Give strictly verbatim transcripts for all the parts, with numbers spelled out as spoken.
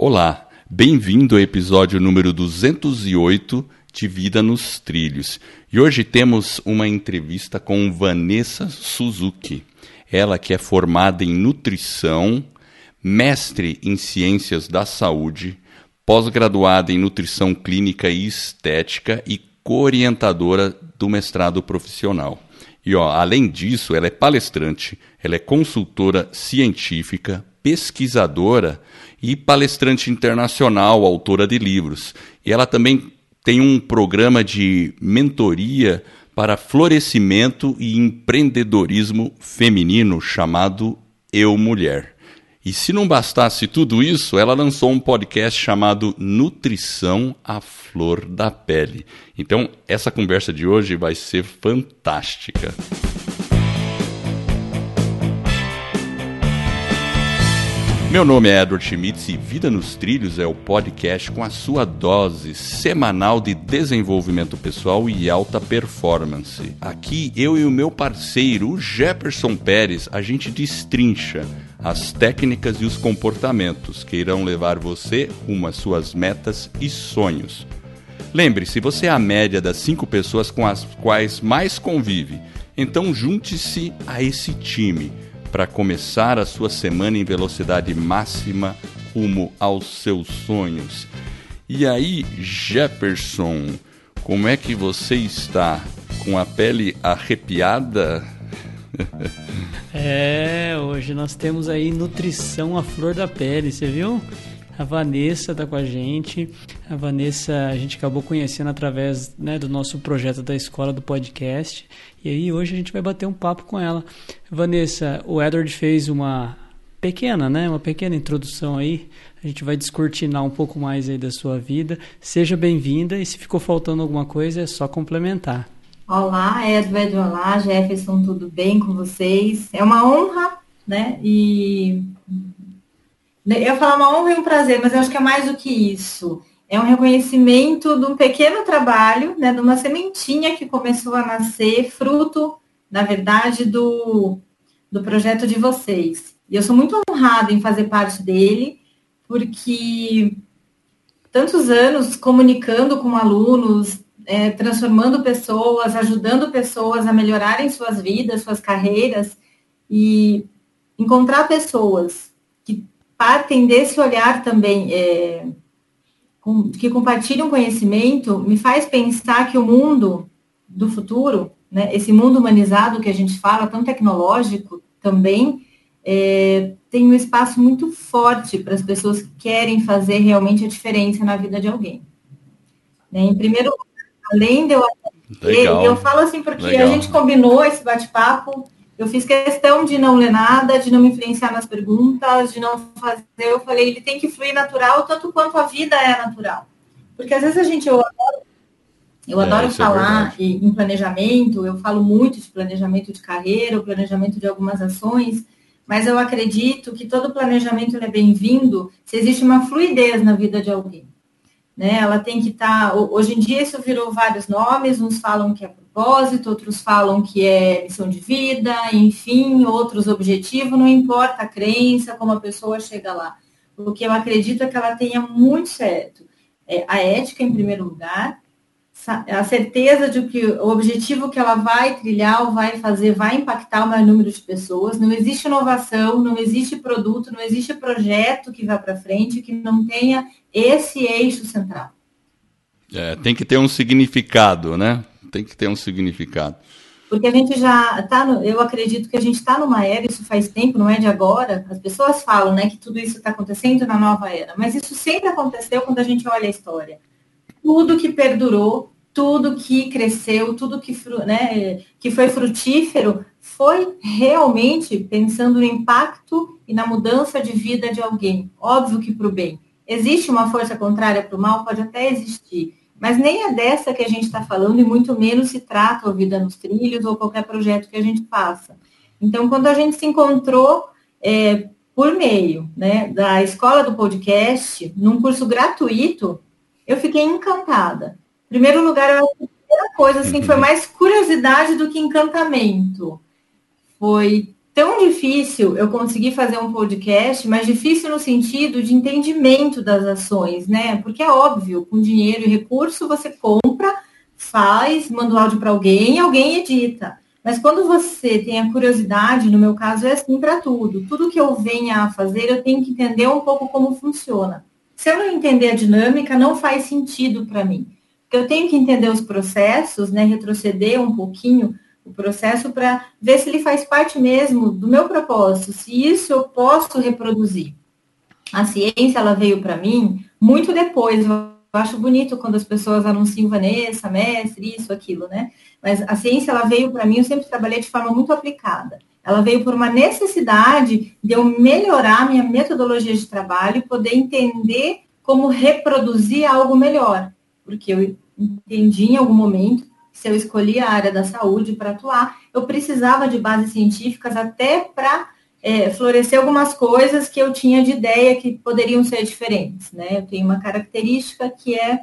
Olá, bem-vindo ao episódio número duzentos e oito de Vida nos Trilhos. E hoje temos uma entrevista com Vanessa Suzuki. Ela que é formada em nutrição, mestre em ciências da saúde, pós-graduada em nutrição clínica e estética e co-orientadora do mestrado profissional. E ó, além disso, ela é palestrante, ela é consultora científica, pesquisadora e palestrante internacional, autora de livros. E ela também tem um programa de mentoria para florescimento e empreendedorismo feminino chamado Eu Mulher. E se não bastasse tudo isso, ela lançou um podcast chamado Nutrição à Flor da Pele. Então, essa conversa de hoje vai ser fantástica. Meu nome é Edward Schmitz e Vida nos Trilhos é o podcast com a sua dose semanal de desenvolvimento pessoal e alta performance. Aqui, eu e o meu parceiro, o Jefferson Pérez, a gente destrincha as técnicas e os comportamentos que irão levar você rumo às suas metas e sonhos. Lembre-se, você é a média das cinco pessoas com as quais mais convive, então junte-se a esse time para começar a sua semana em velocidade máxima rumo aos seus sonhos. E aí, Jefferson, como é que você está? Com a pele arrepiada? É, hoje nós temos aí nutrição à flor da pele, você viu? A Vanessa está com a gente. A Vanessa a gente acabou conhecendo através, né, do nosso projeto da escola do podcast. E aí hoje a gente vai bater um papo com ela. Vanessa, o Edward fez uma pequena, né, uma pequena introdução aí. A gente vai descortinar um pouco mais aí da sua vida. Seja bem-vinda e se ficou faltando alguma coisa é só complementar. Olá, Edward, olá, Jefferson, tudo bem com vocês? É uma honra, né, e... Eu ia falar uma honra e um prazer, mas eu acho que é mais do que isso. É um reconhecimento de um pequeno trabalho, né, de uma sementinha que começou a nascer, fruto, na verdade, do, do projeto de vocês. E eu sou muito honrada em fazer parte dele, porque tantos anos comunicando com alunos, é, transformando pessoas, ajudando pessoas a melhorarem suas vidas, suas carreiras, e encontrar pessoas que partem desse olhar também, é, com, que compartilham conhecimento, me faz pensar que o mundo do futuro, né, esse mundo humanizado que a gente fala, tão tecnológico também, é, tem um espaço muito forte para as pessoas que querem fazer realmente a diferença na vida de alguém. Né, em primeiro lugar, além de eu... Legal. Eu falo assim porque Legal. A gente combinou esse bate-papo. Eu fiz questão de não ler nada, de não me influenciar nas perguntas, de não fazer. Eu falei, ele tem que fluir natural, tanto quanto a vida é natural. Porque às vezes a gente, eu adoro, eu é, adoro falar é em planejamento, eu falo muito de planejamento de carreira, o planejamento de algumas ações, mas eu acredito que todo planejamento é bem-vindo se existe uma fluidez na vida de alguém. Né? Ela tem que estar... Hoje em dia isso virou vários nomes, uns falam que é propósito, outros falam que é missão de vida, enfim, outros objetivos, não importa a crença, como a pessoa chega lá. O que eu acredito é que ela tenha muito certo. É, a ética, em primeiro lugar, a certeza de que o objetivo que ela vai trilhar ou vai fazer vai impactar o maior número de pessoas. Não existe inovação, não existe produto, não existe projeto que vá para frente que não tenha esse eixo central. É, tem que ter um significado, né? Tem que ter um significado. Porque a gente já está, eu acredito que a gente está numa era, isso faz tempo, não é de agora. As pessoas falam, né, que tudo isso está acontecendo na nova era, mas isso sempre aconteceu quando a gente olha a história. Tudo que perdurou, tudo que cresceu, tudo que, né, que foi frutífero, foi realmente pensando no impacto e na mudança de vida de alguém. Óbvio que para o bem. Existe uma força contrária para o mal? Pode até existir. Mas nem é dessa que a gente está falando, e muito menos se trata a Vida nos Trilhos ou qualquer projeto que a gente faça. Então, quando a gente se encontrou é, por meio, né, da escola do podcast, num curso gratuito, eu fiquei encantada. Em primeiro lugar, a primeira coisa assim, foi mais curiosidade do que encantamento. Foi tão difícil eu conseguir fazer um podcast, mas difícil no sentido de entendimento das ações, né? Porque é óbvio, com dinheiro e recurso você compra, faz, manda o áudio para alguém e alguém edita. Mas quando você tem a curiosidade, no meu caso é assim para tudo. Tudo que eu venha a fazer, eu tenho que entender um pouco como funciona. Se eu não entender a dinâmica, não faz sentido para mim. Eu tenho que entender os processos, né? Retroceder um pouquinho o processo para ver se ele faz parte mesmo do meu propósito, se isso eu posso reproduzir. A ciência, ela veio para mim muito depois. Eu acho bonito quando as pessoas anunciam Vanessa, mestre, isso, aquilo, né? Mas a ciência, ela veio para mim, eu sempre trabalhei de forma muito aplicada. Ela veio por uma necessidade de eu melhorar minha metodologia de trabalho e poder entender como reproduzir algo melhor. Porque eu entendi em algum momento, se eu escolhi a área da saúde para atuar, eu precisava de bases científicas até para é, florescer algumas coisas que eu tinha de ideia que poderiam ser diferentes, né? Eu tenho uma característica que é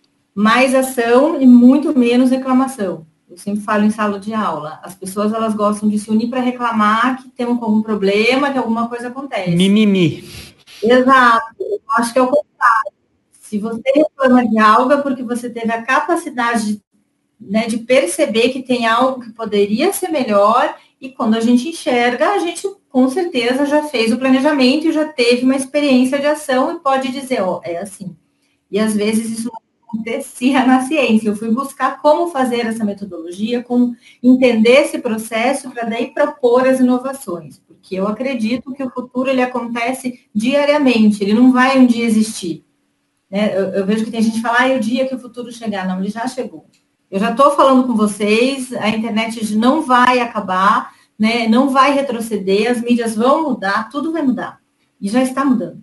mais ação e muito menos reclamação. Eu sempre falo em sala de aula, as pessoas elas gostam de se unir para reclamar que tem algum problema, que alguma coisa acontece. Mimimi. Exato, eu acho que é o contrário. Se você reclama de algo é porque você teve a capacidade de Né, de perceber que tem algo que poderia ser melhor, e quando a gente enxerga, a gente com certeza já fez o planejamento e já teve uma experiência de ação e pode dizer, ó, é assim. E às vezes isso não acontecia na ciência. Eu fui buscar como fazer essa metodologia, como entender esse processo para daí propor as inovações, porque eu acredito que o futuro ele acontece diariamente, ele não vai um dia existir. Né? Eu, eu vejo que tem gente que fala, ah, o dia que o futuro chegar, não, ele já chegou. Eu já estou falando com vocês, a internet não vai acabar, né? Não vai retroceder, as mídias vão mudar, tudo vai mudar. E já está mudando.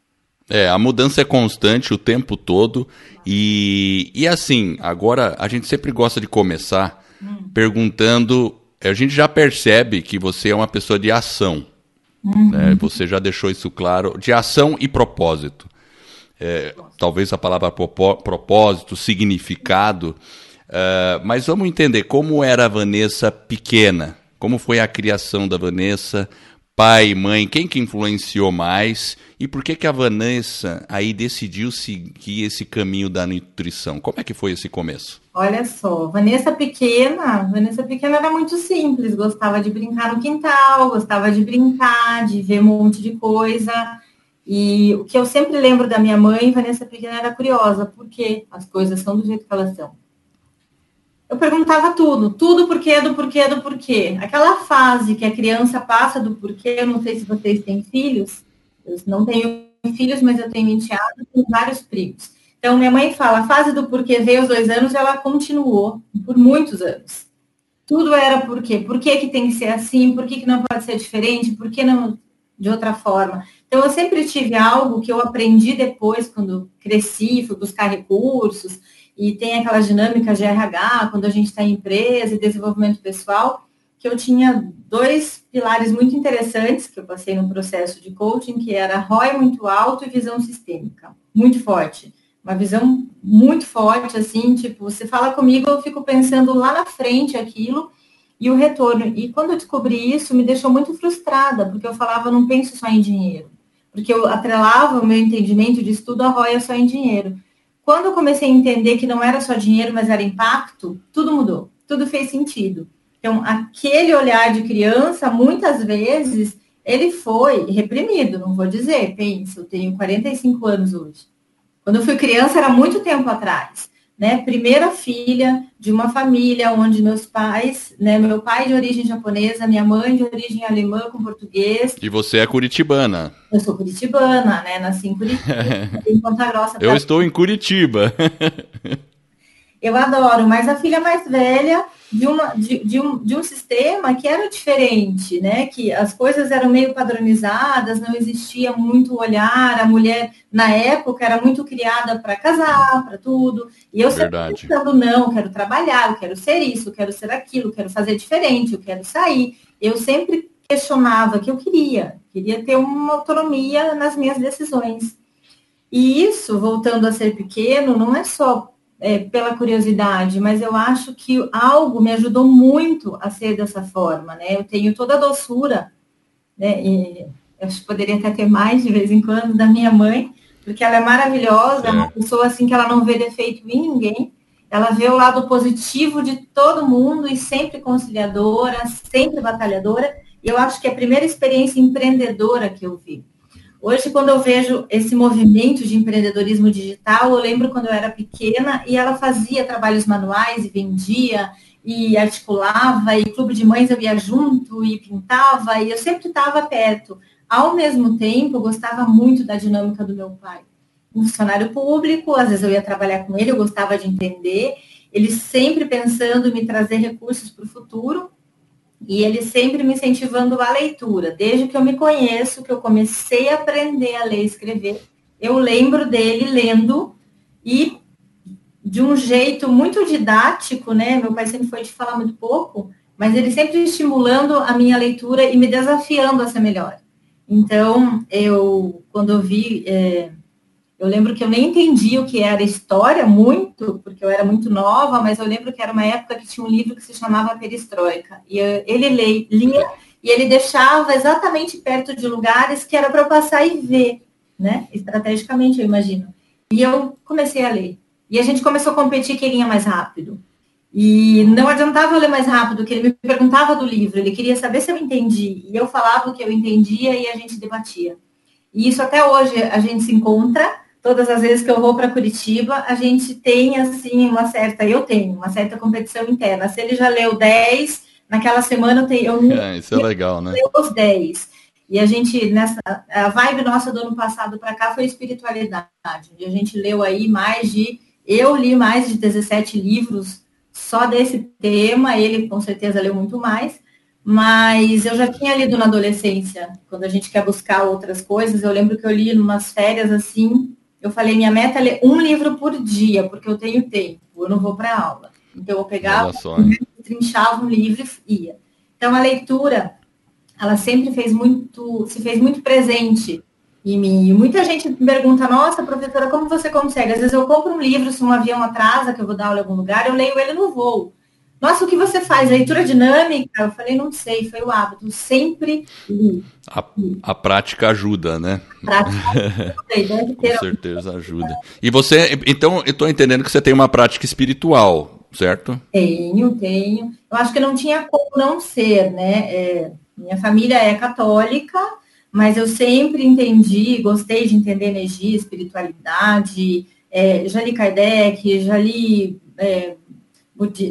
É, a mudança é constante o tempo todo. E, e assim, agora a gente sempre gosta de começar hum. perguntando, a gente já percebe que você é uma pessoa de ação. Uhum. Né? Você já deixou isso claro, de ação e propósito. É, talvez a palavra propósito, significado... Uh, mas vamos entender como era a Vanessa pequena, como foi a criação da Vanessa, pai, mãe, quem que influenciou mais e por que que a Vanessa aí decidiu seguir esse caminho da nutrição? Como é que foi esse começo? Olha só, Vanessa pequena, Vanessa pequena era muito simples, gostava de brincar no quintal, gostava de brincar, de ver um monte de coisa. E o que eu sempre lembro da minha mãe, Vanessa pequena era curiosa, porque as coisas são do jeito que elas são. Eu perguntava tudo, tudo porquê, do porquê, do porquê. Aquela fase que a criança passa do porquê, eu não sei se vocês têm filhos, eu não tenho filhos, mas eu tenho enteados e vários primos. Então, minha mãe fala, a fase do porquê veio aos dois anos, ela continuou por muitos anos. Tudo era porquê. Por que que tem que ser assim? Por que que não pode ser diferente? Por que não de outra forma? Então, eu sempre tive algo que eu aprendi depois, quando cresci, fui buscar recursos, e tem aquelas dinâmicas de R H, quando a gente está em empresa e desenvolvimento pessoal, que eu tinha dois pilares muito interessantes, que eu passei no processo de coaching, que era R O I muito alto e visão sistêmica, muito forte. Uma visão muito forte, assim, tipo, você fala comigo, eu fico pensando lá na frente aquilo, e o retorno. E quando eu descobri isso, me deixou muito frustrada, porque eu falava, não penso só em dinheiro. Porque eu atrelava o meu entendimento de estudo, a R O I é só em dinheiro. Quando eu comecei a entender que não era só dinheiro, mas era impacto, tudo mudou, tudo fez sentido. Então, aquele olhar de criança, muitas vezes, ele foi reprimido, não vou dizer, pensa, eu tenho quarenta e cinco anos hoje. Quando eu fui criança, era muito tempo atrás, né? Primeira filha de uma família onde meus pais, né? Meu pai de origem japonesa, minha mãe de origem alemã com português. E você é curitibana. Eu sou curitibana, né? Nasci em Curitiba, em Ponta Grossa. Eu estou em Curitiba. Eu adoro, mas a filha mais velha de, uma, de, de, um, de um sistema que era diferente, né? Que as coisas eram meio padronizadas, não existia muito olhar, a mulher, na época, era muito criada para casar, para tudo. E eu sempre pensando, não, eu quero trabalhar, eu quero ser isso, eu quero ser aquilo, eu quero fazer diferente, eu quero sair. Eu sempre questionava que eu queria, queria ter uma autonomia nas minhas decisões. E isso, voltando a ser pequeno, não é só É, pela curiosidade, mas eu acho que algo me ajudou muito a ser dessa forma, né? Eu tenho toda a doçura né? E eu acho que poderia até ter mais de vez em quando da minha mãe, porque ela é maravilhosa, é uma pessoa assim que ela não vê defeito em ninguém, ela vê o lado positivo de todo mundo e sempre conciliadora, sempre batalhadora, e eu acho que é a primeira experiência empreendedora que eu vi. Hoje, quando eu vejo esse movimento de empreendedorismo digital, eu lembro quando eu era pequena e ela fazia trabalhos manuais e vendia, e articulava, e clube de mães eu ia junto, e pintava, e eu sempre estava perto. Ao mesmo tempo, eu gostava muito da dinâmica do meu pai. Um funcionário público, às vezes eu ia trabalhar com ele, eu gostava de entender, ele sempre pensando em me trazer recursos para o futuro, e ele sempre me incentivando a leitura. Desde que eu me conheço, que eu comecei a aprender a ler e escrever, eu lembro dele lendo, e de um jeito muito didático, né? Meu pai sempre foi de falar muito pouco, mas ele sempre estimulando a minha leitura e me desafiando a ser melhor. Então, eu, quando eu vi, é, eu lembro que eu nem entendi o que era história muito, porque eu era muito nova, mas eu lembro que era uma época que tinha um livro que se chamava Perestroika. E eu, ele lê, lia e ele deixava exatamente perto de lugares que era para eu passar e ver, né? Estrategicamente, eu imagino. E eu comecei a ler. E a gente começou a competir quem ia mais rápido. E não adiantava eu ler mais rápido, que ele me perguntava do livro, ele queria saber se eu entendi. E eu falava o que eu entendia e a gente debatia. E isso até hoje a gente se encontra. Todas as vezes que eu vou para Curitiba, a gente tem, assim, uma certa... Eu tenho uma certa competição interna. Se ele já leu dez, naquela semana eu tenho... Eu é, isso é legal, né? Eu os dez. E a gente, nessa, a vibe nossa do ano passado para cá foi espiritualidade. E a gente leu aí mais de... Eu li mais de dezessete livros só desse tema, ele com certeza leu muito mais, mas eu já tinha lido na adolescência, quando a gente quer buscar outras coisas. Eu lembro que eu li em umas férias assim, eu falei, minha meta é ler um livro por dia, porque eu tenho tempo, eu não vou para aula. Então eu pegava, trinchava um livro e ia. Então a leitura, ela sempre fez muito, se fez muito presente em mim. E muita gente me pergunta, nossa, professora, como você consegue? Às vezes eu compro um livro, se um avião atrasa, que eu vou dar aula em algum lugar, eu leio ele no voo. Nossa, o que você faz? Leitura dinâmica? Eu falei, não sei, foi o hábito. Sempre li. A, a prática ajuda, né? A prática ajuda, e deve ter. Com certeza ajuda. E você, então, eu estou entendendo que você tem uma prática espiritual, certo? Tenho, tenho. Eu acho que não tinha como não ser, né? É, minha família é católica, mas eu sempre entendi, gostei de entender energia, espiritualidade, é, já li Kardec, já li é, budi,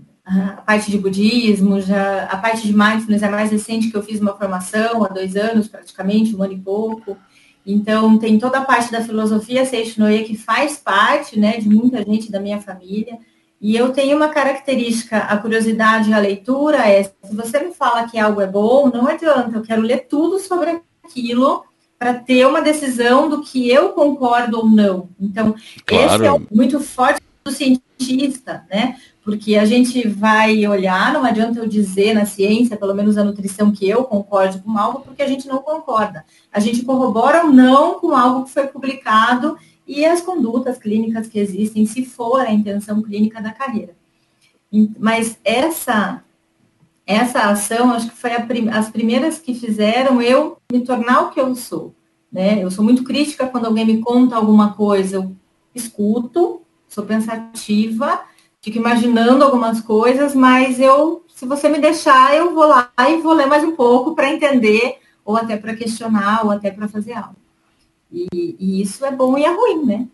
a parte de budismo, já, a parte de mindfulness é mais recente, que eu fiz uma formação há dois anos, praticamente, um ano e pouco. Então, tem toda a parte da filosofia Seishinoe que faz parte, né, de muita gente da minha família. E eu tenho uma característica, a curiosidade e a leitura é, se você me fala que algo é bom, não adianta, eu quero ler tudo sobre aquilo para ter uma decisão do que eu concordo ou não. Então, claro. Esse é o muito forte do cientista, né? Porque a gente vai olhar, não adianta eu dizer na ciência, pelo menos a nutrição, que eu concordo com algo, porque a gente não concorda. A gente corrobora ou não com algo que foi publicado e as condutas clínicas que existem, se for a intenção clínica da carreira. Mas essa, essa ação, acho que foi a prim- as primeiras que fizeram eu me tornar o que eu sou, né? Eu sou muito crítica quando alguém me conta alguma coisa, eu escuto, sou pensativa, fico imaginando algumas coisas, mas eu, se você me deixar, eu vou lá e vou ler mais um pouco para entender, ou até para questionar, ou até para fazer algo. E, e isso é bom e é ruim, né?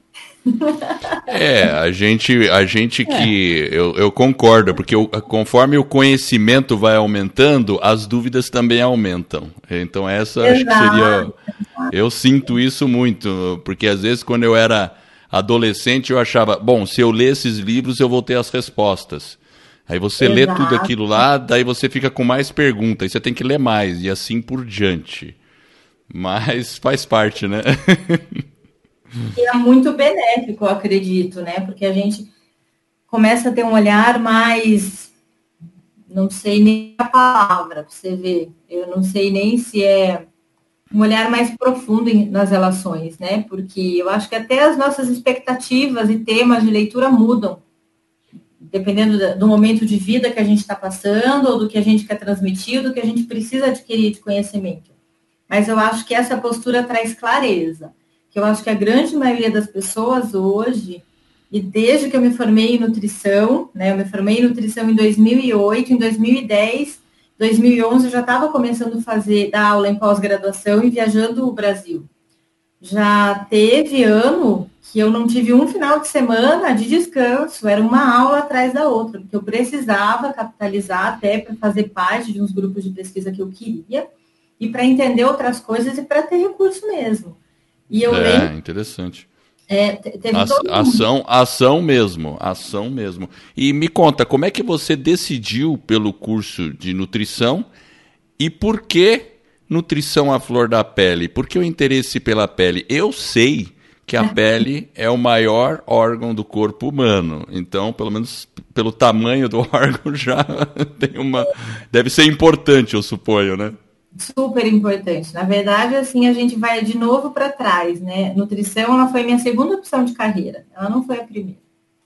É, a gente, a gente que... Eu, eu concordo, porque eu, conforme o conhecimento vai aumentando, as dúvidas também aumentam. Então essa Exato. Acho que seria... Eu sinto isso muito, porque às vezes quando eu era adolescente eu achava, bom, se eu ler esses livros eu vou ter as respostas. Aí você Exato. Lê tudo aquilo lá, daí você fica com mais perguntas, aí você tem que ler mais, e assim por diante. Mas faz parte, né? E é muito benéfico, eu acredito, né? Porque a gente começa a ter um olhar mais... Não sei nem a palavra, para você ver. Eu não sei nem se é um olhar mais profundo nas relações, né? Porque eu acho que até as nossas expectativas e temas de leitura mudam. Dependendo do momento de vida que a gente está passando, ou do que a gente quer transmitir, ou do que a gente precisa adquirir de conhecimento. mas eu acho que essa postura traz clareza. Que eu acho que a grande maioria das pessoas hoje, e desde que eu me formei em nutrição, né, eu me formei em nutrição em dois mil e oito, em dois mil e dez, dois mil e onze eu já estava começando a fazer, dar aula em pós-graduação e viajando o Brasil. Já teve ano que eu não tive um final de semana de descanso, era uma aula atrás da outra, porque eu precisava capitalizar até para fazer parte de uns grupos de pesquisa que eu queria, e para entender outras coisas e para ter recurso mesmo. E eu é, lembro, interessante. é, teve A- todo mundo. Ação, ação mesmo, ação mesmo. E me conta, como é que você decidiu pelo curso de nutrição e por que nutrição à flor da pele? Por que o interesse pela pele? Eu sei que a pele é o maior órgão do corpo humano, então, pelo menos pelo tamanho do órgão já tem uma... Deve ser importante, eu suponho, né? Super importante. Na verdade, assim, a gente vai de novo para trás, né? Nutrição, ela foi minha segunda opção de carreira, ela não foi a primeira.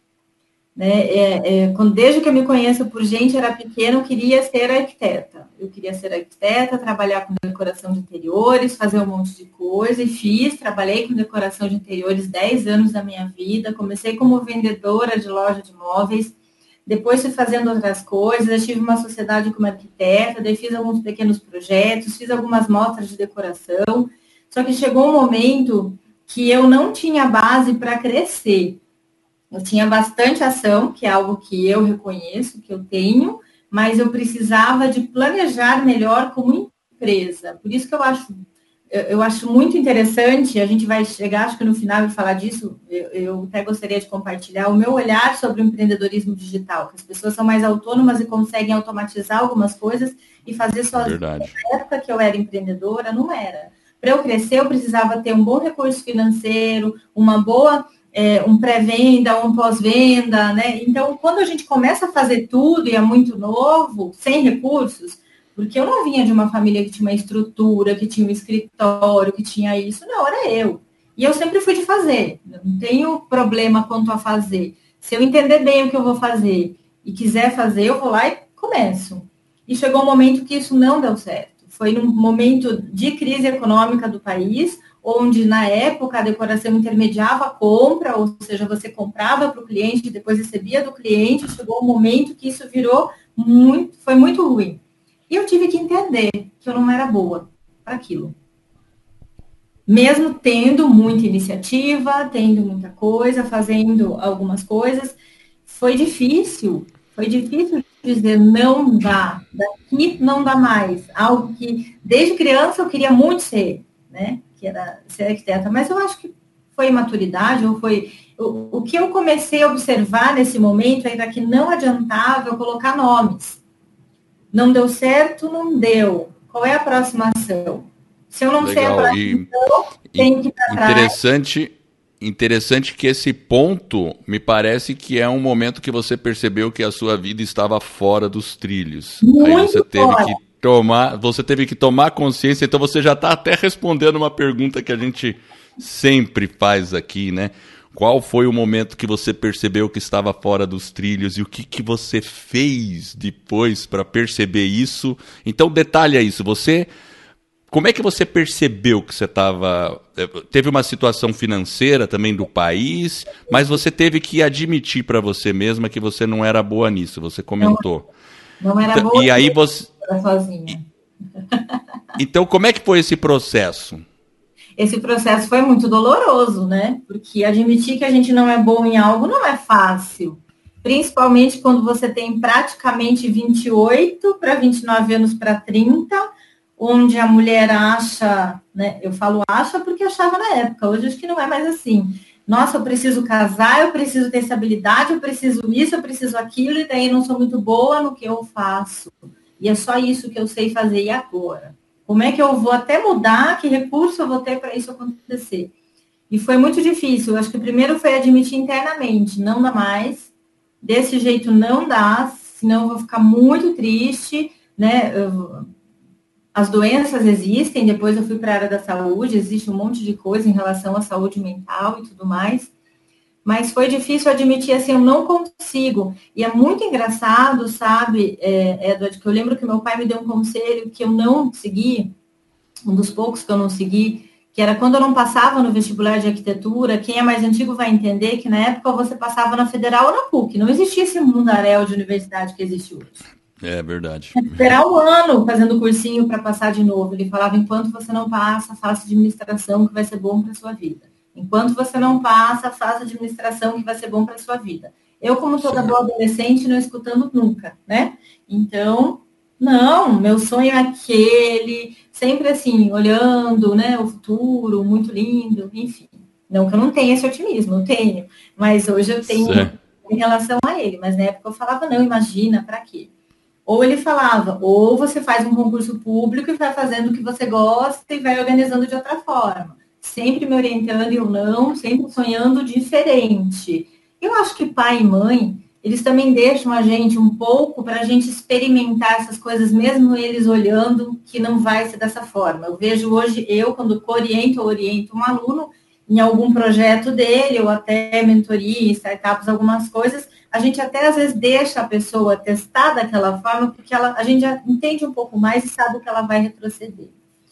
Né? É, é, quando, desde que eu me conheço por gente, era pequena, eu queria ser arquiteta. Eu queria ser arquiteta, trabalhar com decoração de interiores, fazer um monte de coisa, e fiz, trabalhei com decoração de interiores dez anos da minha vida, comecei como vendedora de loja de móveis, depois fui fazendo outras coisas, eu tive uma sociedade como arquiteta, daí fiz alguns pequenos projetos, fiz algumas mostras de decoração, só que chegou um momento que eu não tinha base para crescer. Eu tinha bastante ação, que é algo que eu reconheço, que eu tenho, mas eu precisava de planejar melhor como empresa. Por isso que eu acho, eu acho muito interessante, a gente vai chegar, acho que no final, de falar disso, eu, eu até gostaria de compartilhar o meu olhar sobre o empreendedorismo digital, que as pessoas são mais autônomas e conseguem automatizar algumas coisas e fazer sozinhas. Na época que eu era empreendedora, não era. Para eu crescer, eu precisava ter um bom recurso financeiro, uma boa... É, um pré-venda, um pós-venda, né? Então, quando a gente começa a fazer tudo e é muito novo, sem recursos, porque eu não vinha de uma família que tinha uma estrutura, que tinha um escritório, que tinha isso, não, era eu. E eu sempre fui de fazer, não tenho problema quanto a fazer. Se eu entender bem o que eu vou fazer e quiser fazer, eu vou lá e começo. E chegou um momento que isso não deu certo. Foi num momento de crise econômica do país, onde, na época, a decoração intermediava a compra, ou seja, você comprava para o cliente e depois recebia do cliente, chegou um momento que isso virou muito, foi muito ruim. E eu tive que entender que eu não era boa para aquilo. Mesmo tendo muita iniciativa, tendo muita coisa, fazendo algumas coisas, foi difícil, foi difícil dizer não dá, daqui não dá mais. Algo que, desde criança, eu queria muito ser, né? Que era ser arquiteta, mas eu acho que foi maturidade, ou foi... O, o que eu comecei a observar nesse momento era que não adiantava eu colocar nomes. Não deu certo, não deu. Qual é a próxima ação? Se eu não Legal. sei a próxima e, ação, tem que ir para trás. Interessante, interessante que esse ponto, me parece que é um momento que você percebeu que a sua vida estava fora dos trilhos. Muito Aí você teve fora. que tomar, você teve que tomar consciência, então você já está até respondendo uma pergunta que a gente sempre faz aqui, né? Qual foi o momento que você percebeu que estava fora dos trilhos e o que, que você fez depois para perceber isso? Então detalha isso, você... Como é que você percebeu que você estava... Teve uma situação financeira também do país, mas você teve que admitir para você mesma que você não era boa nisso, você comentou. Não, não era boa. E aí você... sozinha. Então, como é que foi esse processo? Esse processo foi muito doloroso, né? Porque admitir que a gente não é bom em algo não é fácil. Principalmente quando você tem praticamente vinte e oito para vinte e nove anos para trinta, onde a mulher acha, né? Eu falo acha porque achava na época, hoje acho que não é mais assim. Nossa, eu preciso casar, eu preciso ter estabilidade, eu preciso isso, eu preciso aquilo, e daí não sou muito boa no que eu faço. E é só isso que eu sei fazer, e agora? Como é que eu vou até mudar? Que recurso eu vou ter para isso acontecer? E foi muito difícil. Eu acho que o primeiro foi admitir internamente, não dá mais, desse jeito não dá, senão eu vou ficar muito triste, né? Eu, as doenças existem, depois eu fui para a área da saúde, existe um monte de coisa em relação à saúde mental e tudo mais, mas foi difícil admitir assim, eu não consigo. E é muito engraçado, sabe, é, Edward, que eu lembro que meu pai me deu um conselho que eu não segui, um dos poucos que eu não segui, que era quando eu não passava no vestibular de arquitetura. Quem é mais antigo vai entender que na época você passava na Federal ou na P U C, não existia esse mundaréu de universidade que existe hoje. É verdade. Esperar um ano fazendo cursinho para passar de novo. Ele falava, enquanto você não passa, faça administração que vai ser bom para a sua vida. Enquanto você não passa, faça administração que vai ser bom para a sua vida. Eu, como toda boa adolescente, não escutando nunca, né? Então, não, meu sonho é aquele, sempre assim, olhando, né, o futuro, muito lindo, enfim. Não que eu não tenha esse otimismo, eu tenho, mas hoje eu tenho certo. Em relação a ele. Mas na época eu falava, não, imagina, para quê? Ou ele falava, ou você faz um concurso público e vai fazendo o que você gosta e vai organizando de outra forma. Sempre me orientando e eu não, sempre sonhando diferente. Eu acho que pai e mãe, eles também deixam a gente um pouco para a gente experimentar essas coisas, mesmo eles olhando que não vai ser dessa forma. Eu vejo hoje, eu, quando oriento ou oriento um aluno em algum projeto dele, ou até mentoria, startups, algumas coisas, a gente até às vezes deixa a pessoa testar daquela forma, porque ela, a gente já entende um pouco mais e sabe o que ela vai retroceder.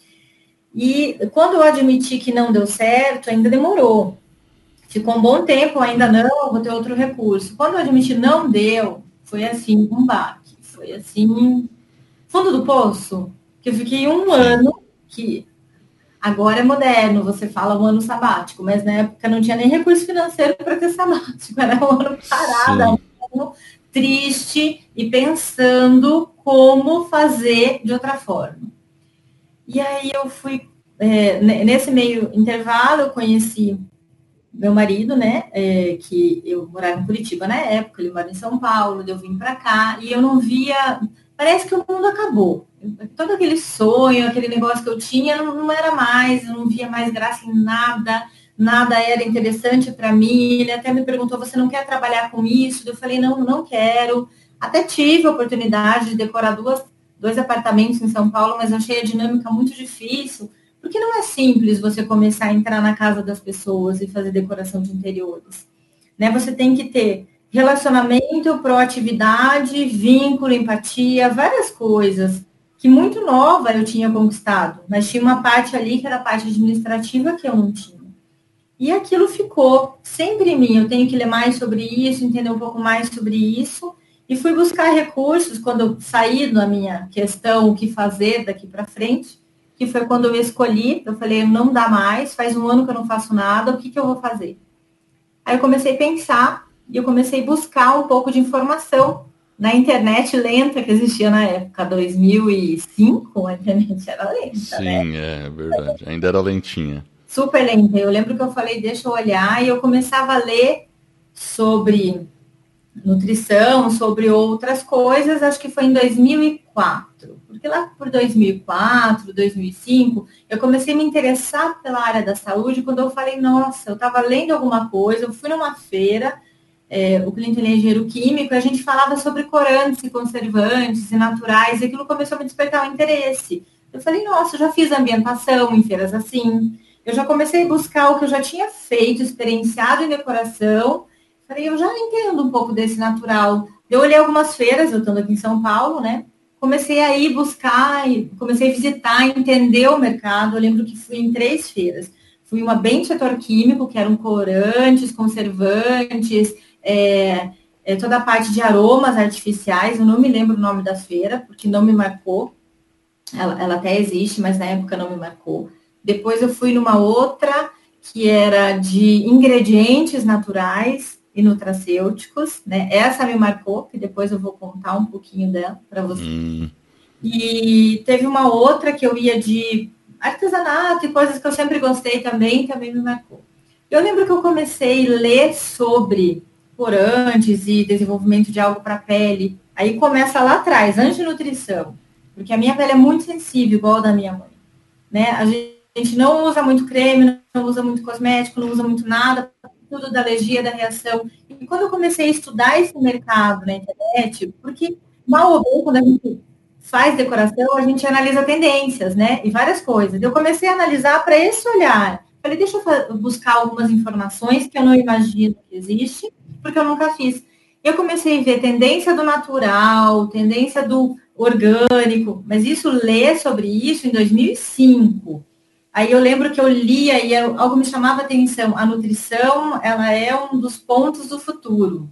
E quando eu admiti que não deu certo, ainda demorou. Ficou um bom tempo, ainda não, vou ter outro recurso. Quando eu admiti não deu, foi assim, um baque. Foi assim, fundo do poço, que eu fiquei um ano, que agora é moderno, você fala um ano sabático, mas na época não tinha nem recurso financeiro para ter sabático, era um ano parado, um ano triste e pensando como fazer de outra forma. E aí eu fui, é, nesse meio intervalo, eu conheci meu marido, né, é, que eu morava em Curitiba na época, ele mora em São Paulo, eu vim para cá, e eu não via, parece que o mundo acabou. Todo aquele sonho, aquele negócio que eu tinha, não, não era mais, eu não via mais graça em nada, nada era interessante para mim. Ele até me perguntou, você não quer trabalhar com isso? Eu falei, não, não quero. Até tive a oportunidade de decorar duas, dois apartamentos em São Paulo, mas achei a dinâmica muito difícil, porque não é simples você começar a entrar na casa das pessoas e fazer decoração de interiores. Né? Você tem que ter relacionamento, proatividade, vínculo, empatia, várias coisas que muito nova eu tinha conquistado, mas tinha uma parte ali que era a parte administrativa que eu não tinha. E aquilo ficou sempre em mim. Eu tenho que ler mais sobre isso, entender um pouco mais sobre isso, e fui buscar recursos quando eu saí da minha questão, o que fazer daqui para frente, que foi quando eu escolhi, eu falei, não dá mais, faz um ano que eu não faço nada, o que, que eu vou fazer? Aí eu comecei a pensar, e eu comecei a buscar um pouco de informação na internet lenta que existia na época, dois mil e cinco, a internet era lenta, Sim, né? é verdade, ainda era lentinha. Super lenta, eu lembro que eu falei, deixa eu olhar, e eu começava a ler sobre nutrição, sobre outras coisas, acho que foi em dois mil e quatro, porque lá por dois mil e quatro, dois mil e cinco, eu comecei a me interessar pela área da saúde, quando eu falei, nossa, eu estava lendo alguma coisa, eu fui numa feira, é, o cliente é engenheiro químico, e a gente falava sobre corantes e conservantes e naturais, e aquilo começou a me despertar o interesse. Eu falei, nossa, eu já fiz ambientação em feiras assim, eu já comecei a buscar o que eu já tinha feito, experienciado em decoração. Falei, eu já entendo um pouco desse natural. Eu olhei algumas feiras, eu estando aqui em São Paulo, né? Comecei a ir buscar, comecei a visitar, entender o mercado. Eu lembro que fui em três feiras. Fui uma bem de setor químico, que eram corantes, conservantes, é, é, toda a parte de aromas artificiais. Eu não me lembro o nome da feira, porque não me marcou. Ela, ela até existe, mas na época não me marcou. Depois eu fui numa outra, que era de ingredientes naturais e nutracêuticos, né? Essa me marcou, que depois eu vou contar um pouquinho dela para você. Hum. E teve uma outra que eu ia de artesanato e coisas que eu sempre gostei também, também me marcou. Eu lembro que eu comecei a ler sobre corantes e desenvolvimento de algo para a pele. Aí começa lá atrás, antes de nutrição, porque a minha pele é muito sensível, igual a da minha mãe, né? A gente não usa muito creme, não usa muito cosmético, não usa muito nada, tudo da alergia, da reação. E quando eu comecei a estudar esse mercado na internet, porque mal ou bem, quando a gente faz decoração, a gente analisa tendências, né? E várias coisas. Eu comecei a analisar para esse olhar. Falei, deixa eu buscar algumas informações que eu não imagino que existe, porque eu nunca fiz. Eu comecei a ver tendência do natural, tendência do orgânico, mas isso, ler sobre isso em dois mil e cinco. Aí eu lembro que eu lia e eu, algo me chamava a atenção. A nutrição, ela é um dos pontos do futuro.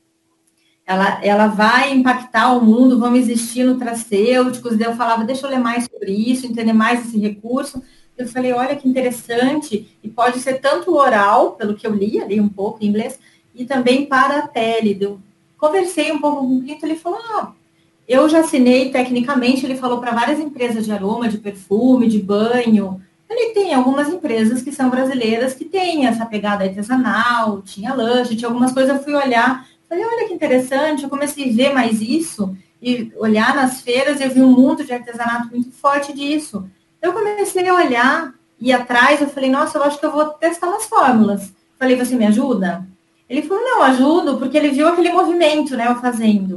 Ela, ela vai impactar o mundo, vão existir nutracêuticos. Daí eu falava, deixa eu ler mais sobre isso, entender mais esse recurso. Eu falei, olha que interessante. E pode ser tanto oral, pelo que eu li, li um pouco em inglês, e também para a pele. Eu conversei um pouco com o Clito, ele falou, ah, eu já assinei tecnicamente, ele falou para várias empresas de aroma, de perfume, de banho. Ele tem algumas empresas que são brasileiras que têm essa pegada artesanal, tinha lanche, tinha algumas coisas, eu fui olhar, falei, olha que interessante, eu comecei a ver mais isso, e olhar nas feiras, eu vi um mundo de artesanato muito forte disso. Eu comecei a olhar, ir atrás, eu falei, nossa, eu acho que eu vou testar umas fórmulas. Falei, você me ajuda? Ele falou, não, ajudo, porque ele viu aquele movimento, né, eu fazendo.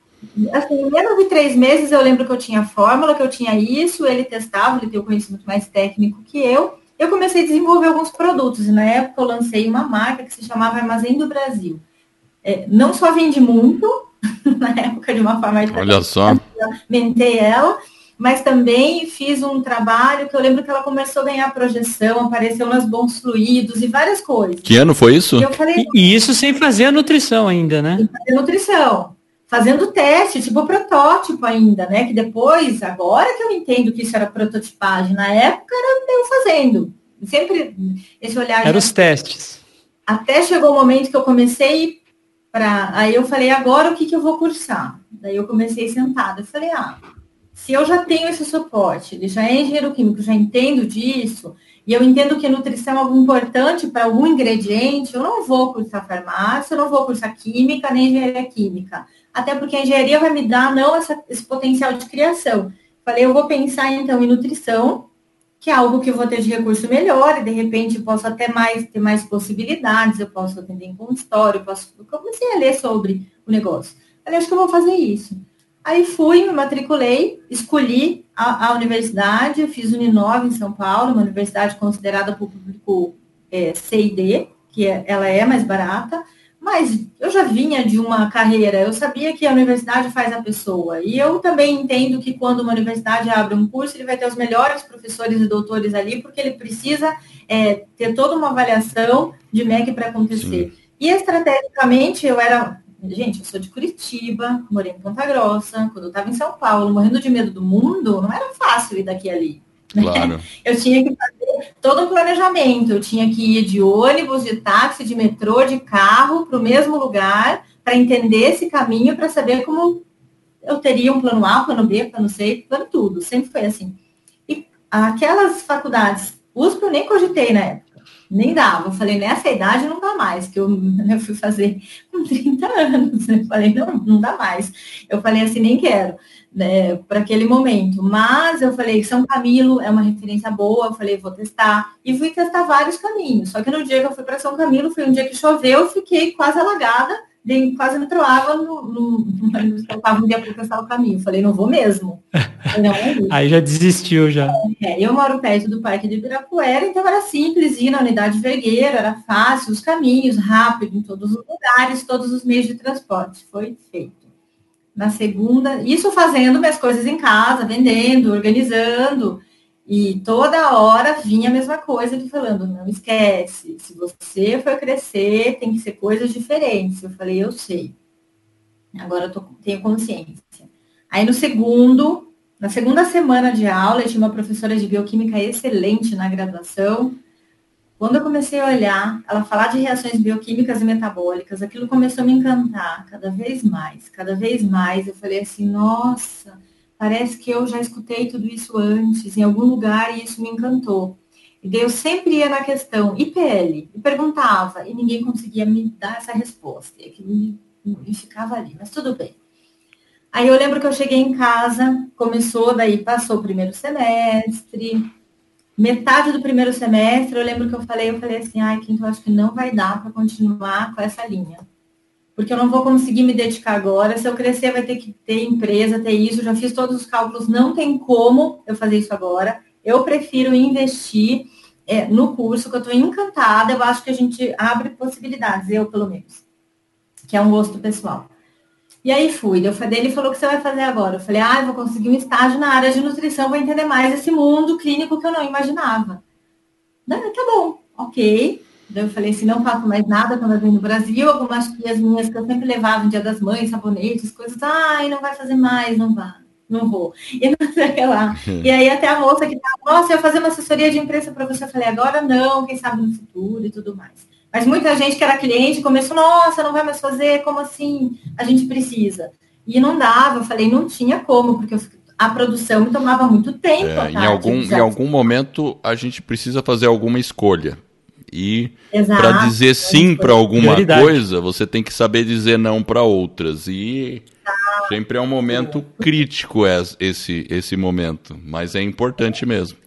Assim, em menos de três meses eu lembro que eu tinha fórmula, que eu tinha isso, ele testava, ele tem o conhecimento mais técnico que eu. Eu comecei a desenvolver alguns produtos, e na época eu lancei uma marca que se chamava Armazém do Brasil. É, não só vende muito, na época de uma forma... Olha só. Mentei ela, mas também fiz um trabalho que eu lembro que ela começou a ganhar projeção, apareceu nas Bons Fluidos e várias coisas. Que ano foi isso? E, eu falei, e, e isso sem fazer a nutrição ainda, né? Sem fazer nutrição. Fazendo teste, tipo protótipo ainda, né? Que depois, agora que eu entendo que isso era prototipagem, na época era eu fazendo. Sempre esse olhar... Eram os testes. Até chegou o momento que eu comecei para... Aí eu falei, agora o que, que eu vou cursar? Daí eu comecei sentada. Eu falei, ah, se eu já tenho esse suporte, ele já é engenheiro químico, já entendo disso, e eu entendo que nutrição é algo importante para algum ingrediente, eu não vou cursar farmácia, eu não vou cursar química, nem engenharia química. Até porque a engenharia vai me dar, não, essa, esse potencial de criação. Falei, eu vou pensar, então, em nutrição, que é algo que eu vou ter de recurso melhor, e de repente posso até mais, ter mais possibilidades, eu posso atender em consultório, eu posso... Eu comecei a ler sobre o negócio. Falei, acho que eu vou fazer isso. Aí fui, me matriculei, escolhi a, a universidade, fiz Uninove em São Paulo, uma universidade considerada para o público é, C e D, que é, ela é mais barata, mas eu já vinha de uma carreira, eu sabia que a universidade faz a pessoa. E eu também entendo que quando uma universidade abre um curso, ele vai ter os melhores professores e doutores ali, porque ele precisa é, ter toda uma avaliação de M E C para acontecer. Sim. E estrategicamente eu era... Gente, eu sou de Curitiba, morei em Ponta Grossa, quando eu estava em São Paulo, morrendo de medo do mundo, não era fácil ir daqui a ali. Claro. Eu tinha que fazer todo um planejamento, eu tinha que ir de ônibus, de táxi, de metrô, de carro para o mesmo lugar, para entender esse caminho, para saber como eu teria um plano A, plano B, plano C, plano tudo, sempre foi assim. E aquelas faculdades, U S P eu nem cogitei na época, nem dava, eu falei, nessa idade não dá mais, que eu, eu fui fazer com trinta anos, eu falei, não, não dá mais, eu falei assim, nem quero. Né, para aquele momento, mas eu falei, São Camilo é uma referência boa, eu falei, vou testar, e fui testar vários caminhos, só que no dia que eu fui para São Camilo, foi um dia que choveu, eu fiquei quase alagada, dei, quase entrou água no, no, no eu estava um dia para testar o caminho, falei, não vou mesmo. Não, é aí já desistiu, já. É, eu moro perto do Parque de Ibirapuera, então era simples ir na unidade Vergueiro, era fácil, os caminhos, rápido, em todos os lugares, todos os meios de transporte, foi feito. Na segunda, isso fazendo minhas coisas em casa, vendendo, organizando, e toda hora vinha a mesma coisa, ele falando, não esquece, se você for crescer, tem que ser coisas diferentes. Eu falei, eu sei, agora eu tô, tenho consciência. Aí no segundo, na segunda semana de aula, eu tinha uma professora de bioquímica excelente na graduação. Quando eu comecei a olhar, ela falar de reações bioquímicas e metabólicas, aquilo começou a me encantar cada vez mais, cada vez mais. Eu falei assim, nossa, parece que eu já escutei tudo isso antes, em algum lugar, e isso me encantou. E daí eu sempre ia na questão, I P L, e perguntava, e ninguém conseguia me dar essa resposta. E aquilo me, me ficava ali, mas tudo bem. Aí eu lembro que eu cheguei em casa, começou, daí passou o primeiro semestre... Metade do primeiro semestre, eu lembro que eu falei, eu falei assim, ai, Quinto, eu acho que não vai dar para continuar com essa linha. Porque eu não vou conseguir me dedicar agora, se eu crescer vai ter que ter empresa, ter isso, eu já fiz todos os cálculos, não tem como eu fazer isso agora. Eu prefiro investir é, no curso, que eu estou encantada, eu acho que a gente abre possibilidades, eu pelo menos, que é um gosto pessoal. E aí fui. Eu falei, ele falou: o que você vai fazer agora? Eu falei: ah, eu vou conseguir um estágio na área de nutrição, vou entender mais esse mundo clínico que eu não imaginava. Não, tá bom, ok. Daí eu falei assim: não faço mais nada quando eu vim no Brasil. Algumas tias minhas que eu sempre levava no Dia das Mães, sabonetes, coisas. Ai, não vai fazer mais, não vai. Não vou. E não sei lá. E aí até a moça que tava, nossa, eu ia fazer uma assessoria de imprensa para você. Eu falei: agora não, quem sabe no futuro e tudo mais. Mas muita gente que era cliente começou: nossa, não vai mais fazer, como assim? A gente precisa. E não dava, eu falei: não tinha como, porque eu, a produção me tomava muito tempo. É, em, algum, em algum momento a gente precisa fazer alguma escolha. E para dizer sim para alguma Prioridade. coisa, você tem que saber dizer não para outras. E sempre é um momento crítico esse, esse momento, mas é importante mesmo.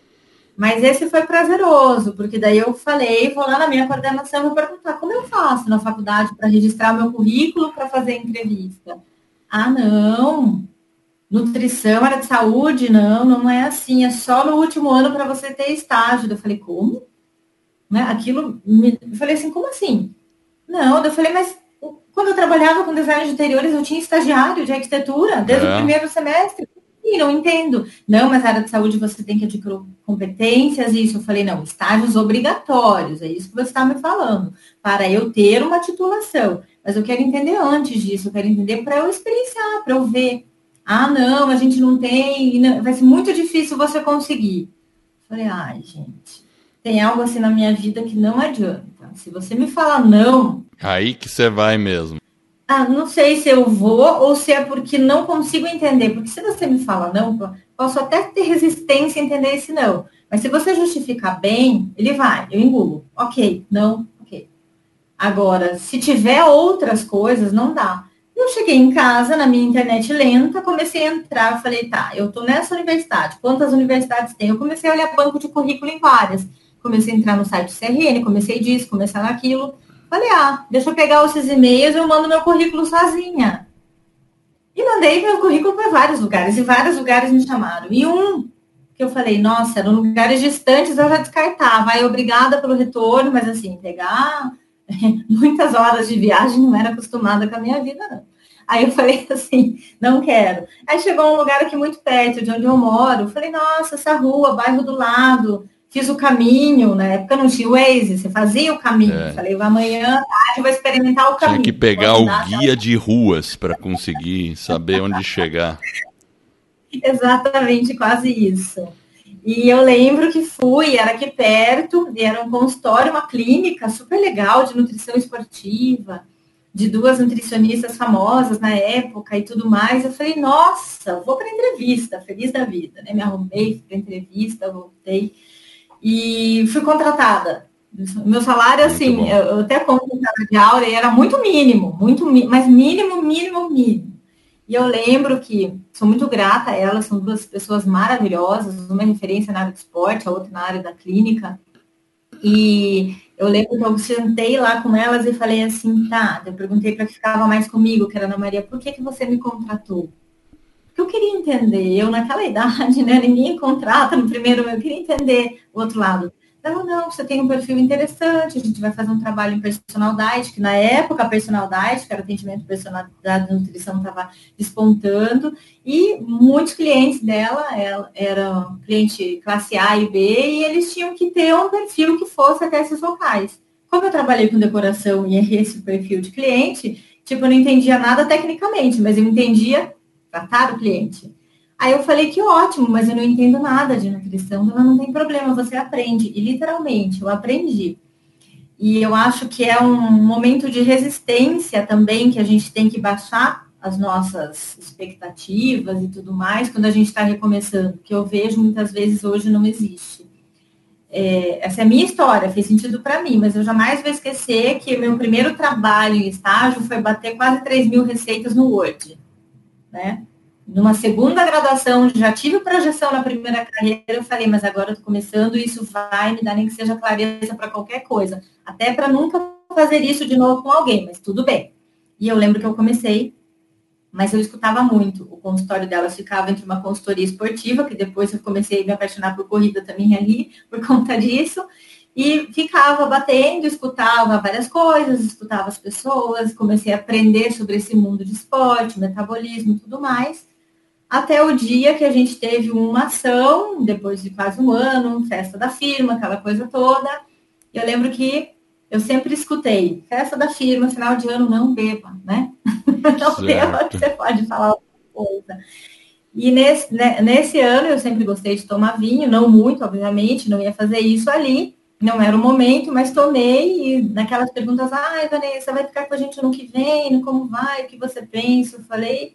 Mas esse foi prazeroso, porque daí eu falei, vou lá na minha coordenação e vou perguntar como eu faço na faculdade para registrar o meu currículo para fazer entrevista. Ah, não, nutrição, área de saúde, não, não é assim, é só no último ano para você ter estágio. Eu falei: como? Né? Aquilo, me... eu falei assim: como assim? Não, eu falei: mas quando eu trabalhava com design de interiores, eu tinha estagiário de arquitetura desde é. o primeiro semestre. E não entendo. Não, mas na área de saúde você tem que adquirir competências, isso. Eu falei: não, estágios obrigatórios, é isso que você está me falando, para eu ter uma titulação. Mas eu quero entender antes disso, eu quero entender para eu experienciar, para eu ver. Ah, não, a gente não tem, não, vai ser muito difícil você conseguir. Eu falei: ai, gente, tem algo assim na minha vida que não adianta. Se você me falar não... Aí que você vai mesmo. Ah, não sei se eu vou ou se é porque não consigo entender. Porque se você me fala não, posso até ter resistência a entender esse não. Mas se você justificar bem, ele vai, eu engulo. Ok, não, ok. Agora, se tiver outras coisas, não dá. Eu cheguei em casa, na minha internet lenta, comecei a entrar, falei: tá, eu tô nessa universidade, quantas universidades tem? Eu comecei a olhar banco de currículo em várias. Comecei a entrar no site do C R N, comecei disso, comecei naquilo. Falei: ah, deixa eu pegar esses e-mails, eu mando meu currículo sozinha. E mandei meu currículo para vários lugares, e vários lugares me chamaram. E um que eu falei: nossa, eram lugares distantes, eu já descartava. Aí, obrigada pelo retorno, mas assim, pegar muitas horas de viagem, não era acostumada com a minha vida, não. Aí eu falei assim: não quero. Aí chegou um lugar aqui muito perto de onde eu moro. Eu falei: nossa, essa rua, bairro do lado. Fiz o caminho, na época não tinha o Waze, você fazia o caminho. É. Falei: amanhã, tarde, eu vou experimentar o caminho. Tinha que pegar o guia de ruas para conseguir saber onde chegar. Exatamente, quase isso. E eu lembro que fui, era aqui perto, e era um consultório, uma clínica super legal de nutrição esportiva, de duas nutricionistas famosas na época e tudo mais. Eu falei: nossa, vou para entrevista, feliz da vida, né? Me arrumei para entrevista, voltei. E fui contratada. Meu salário, assim, eu, eu até conto em sala de aula, e era muito mínimo, muito, mas mínimo, mínimo, mínimo. E eu lembro que sou muito grata a elas, são duas pessoas maravilhosas, uma referência na área do esporte, a outra na área da clínica. E eu lembro que eu sentei lá com elas e falei assim: tá, eu perguntei para que ficava mais comigo, que era a Ana Maria: por que, que você me contratou? Eu queria entender, eu naquela idade, né, ninguém contrata no primeiro, eu queria entender o outro lado. Não, não, você tem um perfil interessante, a gente vai fazer um trabalho em personal diet, que na época a personal diet, que era atendimento personalizado de nutrição, estava despontando, e muitos clientes dela eram cliente classe A e B, e eles tinham que ter um perfil que fosse até esses locais. Como eu trabalhei com decoração e é esse o perfil de cliente, tipo, eu não entendia nada tecnicamente, mas eu entendia tratar o cliente. Aí eu falei: que ótimo, mas eu não entendo nada de nutrição. Então não tem problema, você aprende. E literalmente, eu aprendi. E eu acho que é um momento de resistência também, que a gente tem que baixar as nossas expectativas e tudo mais, quando a gente está recomeçando, que eu vejo muitas vezes hoje não existe. É, essa é a minha história, fez sentido para mim, mas eu jamais vou esquecer que meu primeiro trabalho em estágio foi bater quase três mil receitas no Word. Né? Numa segunda graduação, já tive projeção na primeira carreira, eu falei: mas agora eu estou começando, isso vai me dar nem que seja clareza para qualquer coisa, até para nunca fazer isso de novo com alguém, mas tudo bem. E eu lembro que eu comecei, mas eu escutava muito. O consultório delas ficava entre uma consultoria esportiva, que depois eu comecei a me apaixonar por corrida também ali, por conta disso, E ficava batendo, escutava várias coisas, escutava as pessoas, comecei a aprender sobre esse mundo de esporte, metabolismo e tudo mais, até o dia que a gente teve uma ação, depois de quase um ano, festa da firma, aquela coisa toda. Eu lembro que eu sempre escutei, festa da firma, final de ano, não beba, né? Não Certo. beba, que você pode falar alguma coisa. E nesse, né, nesse ano eu sempre gostei de tomar vinho, não muito, obviamente, não ia fazer isso ali, não era o momento, mas tomei, e naquelas perguntas, ai, Vanessa, vai ficar com a gente no que vem, como vai, o que você pensa? Eu falei,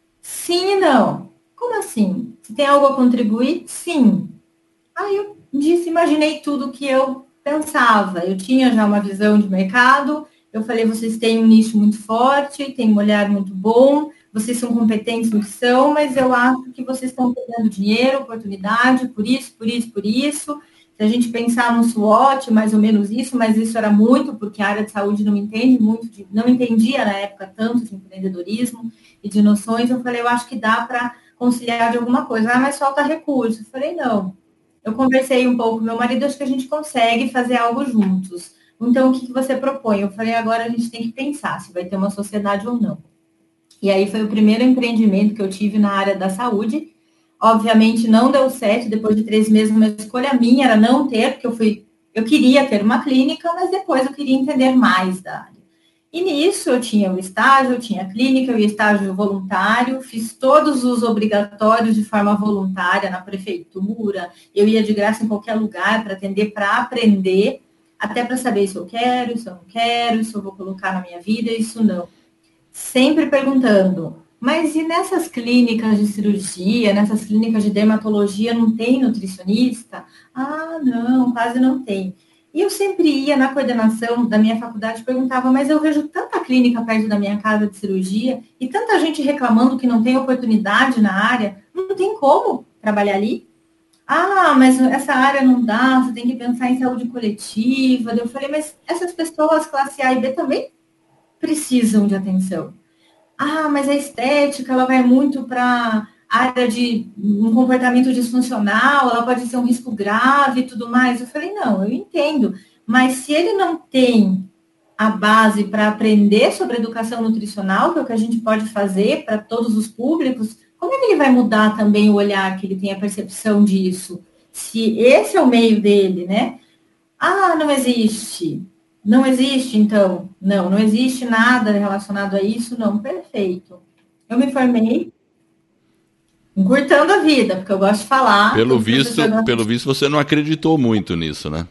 sim e não. Como assim? Se tem algo a contribuir? Sim. Aí eu disse, imaginei tudo que eu pensava. Eu tinha já uma visão de mercado, eu falei, vocês têm um nicho muito forte, têm um olhar muito bom, vocês são competentes no que são, mas eu acho que vocês estão perdendo dinheiro, oportunidade, por isso, por isso, por isso. Se a gente pensar no SWOT, mais ou menos isso, mas isso era muito, porque a área de saúde não entende muito, de, não entendia na época tanto de empreendedorismo e de noções. Eu falei, eu acho que dá para conciliar de alguma coisa. Ah, mas falta recurso. Eu falei, não. Eu conversei um pouco com meu marido, acho que a gente consegue fazer algo juntos. Então, o que, que você propõe? Eu falei, agora a gente tem que pensar se vai ter uma sociedade ou não. E aí foi o primeiro empreendimento que eu tive na área da saúde. Obviamente não deu certo, depois de três meses, uma escolha minha era não ter, porque eu fui, eu queria ter uma clínica, mas depois eu queria entender mais da área. E nisso eu tinha o estágio, eu tinha a clínica, eu ia estágio voluntário, fiz todos os obrigatórios de forma voluntária na prefeitura, eu ia de graça em qualquer lugar para atender, para aprender, até para saber se eu quero, se eu não quero, se eu vou colocar na minha vida, isso não. Sempre perguntando, mas e nessas clínicas de cirurgia, nessas clínicas de dermatologia, não tem nutricionista? Ah, não, quase não tem. E eu sempre ia na coordenação da minha faculdade e perguntava, mas eu vejo tanta clínica perto da minha casa de cirurgia e tanta gente reclamando que não tem oportunidade na área, não tem como trabalhar ali? Ah, mas essa área não dá, você tem que pensar em saúde coletiva. Eu falei, mas essas pessoas, classe A e B, também precisam de atenção. Ah, mas a estética, ela vai muito para a área de um comportamento disfuncional, ela pode ser um risco grave e tudo mais. Eu falei, não, eu entendo, mas se ele não tem a base para aprender sobre educação nutricional, que é o que a gente pode fazer para todos os públicos, como é que ele vai mudar também o olhar, que ele tem a percepção disso? Se esse é o meio dele, né? Ah, não existe. Não existe, então? Não, não existe nada relacionado a isso? Não, perfeito. Eu me formei encurtando a vida, porque eu gosto de falar. Pelo visto, pelo de... visto, você não acreditou muito nisso, né?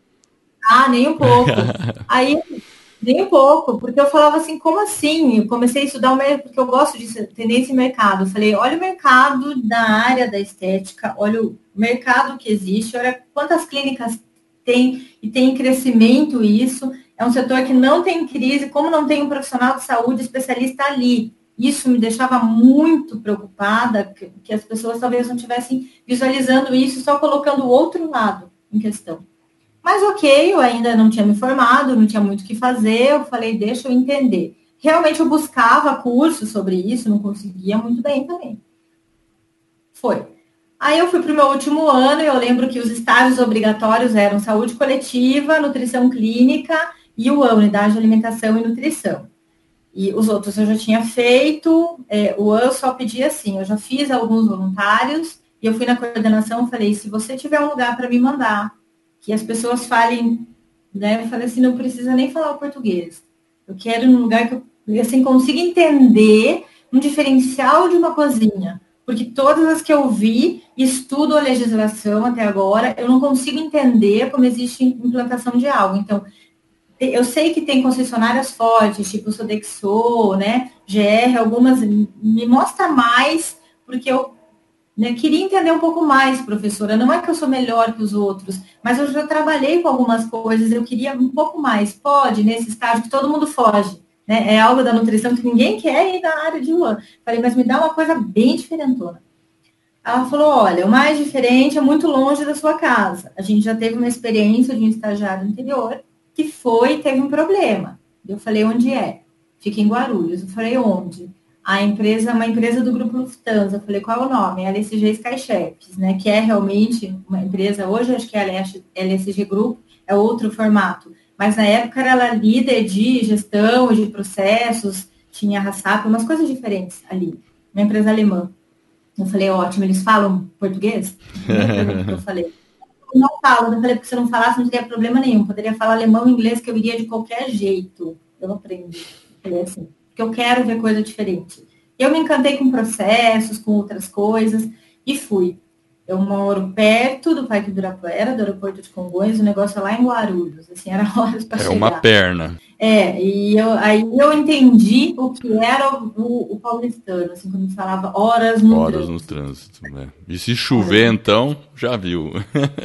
Ah, nem um pouco. Aí, nem um pouco, porque eu falava assim, como assim? Eu comecei a estudar o mercado, porque eu gosto de entender esse mercado. Eu falei, olha o mercado da área da estética, olha o mercado que existe, olha quantas clínicas tem, e tem em crescimento isso. É um setor que não tem crise, como não tem um profissional de saúde especialista ali. Isso me deixava muito preocupada, que, que as pessoas talvez não estivessem visualizando isso, só colocando o outro lado em questão. Mas ok, eu ainda não tinha me formado, não tinha muito o que fazer, eu falei, deixa eu entender. Realmente eu buscava cursos sobre isso, não conseguia muito bem também. Foi. Aí eu fui para o meu último ano e eu lembro que os estágios obrigatórios eram saúde coletiva, nutrição clínica e o A, unidade de alimentação e nutrição. E os outros eu já tinha feito, é, o A eu só pedi assim, eu já fiz alguns voluntários e eu fui na coordenação e falei, se você tiver um lugar para me mandar, que as pessoas falem, né, eu falei assim, não precisa nem falar o português. Eu quero um lugar que eu assim, consiga entender um diferencial de uma cozinha. Porque todas as que eu vi, estudo a legislação até agora, eu não consigo entender como existe implantação de algo. Então, eu sei que tem concessionárias fortes, tipo Sodexo, né, G R, algumas, me mostra mais, porque eu né, queria entender um pouco mais, professora. Não é que eu sou melhor que os outros, mas eu já trabalhei com algumas coisas, eu queria um pouco mais. Pode, nesse estágio que todo mundo foge. Né? É algo da nutrição que ninguém quer ir na área de U A. Falei, mas me dá uma coisa bem diferentona. Ela falou, olha, o mais diferente é muito longe da sua casa. A gente já teve uma experiência de um estagiário anterior que foi e teve um problema. Eu falei, onde é? Fica em Guarulhos. Eu falei, onde? A empresa, uma empresa do grupo Lufthansa. Eu falei, qual é o nome? L S G Skychefs, né? Que é realmente uma empresa, hoje acho que é a L S G Group, é é outro formato. Mas na época era líder de gestão, de processos, tinha a Hassap, umas coisas diferentes ali, uma empresa alemã. Eu falei, ótimo, eles falam português? Eu falei, eu não falo, eu falei, porque se eu não falasse não teria problema nenhum, poderia falar alemão e inglês que eu iria de qualquer jeito. Eu não aprendi. Eu falei assim, porque eu quero ver coisa diferente. Eu me encantei com processos, com outras coisas, e fui. Eu moro perto do Parque do Ibirapuera, do aeroporto de Congonhas, o negócio é lá em Guarulhos, assim, era horas para É chegar. uma perna. É, e eu, aí eu entendi o que era o, o, o paulistano, assim, quando falava horas no Horas trânsito. no trânsito, né? E se chover, então, já viu.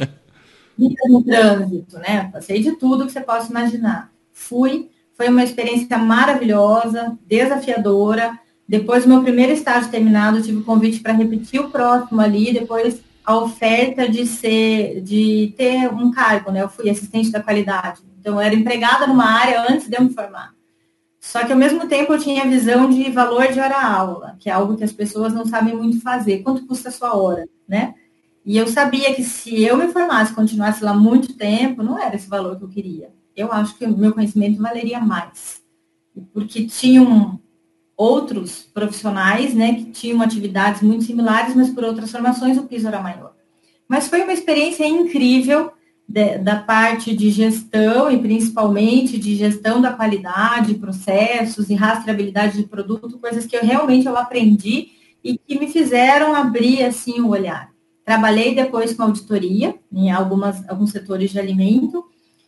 Horas no trânsito, né? Passei de tudo que você possa imaginar. Fui, foi uma experiência maravilhosa, desafiadora. Depois do meu primeiro estágio terminado, eu tive o convite para repetir o próximo ali, depois a oferta de ser, de ter um cargo, né? Eu fui assistente da qualidade. Então, eu era empregada numa área antes de eu me formar. Só que, ao mesmo tempo, eu tinha a visão de valor de hora-aula, que é algo que as pessoas não sabem muito fazer. Quanto custa a sua hora, né? E eu sabia que se eu me formasse, continuasse lá muito tempo, não era esse valor que eu queria. Eu acho que o meu conhecimento valeria mais. Porque tinham outros profissionais, né, que tinham atividades muito similares, mas por outras formações o piso era maior. Mas foi uma experiência incrível de, da parte de gestão e principalmente de gestão da qualidade, processos e rastreabilidade de produto, coisas que eu realmente eu aprendi e que me fizeram abrir assim o olhar. Trabalhei depois com auditoria em algumas, alguns setores de alimento,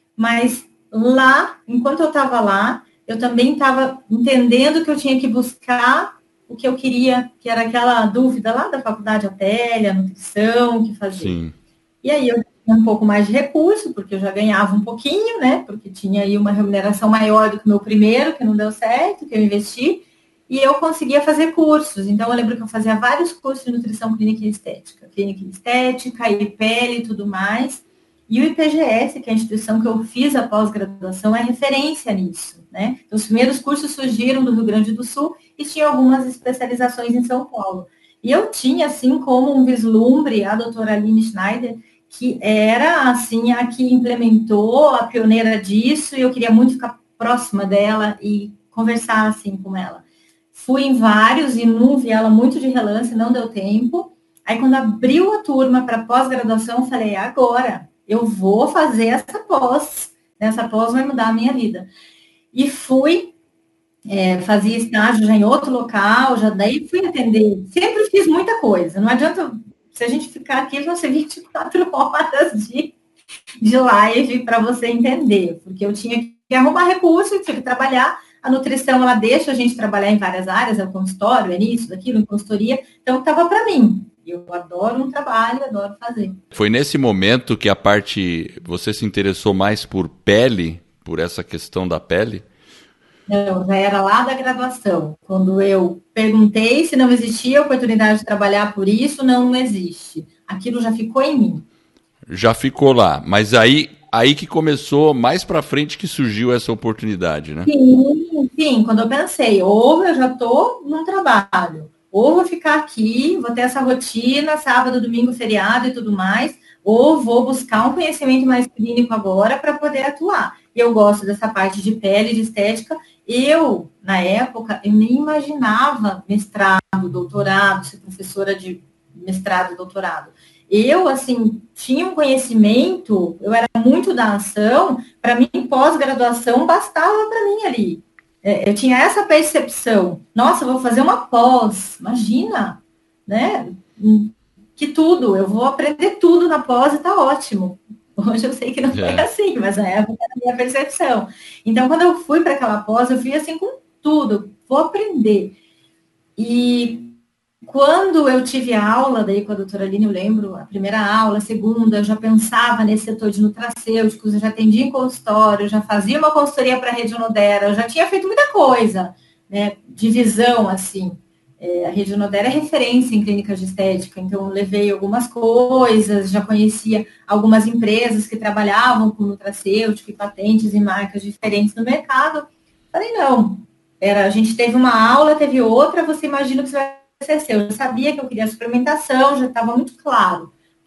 mas lá, enquanto eu estava lá, eu também estava entendendo que eu tinha que buscar o que eu queria, que era aquela dúvida lá da faculdade, a pele, a nutrição, o que fazer. Sim. E aí eu tinha um pouco mais de recurso, porque eu já ganhava um pouquinho, né? Porque tinha aí uma remuneração maior do que o meu primeiro, que não deu certo, que eu investi, e eu conseguia fazer cursos. Então, eu lembro que eu fazia vários cursos de nutrição clínica e estética. Clínica e estética, e pele e tudo mais. E o I P G S, que é a instituição que eu fiz a pós-graduação, é referência nisso, né? Então, os primeiros cursos surgiram do Rio Grande do Sul e tinha algumas especializações em São Paulo. E eu tinha, assim, como um vislumbre, a doutora Aline Schneider, que era, assim, a que implementou, a pioneira disso, e eu queria muito ficar próxima dela e conversar, assim, com ela. Fui em vários e não vi ela muito de relance, não deu tempo. Aí, quando abriu a turma para pós-graduação, eu falei, agora, eu vou fazer essa pós. Essa pós vai mudar a minha vida. E fui, é, fazia estágio já em outro local, já daí fui atender. Sempre fiz muita coisa. Não adianta, se a gente ficar aqui, vão ser vinte e quatro horas de, de live para você entender. Porque eu tinha que arrumar recurso, eu tinha que trabalhar. A nutrição, ela deixa a gente trabalhar em várias áreas, é o consultório, é nisso, daquilo, em consultoria. Então, estava para mim. Eu adoro um trabalho, adoro fazer. Foi nesse momento que a parte... Você se interessou mais por pele, por essa questão da pele? Não, já era lá da graduação. Quando eu perguntei se não existia oportunidade de trabalhar por isso, não, não existe. Aquilo já ficou em mim. Já ficou lá, mas aí, aí que começou, mais para frente que surgiu essa oportunidade, né? Sim, sim, quando eu pensei, ou eu já estou num trabalho, ou vou ficar aqui, vou ter essa rotina, sábado, domingo, feriado e tudo mais, ou vou buscar um conhecimento mais clínico agora para poder atuar. Eu gosto dessa parte de pele, de estética. Eu, na época, eu nem imaginava mestrado, doutorado, ser professora de mestrado, doutorado. Eu, assim, tinha um conhecimento, eu era muito da ação, para mim, pós-graduação, bastava para mim ali. Eu tinha essa percepção. Nossa, eu vou fazer uma pós, imagina, né? Que tudo, eu vou aprender tudo na pós e tá ótimo. Hoje eu sei que não foi É. assim, mas na época era a minha percepção. Então, quando eu fui para aquela pós, eu fui assim com tudo, vou aprender. E quando eu tive a aula daí com a doutora Aline, eu lembro, a primeira aula, a segunda, eu já pensava nesse setor de nutracêuticos, eu já atendia em consultório, eu já fazia uma consultoria para a Rede Onodera, eu já tinha feito muita coisa, né, de visão, assim. É, a Rede Onodera é referência em clínicas de estética, então eu levei algumas coisas, já conhecia algumas empresas que trabalhavam com nutracêutico e patentes e marcas diferentes no mercado. Falei, não, era, a gente teve uma aula, teve outra, você imagina que você vai ser seu. Eu já sabia que eu queria suplementação, já estava muito claro,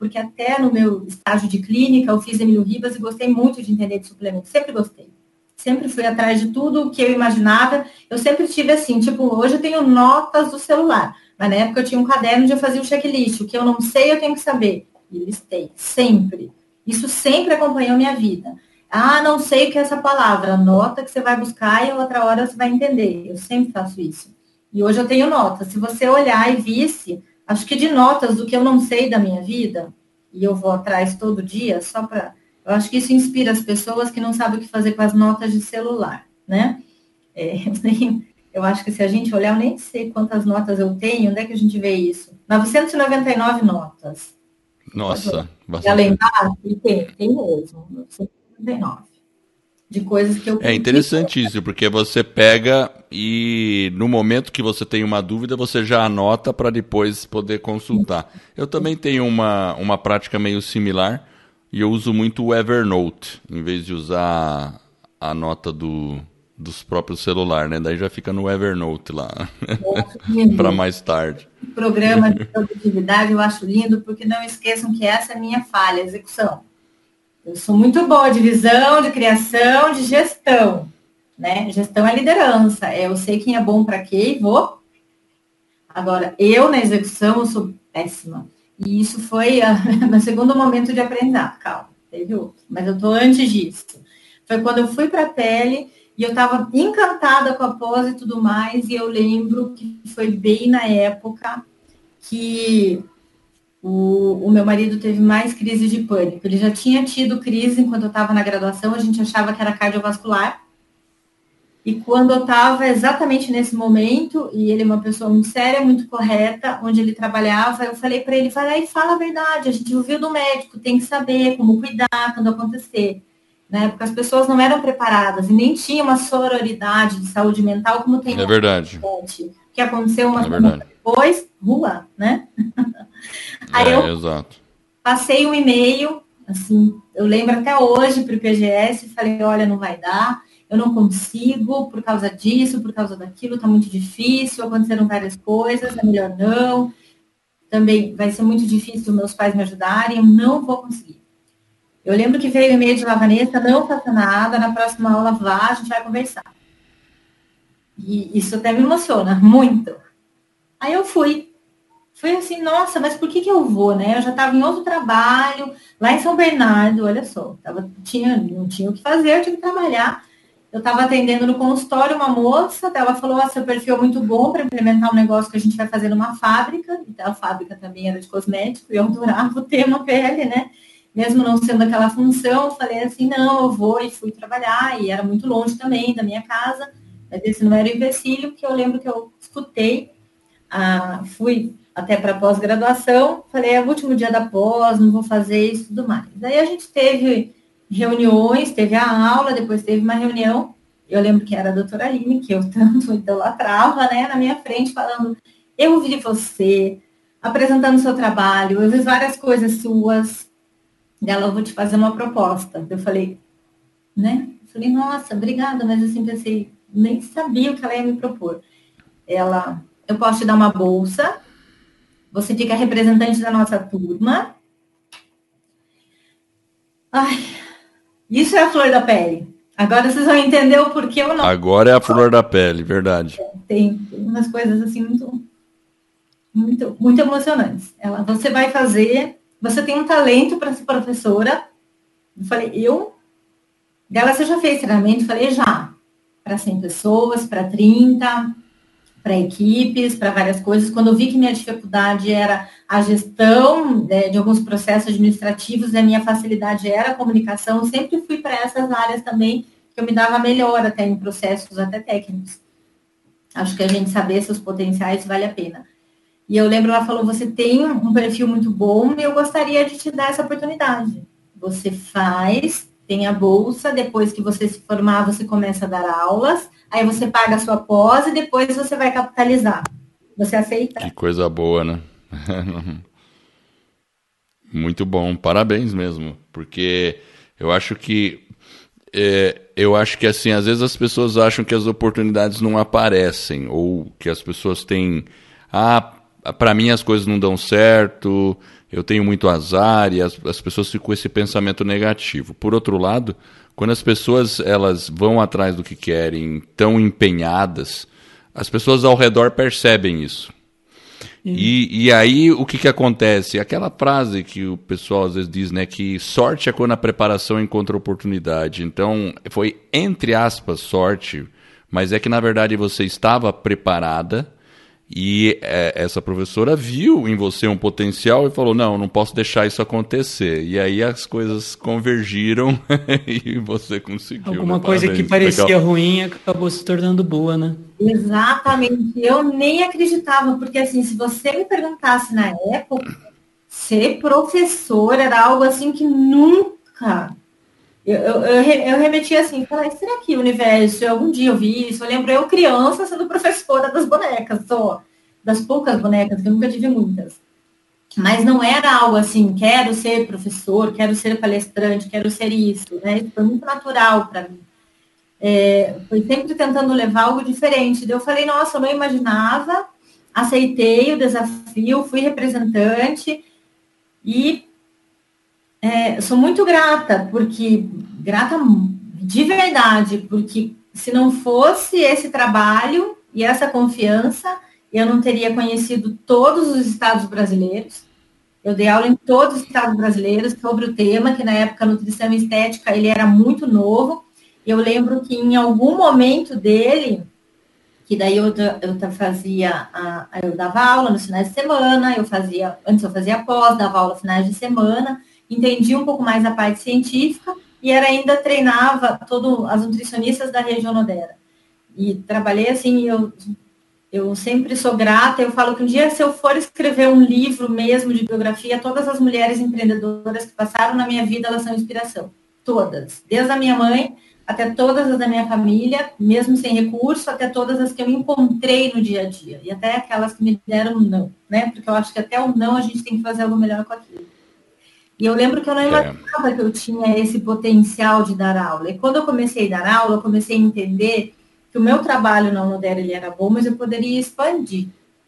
porque até no meu estágio de clínica eu fiz Emílio Ribas e gostei muito de entender de suplemento, sempre gostei. Sempre fui atrás de tudo o que eu imaginava. Eu sempre tive assim, tipo, hoje eu tenho notas do celular, mas na época eu tinha um caderno onde eu fazia o checklist, o que eu não sei eu tenho que saber. E listei, sempre. Isso sempre acompanhou minha vida. Ah, não sei o que é essa palavra, nota que você vai buscar e outra hora você vai entender. Eu sempre faço isso. E hoje eu tenho notas. Se você olhar e visse, acho que de notas do que eu não sei da minha vida, e eu vou atrás todo dia, só para... Eu acho que isso inspira as pessoas que não sabem o que fazer com as notas de celular, né? É, eu, tenho, eu acho que se a gente olhar, eu nem sei quantas notas eu tenho, onde é que a gente vê isso? novecentas e noventa e nove notas. Nossa, bastante. Além da, tem, tem mesmo, novecentas e noventa e nove. De coisas que eu... É interessantíssimo, porque você pega e no momento que você tem uma dúvida, você já anota para depois poder consultar. Eu também tenho uma, uma prática meio similar e eu uso muito o Evernote, em vez de usar a nota do, dos próprios celulares, né? Daí já fica no Evernote lá, para mais tarde. O programa de produtividade eu acho lindo, porque não esqueçam que essa é a minha falha, execução. Eu sou muito boa de visão, de criação, de gestão, né? Gestão é liderança, é, eu sei quem é bom para quê e vou. Agora, eu na execução eu sou péssima. E isso foi o meu segundo momento de aprendizado. Calma, teve outro, mas eu estou antes disso. Foi quando eu fui para a pele e eu estava encantada com a pós e tudo mais, e eu lembro que foi bem na época que O, o meu marido teve mais crise de pânico. Ele já tinha tido crise enquanto eu estava na graduação, a gente achava que era cardiovascular. E quando eu estava exatamente nesse momento, e ele é uma pessoa muito séria, muito correta, onde ele trabalhava, eu falei para ele, vai lá e fala a verdade, a gente ouviu do médico, tem que saber como cuidar quando acontecer. Na época as pessoas não eram preparadas e nem tinha uma sororidade de saúde mental como tem. É verdade. O que aconteceu uma é semana depois, rua, né? Aí é, eu exato. passei um e-mail, assim, eu lembro até hoje para o I P G S, falei, olha, não vai dar, eu não consigo por causa disso, por causa daquilo, tá muito difícil, aconteceram várias coisas, é melhor não, também vai ser muito difícil meus pais me ajudarem, eu não vou conseguir. Eu lembro que veio o e-mail de lá, Vanessa, não faça nada, na próxima aula vá, a gente vai conversar. E isso até me emociona muito. Aí eu fui. Foi assim, nossa, mas por que que eu vou, né? Eu já estava em outro trabalho, lá em São Bernardo, olha só, tava, tinha, não tinha o que fazer, eu tinha que trabalhar. Eu estava atendendo no consultório uma moça, ela falou, ah, seu perfil é muito bom para implementar um negócio que a gente vai fazer numa fábrica, então a fábrica também era de cosmético, e eu adorava o tema pele, né? Mesmo não sendo aquela função, eu falei assim, não, eu vou, e fui trabalhar, e era muito longe também da minha casa, mas esse não era o empecilho, porque eu lembro que eu escutei, ah, fui até para pós-graduação, falei, é o último dia da pós, não vou fazer isso e tudo mais. Daí a gente teve reuniões, teve a aula, depois teve uma reunião, eu lembro que era a doutora Aline, que eu tanto idolatrava, né, na minha frente, falando, eu vi você, apresentando seu trabalho, eu vi várias coisas suas, dela, eu vou te fazer uma proposta. Eu falei, né, eu falei, nossa, obrigada, mas assim, pensei, nem sabia o que ela ia me propor. Ela, eu posso te dar uma bolsa, você fica representante da nossa turma. Ai, isso é a flor da pele. Agora vocês vão entender o porquê eu não... Agora é a flor da pele, verdade. Tem, tem umas coisas assim muito, muito, muito emocionantes. Ela, você vai fazer, você tem um talento para ser professora. Eu falei, eu? Dela, você já fez treinamento? Eu falei, já. Para cem pessoas, para trinta, para equipes, para várias coisas. Quando eu vi que minha dificuldade era a gestão, né, de alguns processos administrativos, e a minha facilidade era a comunicação, eu sempre fui para essas áreas também, que eu me dava melhor até em processos, até técnicos. Acho que a gente saber seus potenciais vale a pena. E eu lembro, ela falou, você tem um perfil muito bom e eu gostaria de te dar essa oportunidade. Você faz, tem a bolsa, depois que você se formar, você começa a dar aulas, aí você paga a sua pós e depois você vai capitalizar. Você aceita? Que coisa boa, né? Muito bom, parabéns mesmo, porque eu acho que é, eu acho que assim, às vezes as pessoas acham que as oportunidades não aparecem, ou que as pessoas têm, ah, para mim as coisas não dão certo, eu tenho muito azar, e as, as pessoas ficam com esse pensamento negativo. Por outro lado, quando as pessoas elas vão atrás do que querem, tão empenhadas, as pessoas ao redor percebem isso. E, e aí o que, que acontece? Aquela frase que o pessoal às vezes diz, né, que sorte é quando a preparação encontra oportunidade. Então, foi entre aspas sorte, mas é que na verdade você estava preparada e é, essa professora viu em você um potencial e falou, não, não posso deixar isso acontecer. E aí as coisas convergiram e você conseguiu. Alguma né? coisa Parabéns. que parecia Legal. ruim acabou se tornando boa, né? Exatamente. Eu nem acreditava, porque assim, se você me perguntasse na época, ser professor era algo assim que nunca... Eu, eu, eu, eu remetia assim, falei, será que o universo, algum dia eu vi isso? Eu lembro eu criança sendo professora das bonecas, só, das poucas bonecas, que eu nunca tive muitas. Mas não era algo assim, quero ser professor, quero ser palestrante, quero ser isso, né? Isso foi muito natural para mim. É, foi sempre tentando levar algo diferente. Daí eu falei, nossa, eu não imaginava, aceitei o desafio, fui representante e é, sou muito grata, porque, grata de verdade, porque se não fosse esse trabalho e essa confiança, eu não teria conhecido todos os estados brasileiros. Eu dei aula em todos os estados brasileiros sobre o tema, que na época a nutrição e estética ele era muito novo. Eu lembro que em algum momento dele, que daí eu, eu fazia, a, eu dava aula nos finais de semana, eu fazia, antes eu fazia pós, dava aula nos finais de semana, entendi um pouco mais a parte científica e era ainda treinava todas as nutricionistas da região Nodera. E trabalhei assim, eu, eu sempre sou grata, eu falo que um dia se eu for escrever um livro mesmo de biografia, todas as mulheres empreendedoras que passaram na minha vida, elas são inspiração. Todas. Desde a minha mãe até todas as da minha família, mesmo sem recurso, até todas as que eu encontrei no dia a dia. E até aquelas que me deram não, né? Porque eu acho que até o não a gente tem que fazer algo melhor com aquilo. E eu lembro que eu não imaginava é. que eu tinha esse potencial de dar aula. E quando eu comecei a dar aula, eu comecei a entender que o meu trabalho na Unodera ele era bom, mas eu poderia expandir.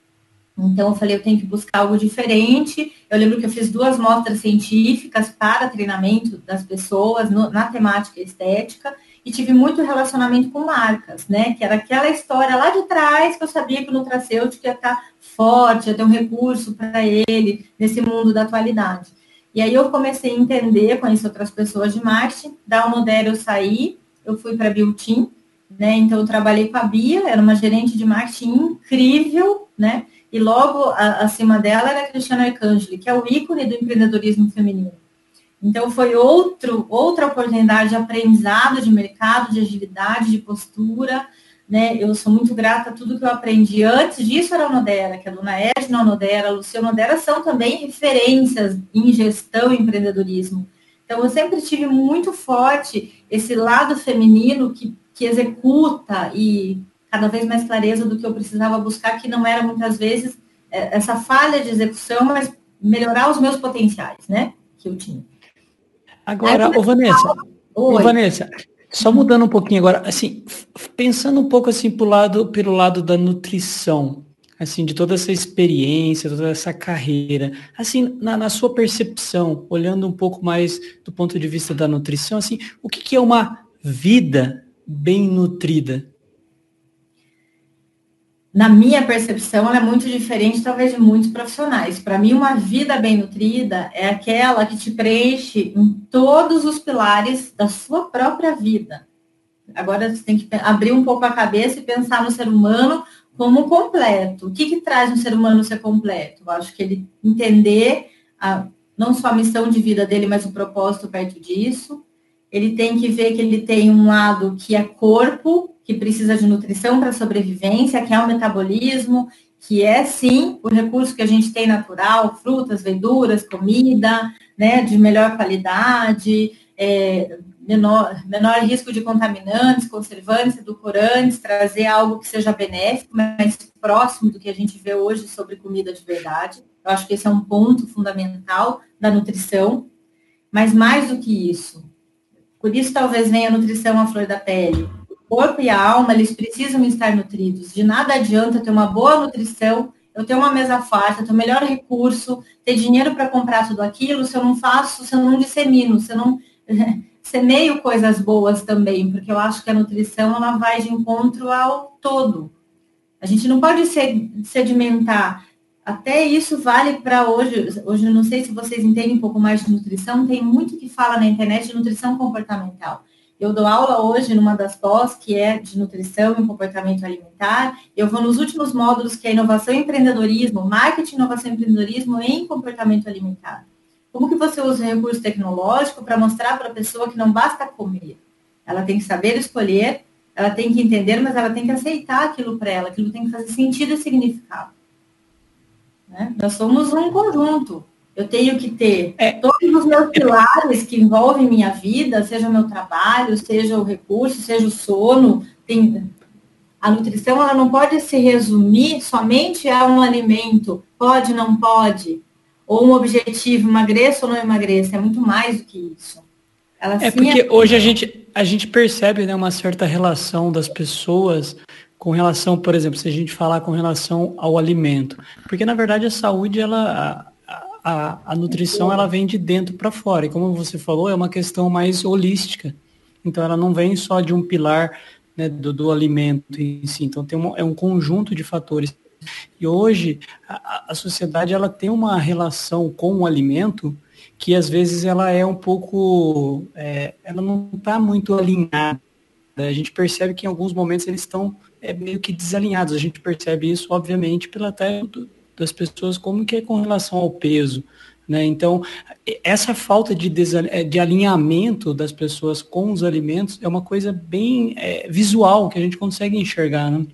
Então, eu falei, eu tenho que buscar algo diferente. Eu lembro que eu fiz duas mostras científicas para treinamento das pessoas no, na temática estética e tive muito relacionamento com marcas, né? Que era aquela história lá de trás que eu sabia que o nutracêutico ia estar forte, ia ter um recurso para ele nesse mundo da atualidade. E aí eu comecei a entender, conheci outras pessoas de marketing. Da Unodera eu saí, eu fui para a Biltim, né? Então, eu trabalhei com a Bia, era uma gerente de marketing incrível, né? E logo a, acima dela era a Cristiana Arcangeli, que é o ícone do empreendedorismo feminino. Então, foi outro, outra oportunidade de aprendizado de mercado, de agilidade, de postura, né? Eu sou muito grata a tudo que eu aprendi. Antes disso era a Unodera, que a Dona Edna Unodera, a Lucia Unodera são também referências em gestão e empreendedorismo. Então, eu sempre tive muito forte esse lado feminino que, que executa e cada vez mais clareza do que eu precisava buscar, que não era muitas vezes essa falha de execução, mas melhorar os meus potenciais, né, que eu tinha. Agora, ô Vanessa, ô Vanessa, só mudando um pouquinho agora, assim, pensando um pouco assim pro lado, pelo lado da nutrição, assim, de toda essa experiência, toda essa carreira, assim, na, na sua percepção, olhando um pouco mais do ponto de vista da nutrição, assim, o que, que é uma vida bem nutrida? Na minha percepção, ela é muito diferente, talvez, de muitos profissionais. Para mim, uma vida bem nutrida é aquela que te preenche em todos os pilares da sua própria vida. Agora, você tem que abrir um pouco a cabeça e pensar no ser humano como completo. O que, que traz um ser humano ser completo? Eu acho que ele entender a, não só a missão de vida dele, mas o propósito perto disso. Ele tem que ver que ele tem um lado que é corpo, que precisa de nutrição para sobrevivência, que é o metabolismo, que é, sim, o recurso que a gente tem natural, frutas, verduras, comida, né, de melhor qualidade, é, menor, menor risco de contaminantes, conservantes, edulcorantes, trazer algo que seja benéfico, mais próximo do que a gente vê hoje sobre comida de verdade. Eu acho que esse é um ponto fundamental da nutrição, mas mais do que isso, por isso talvez venha a nutrição à flor da pele. O corpo e a alma, eles precisam estar nutridos. De nada adianta ter uma boa nutrição eu ter uma mesa farta, ter o melhor recurso, ter dinheiro para comprar tudo aquilo, se eu não faço, se eu não dissemino, se eu não semeio coisas boas também, porque eu acho que a nutrição ela vai de encontro ao todo. A gente não pode sedimentar. Até isso vale para hoje. Hoje, eu não sei se vocês entendem um pouco mais de nutrição, tem muito que fala na internet de nutrição comportamental. Eu dou aula hoje numa das pós, que é de nutrição e comportamento alimentar. Eu vou nos últimos módulos, que é inovação e empreendedorismo, marketing, inovação e empreendedorismo em comportamento alimentar. Como que você usa o recurso tecnológico para mostrar para a pessoa que não basta comer? Ela tem que saber escolher, ela tem que entender, mas ela tem que aceitar aquilo para ela, aquilo tem que fazer sentido e significado. Né? Nós somos um conjunto. Eu tenho que ter é, todos os meus pilares que envolvem minha vida, seja o meu trabalho, seja o recurso, seja o sono. Tem... A nutrição ela não pode se resumir somente a um alimento, pode, não pode, ou um objetivo, emagreça ou não emagreça, é muito mais do que isso. Ela, é porque é... hoje a gente, a gente percebe, né, uma certa relação das pessoas com relação, por exemplo, se a gente falar com relação ao alimento, porque na verdade a saúde, ela... A, a nutrição, ela vem de dentro para fora. E como você falou, é uma questão mais holística. Então, ela não vem só de um pilar, né, do, do alimento em si. Então, tem um, é um conjunto de fatores. E hoje, a, a sociedade ela tem uma relação com o alimento que, às vezes, ela é um pouco... É, ela não está muito alinhada. A gente percebe que, em alguns momentos, eles estão é, meio que desalinhados. A gente percebe isso, obviamente, pela até... das pessoas, como que é com relação ao peso, né? Então, essa falta de, de alinhamento das pessoas com os alimentos é uma coisa bem é, visual, que a gente consegue enxergar, né?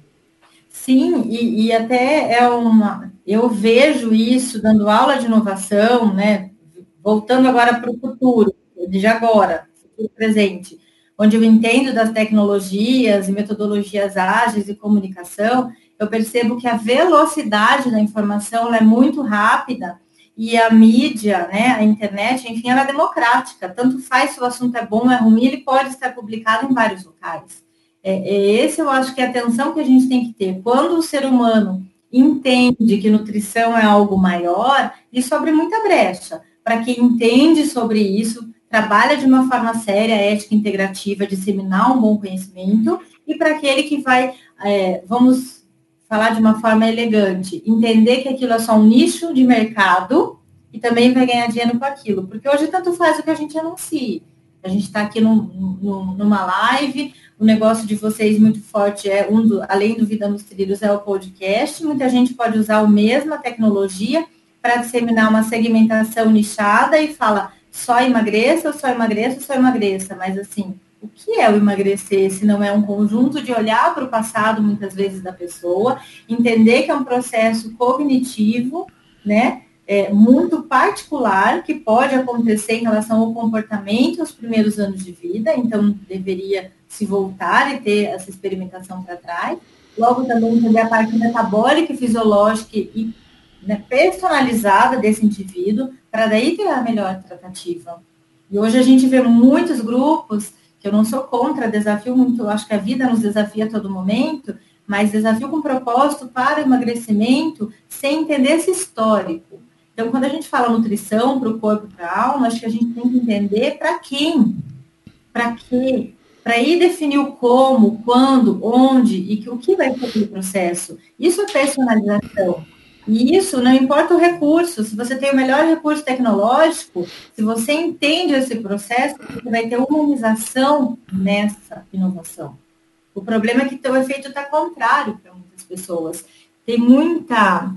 Sim, e, e até é uma... Eu vejo isso dando aula de inovação, né? Voltando agora para o futuro, de agora, futuro presente, onde eu entendo das tecnologias e metodologias ágeis e comunicação, eu percebo que a velocidade da informação ela é muito rápida e a mídia, né, a internet, enfim, ela é democrática. Tanto faz se o assunto é bom ou é ruim, ele pode estar publicado em vários locais. É, é esse eu acho que é a atenção que a gente tem que ter. Quando o ser humano entende que nutrição é algo maior, isso abre muita brecha. Para quem entende sobre isso, trabalha de uma forma séria, ética, integrativa, disseminar um bom conhecimento, e para aquele que vai, é, vamos... falar de uma forma elegante, entender que aquilo é só um nicho de mercado e também vai ganhar dinheiro com aquilo, porque hoje tanto faz o que a gente anuncia. A gente está aqui num, num, numa live, o negócio de vocês muito forte é, um do, além do Vida nos Trilhos, é o podcast, muita gente pode usar a mesma tecnologia para disseminar uma segmentação nichada e fala só emagreça, só emagreça, só emagreça, mas assim... O que é o emagrecer, se não é um conjunto de olhar para o passado, muitas vezes, da pessoa, entender que é um processo cognitivo, né, é, muito particular, que pode acontecer em relação ao comportamento nos primeiros anos de vida, então deveria se voltar e ter essa experimentação para trás. Logo também entender a parte metabólica e fisiológica e, né, personalizada desse indivíduo, para daí ter a melhor tratativa. E hoje a gente vê muitos grupos... que eu não sou contra desafio, muito, acho que a vida nos desafia a todo momento, mas desafio com propósito para o emagrecimento sem entender esse histórico. Então, quando a gente fala nutrição para o corpo e para a alma, acho que a gente tem que entender para quem, para quê, para ir definir o como, quando, onde e que, o que vai ser aquele processo. Isso é personalização. E isso não importa o recurso. Se você tem o melhor recurso tecnológico, se você entende esse processo, você vai ter humanização nessa inovação. O problema é que o efeito está contrário para muitas pessoas. Tem muita,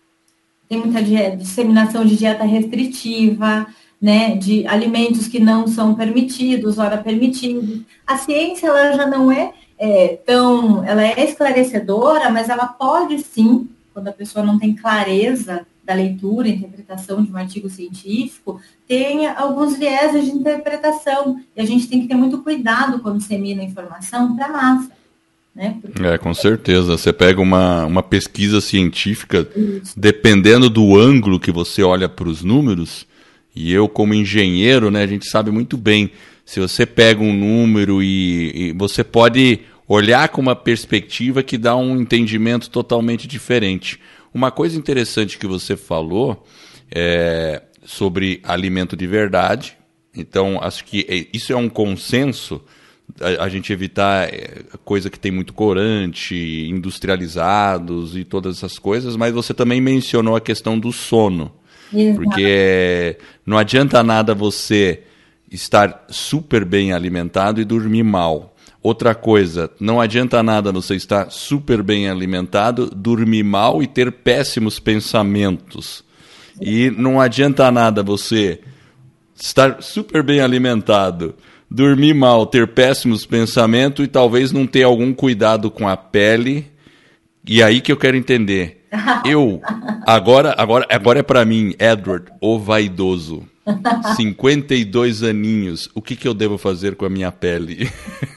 tem muita disseminação de dieta restritiva, né, de alimentos que não são permitidos, ora permitidos. A ciência ela já não é, é tão... Ela é esclarecedora, mas ela pode sim, quando a pessoa não tem clareza da leitura, interpretação de um artigo científico, tem alguns vieses de interpretação. E a gente tem que ter muito cuidado quando dissemina informação para a massa. Né? Porque... É, com certeza. Você pega uma, uma pesquisa científica, Isso. dependendo do ângulo que você olha para os números, e eu como engenheiro, né, a gente sabe muito bem, se você pega um número e, e você pode... olhar com uma perspectiva que dá um entendimento totalmente diferente. Uma coisa interessante que você falou é sobre alimento de verdade. Então, acho que isso é um consenso, a, a gente evitar coisa que tem muito corante, industrializados e todas essas coisas, mas você também mencionou a questão do sono. Exato. Porque não adianta nada você estar super bem alimentado e dormir mal. Outra coisa, não adianta nada você estar super bem alimentado, dormir mal e ter péssimos pensamentos. E não adianta nada você estar super bem alimentado, dormir mal, ter péssimos pensamentos e talvez não ter algum cuidado com a pele. E aí que eu quero entender. Eu, agora, agora, agora é pra mim, Edward, o vaidoso. cinquenta e dois aninhos. O que, que eu devo fazer com a minha pele?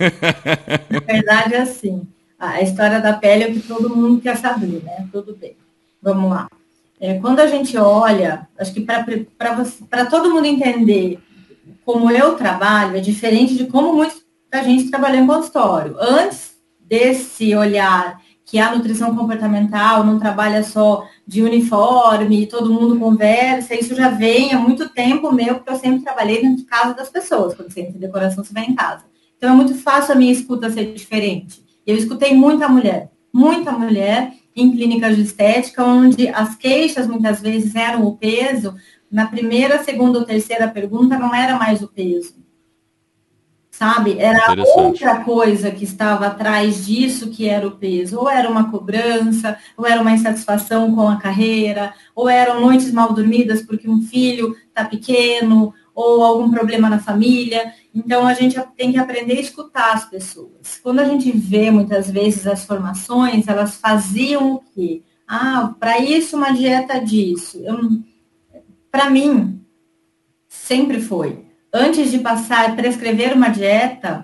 Na verdade, é assim. A história da pele é o que todo mundo quer saber, né? Tudo bem. Vamos lá. É, quando a gente olha, acho que para todo mundo entender como eu trabalho, é diferente de como muita gente trabalha em consultório. Antes desse olhar que a nutrição comportamental não trabalha só de uniforme, todo mundo conversa, isso já vem há muito tempo meu, porque eu sempre trabalhei dentro de casa das pessoas, quando você entra em decoração, você vai em casa. Então é muito fácil a minha escuta ser diferente. Eu escutei muita mulher, muita mulher em clínicas de estética, onde as queixas muitas vezes eram o peso, na primeira, segunda ou terceira pergunta não era mais o peso. Sabe? Era outra coisa que estava atrás disso que era o peso. Ou era uma cobrança, ou era uma insatisfação com a carreira, ou eram noites mal dormidas porque um filho está pequeno, ou algum problema na família. Então, a gente tem que aprender a escutar as pessoas. Quando a gente vê, muitas vezes, as formações, elas faziam o quê? Ah, para isso, uma dieta disso. Para mim, sempre foi. Antes de passar, prescrever uma dieta,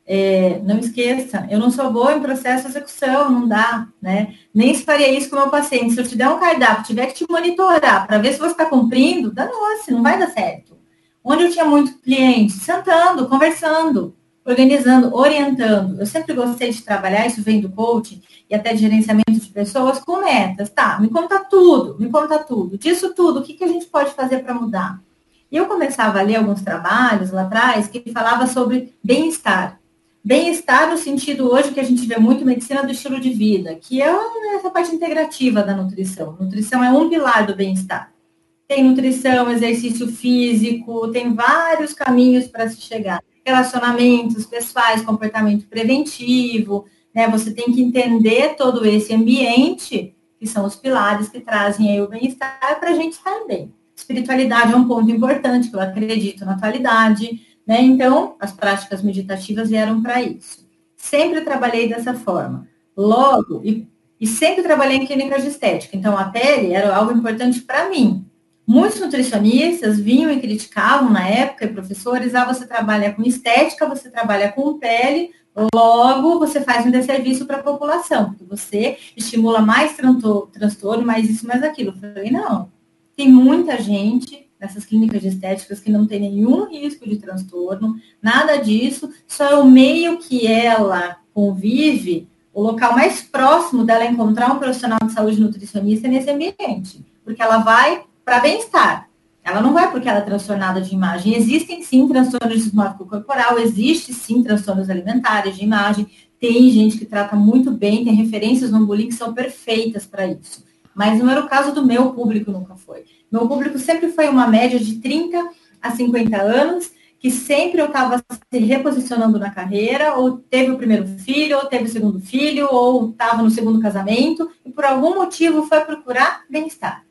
é, não esqueça, eu não sou boa em processo de execução, não dá, né? Nem se faria isso com o meu paciente. Se eu te der um cardápio, tiver que te monitorar para ver se você está cumprindo, dá-se, não vai dar certo. Onde eu tinha muito cliente, sentando, conversando, organizando, orientando. Eu sempre gostei de trabalhar, isso vem do coaching e até de gerenciamento de pessoas, com metas. Tá, me conta tudo, me conta tudo. Disso tudo, o que, que a gente pode fazer para mudar? E eu começava a ler alguns trabalhos lá atrás que falava sobre bem-estar. Bem-estar no sentido hoje que a gente vê muito medicina do estilo de vida, que é essa parte integrativa da nutrição. Nutrição é um pilar do bem-estar. Tem nutrição, exercício físico, tem vários caminhos para se chegar. Relacionamentos pessoais, comportamento preventivo, né? Você tem que entender todo esse ambiente, que são os pilares que trazem aí o bem-estar para a gente estar bem. Espiritualidade é um ponto importante, que eu acredito na atualidade, né? Então, as práticas meditativas vieram para isso. Sempre trabalhei dessa forma. Logo, e, e sempre trabalhei em clínicas de estética. Então, a pele era algo importante para mim. Muitos nutricionistas vinham e criticavam na época, e professores, ah, você trabalha com estética, você trabalha com pele, logo você faz um desserviço para a população, porque você estimula mais transtorno, mais isso, mais aquilo. Eu falei, não. Tem muita gente nessas clínicas de estéticas que não tem nenhum risco de transtorno, nada disso, só é o meio que ela convive, o local mais próximo dela encontrar um profissional de saúde nutricionista nesse ambiente, porque ela vai para bem-estar, ela não vai porque ela é transtornada de imagem. Existem sim transtornos de dismórfico corporal, existe sim transtornos alimentares de imagem, tem gente que trata muito bem, tem referências no bullying que são perfeitas para isso. Mas não era o caso do meu público, nunca foi. Meu público sempre foi uma média de trinta a cinquenta anos, que sempre eu estava se reposicionando na carreira, ou teve o primeiro filho, ou teve o segundo filho, ou estava no segundo casamento, e por algum motivo foi procurar bem-estar.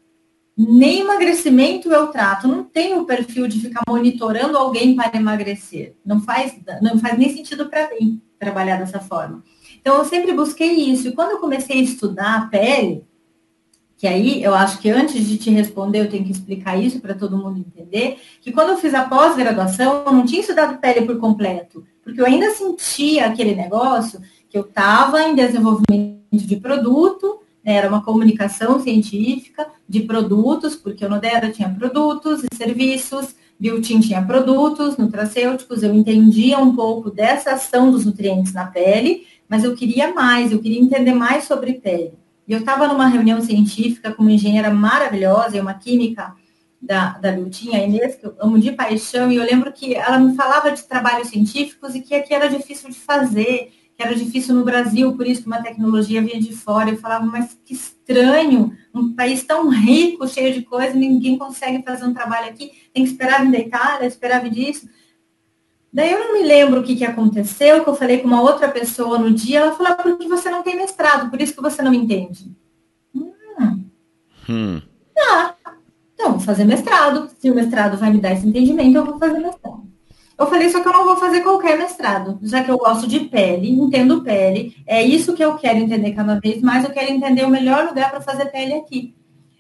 Nem emagrecimento eu trato, não tenho o perfil de ficar monitorando alguém para emagrecer. Não faz, não faz nem sentido para mim trabalhar dessa forma. Então, eu sempre busquei isso. E quando eu comecei a estudar a pele, que aí eu acho que antes de te responder eu tenho que explicar isso para todo mundo entender, que quando eu fiz a pós-graduação eu não tinha estudado pele por completo, porque eu ainda sentia aquele negócio que eu estava em desenvolvimento de produto, né, era uma comunicação científica de produtos, porque o Nodera tinha produtos e serviços, Biotin tinha produtos nutracêuticos, eu entendia um pouco dessa ação dos nutrientes na pele, mas eu queria mais, eu queria entender mais sobre pele. E eu estava numa reunião científica com uma engenheira maravilhosa e uma química da, da Biltinha, a Inês, que eu amo de paixão, e eu lembro que ela me falava de trabalhos científicos e que aqui era difícil de fazer, que era difícil no Brasil, por isso que uma tecnologia vinha de fora. Eu falava, mas que estranho, um país tão rico, cheio de coisas, ninguém consegue fazer um trabalho aqui, tem que esperar vir da Itália, esperar vir disso. Daí eu não me lembro o que, que aconteceu, que eu falei com uma outra pessoa no dia, ela falou, porque você não tem mestrado, por isso que você não me entende. Hum. Hum. Ah, então, vou fazer mestrado. Se o mestrado vai me dar esse entendimento, eu vou fazer mestrado. Eu falei, só que eu não vou fazer qualquer mestrado, já que eu gosto de pele, entendo pele, é isso que eu quero entender cada vez mais, eu quero entender o melhor lugar para fazer pele aqui.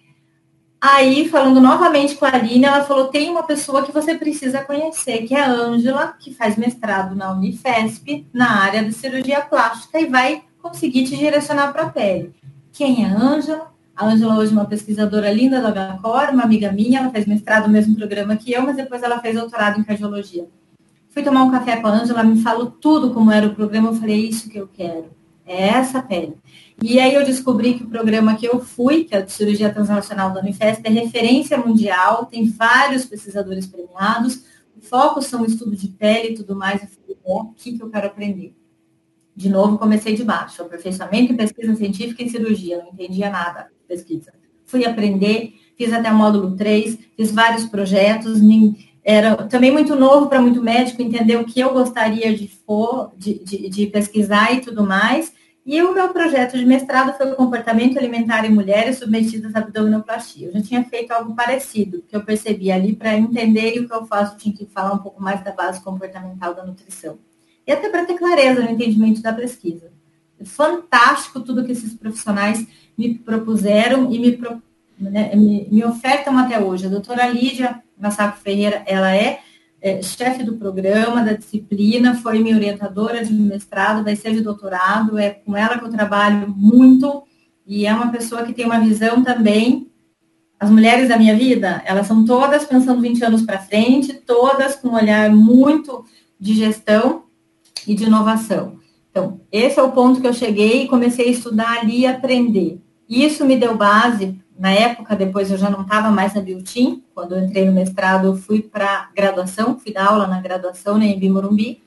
Aí, falando novamente com a Aline, ela falou, tem uma pessoa que você precisa conhecer, que é a Ângela, que faz mestrado na Unifesp, na área de cirurgia plástica, e vai conseguir te direcionar para a pele. Quem é a Ângela? A Ângela hoje é uma pesquisadora linda da H C O R, uma amiga minha, ela fez mestrado no mesmo programa que eu, mas depois ela fez doutorado em cardiologia. Fui tomar um café com a Ângela, me falou tudo como era o programa, eu falei, é isso que eu quero, é essa pele. E aí eu descobri que o programa que eu fui, que é de cirurgia translacional da Unifesp, é referência mundial, tem vários pesquisadores premiados, o foco são estudo de pele e tudo mais, eu falei, é aqui que eu quero aprender. De novo, comecei de baixo, aperfeiçoamento em pesquisa científica e cirurgia, não entendia nada de pesquisa. Fui aprender, fiz até o módulo três, fiz vários projetos, era também muito novo para muito médico entender o que eu gostaria de, for, de, de, de pesquisar e tudo mais. E o meu projeto de mestrado foi o comportamento alimentar em mulheres submetidas à abdominoplastia. Eu já tinha feito algo parecido, que eu percebi ali para entender, e o que eu faço, eu tinha que falar um pouco mais da base comportamental da nutrição. E até para ter clareza no entendimento da pesquisa. É fantástico tudo que esses profissionais me propuseram e me, pro, né, me, me ofertam até hoje. A doutora Lídia Massaco Ferreira, ela é, é chefe do programa, da disciplina, foi minha orientadora de mestrado, vai ser de doutorado, é com ela que eu trabalho muito, e é uma pessoa que tem uma visão também. As mulheres da minha vida, elas são todas pensando vinte anos para frente, todas com um olhar muito de gestão e de inovação. Então, esse é o ponto que eu cheguei e comecei a estudar ali e aprender. Isso me deu base. Na época, depois eu já não estava mais na Biltim, quando eu entrei no mestrado, eu fui para graduação, fui dar aula na graduação na Embi Morumbi,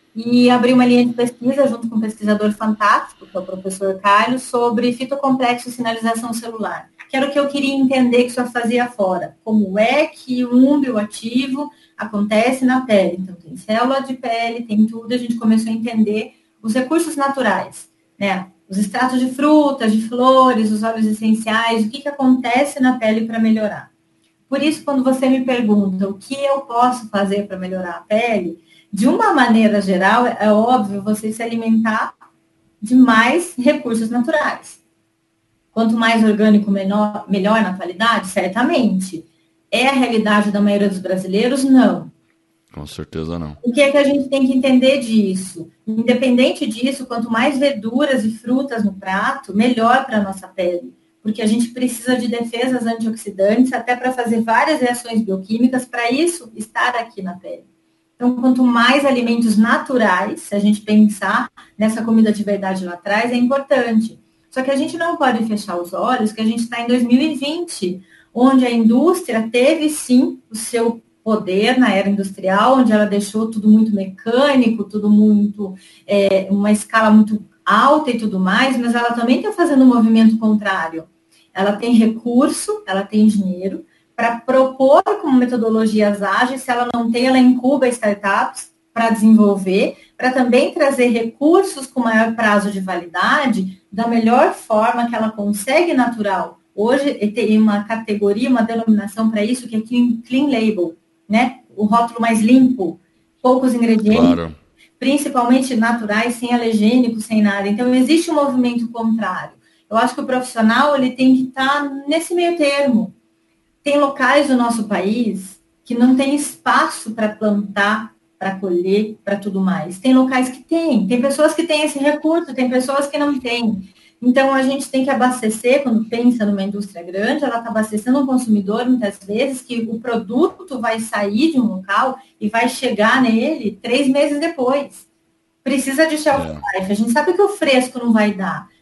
e abri uma linha de pesquisa junto com um pesquisador fantástico, que é o professor Carlos, sobre fitocomplexo sinalização celular, que era o que eu queria entender que só fazia fora. Como é que um bioativo acontece na pele? Então, tem célula de pele, tem tudo, a gente começou a entender os recursos naturais, né? Os extratos de frutas, de flores, os óleos essenciais, o que, que acontece na pele para melhorar. Por isso, quando você me pergunta o que eu posso fazer para melhorar a pele, de uma maneira geral, é óbvio você se alimentar de mais recursos naturais. Quanto mais orgânico, menor, melhor na qualidade, certamente. É a realidade da maioria dos brasileiros? Não. Com certeza não. O que é que a gente tem que entender disso? Independente disso, quanto mais verduras e frutas no prato, melhor para a nossa pele. Porque a gente precisa de defesas antioxidantes até para fazer várias reações bioquímicas, para isso estar aqui na pele. Então, quanto mais alimentos naturais, se a gente pensar nessa comida de verdade lá atrás, é importante. Só que a gente não pode fechar os olhos, que a gente está em dois mil e vinte, onde a indústria teve, sim, o seu poder na era industrial, onde ela deixou tudo muito mecânico, tudo muito, é, uma escala muito alta e tudo mais, mas ela também está fazendo um movimento contrário. Ela tem recurso, ela tem dinheiro para propor como metodologias ágeis, se ela não tem, ela incuba startups para desenvolver, para também trazer recursos com maior prazo de validade, da melhor forma que ela consegue natural. Hoje tem uma categoria, uma denominação para isso, que é Clean, clean Label, né? O rótulo mais limpo, poucos ingredientes, claro, principalmente naturais, sem alergênicos, sem nada. Então, existe um movimento contrário. Eu acho que o profissional ele tem que estar nesse meio termo. Tem locais do nosso país que não tem espaço para plantar, para colher, para tudo mais. Tem locais que tem. Tem pessoas que têm esse recurso, tem pessoas que não têm. Então, a gente tem que abastecer, quando pensa numa indústria grande, ela está abastecendo um consumidor, muitas vezes, que o produto vai sair de um local e vai chegar nele três meses depois. Precisa de shelf life. A gente sabe que o fresco não vai dar,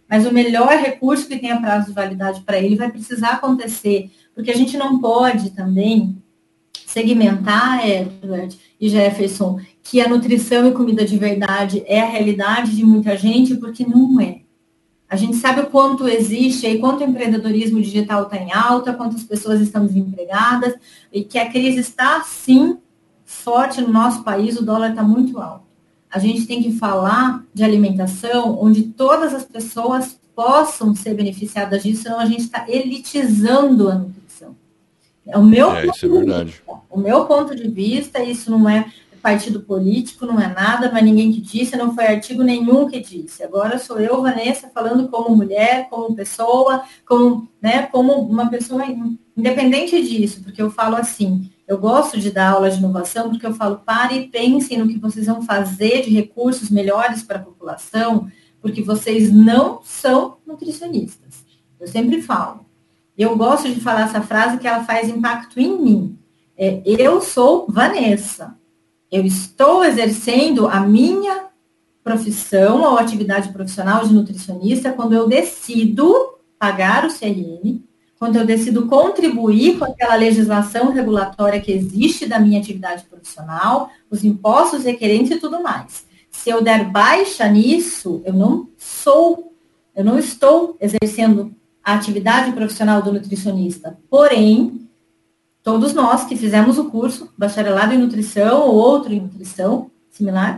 mas o melhor recurso que tenha prazo de validade para ele vai precisar acontecer, porque a gente não pode também segmentar, Edward e Jefferson, que a nutrição e comida de verdade é a realidade de muita gente, porque não é. A gente sabe o quanto existe e quanto o empreendedorismo digital está em alta, quantas pessoas estão desempregadas, e que a crise está, sim, forte no nosso país, o dólar está muito alto. A gente tem que falar de alimentação onde todas as pessoas possam ser beneficiadas disso, senão a gente está elitizando a nutrição. É o meu, é, isso é verdade. Vista, o meu ponto de vista, isso não é partido político, não é nada, não é ninguém que disse, não foi artigo nenhum que disse. Agora sou eu, Vanessa, falando como mulher, como pessoa, como, né, como uma pessoa independente disso, porque eu falo assim, eu gosto de dar aula de inovação, porque eu falo, pare e pensem no que vocês vão fazer de recursos melhores para a população, porque vocês não são nutricionistas. Eu sempre falo. Eu gosto de falar essa frase que ela faz impacto em mim. É, eu sou Vanessa. Eu estou exercendo a minha profissão ou atividade profissional de nutricionista quando eu decido pagar o C R M, quando eu decido contribuir com aquela legislação regulatória que existe da minha atividade profissional, os impostos requerentes e tudo mais. Se eu der baixa nisso, eu não sou, eu não estou exercendo a atividade profissional do nutricionista. Porém, todos nós que fizemos o curso, bacharelado em nutrição ou outro em nutrição, similar,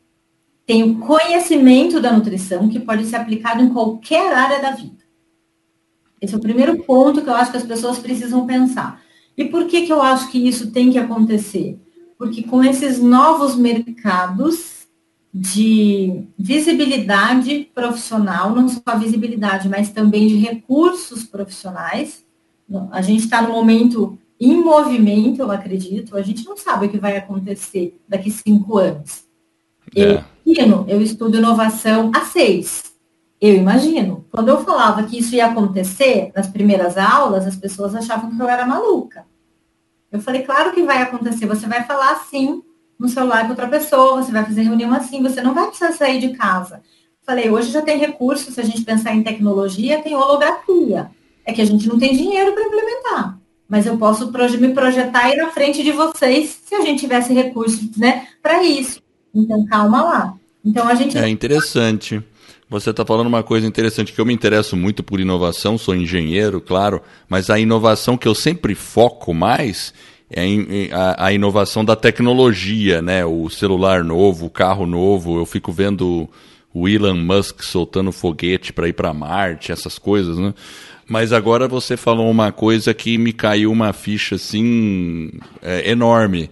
tem o conhecimento da nutrição que pode ser aplicado em qualquer área da vida. Esse é o primeiro ponto que eu acho que as pessoas precisam pensar. E por que que eu acho que isso tem que acontecer? Porque com esses novos mercados de visibilidade profissional, não só a visibilidade, mas também de recursos profissionais, a gente está no momento em movimento, eu acredito, a gente não sabe o que vai acontecer daqui a cinco anos. É. Eu, eu estudo inovação há seis. Eu imagino. Quando eu falava que isso ia acontecer nas primeiras aulas, as pessoas achavam que eu era maluca. Eu falei, claro que vai acontecer. Você vai falar assim no celular com outra pessoa, você vai fazer reunião assim, você não vai precisar sair de casa. Falei, hoje já tem recursos, se a gente pensar em tecnologia, tem holografia. É que a gente não tem dinheiro para implementar. Mas eu posso me projetar aí na frente de vocês se a gente tivesse recursos, né, para isso. Então, calma lá. Então, a gente... É interessante. Você está falando uma coisa interessante, que eu me interesso muito por inovação, sou engenheiro, claro, mas a inovação que eu sempre foco mais é a, a inovação da tecnologia, né? O celular novo, o carro novo, eu fico vendo o Elon Musk soltando foguete para ir para Marte, essas coisas, né? Mas agora você falou uma coisa que me caiu uma ficha assim é, enorme,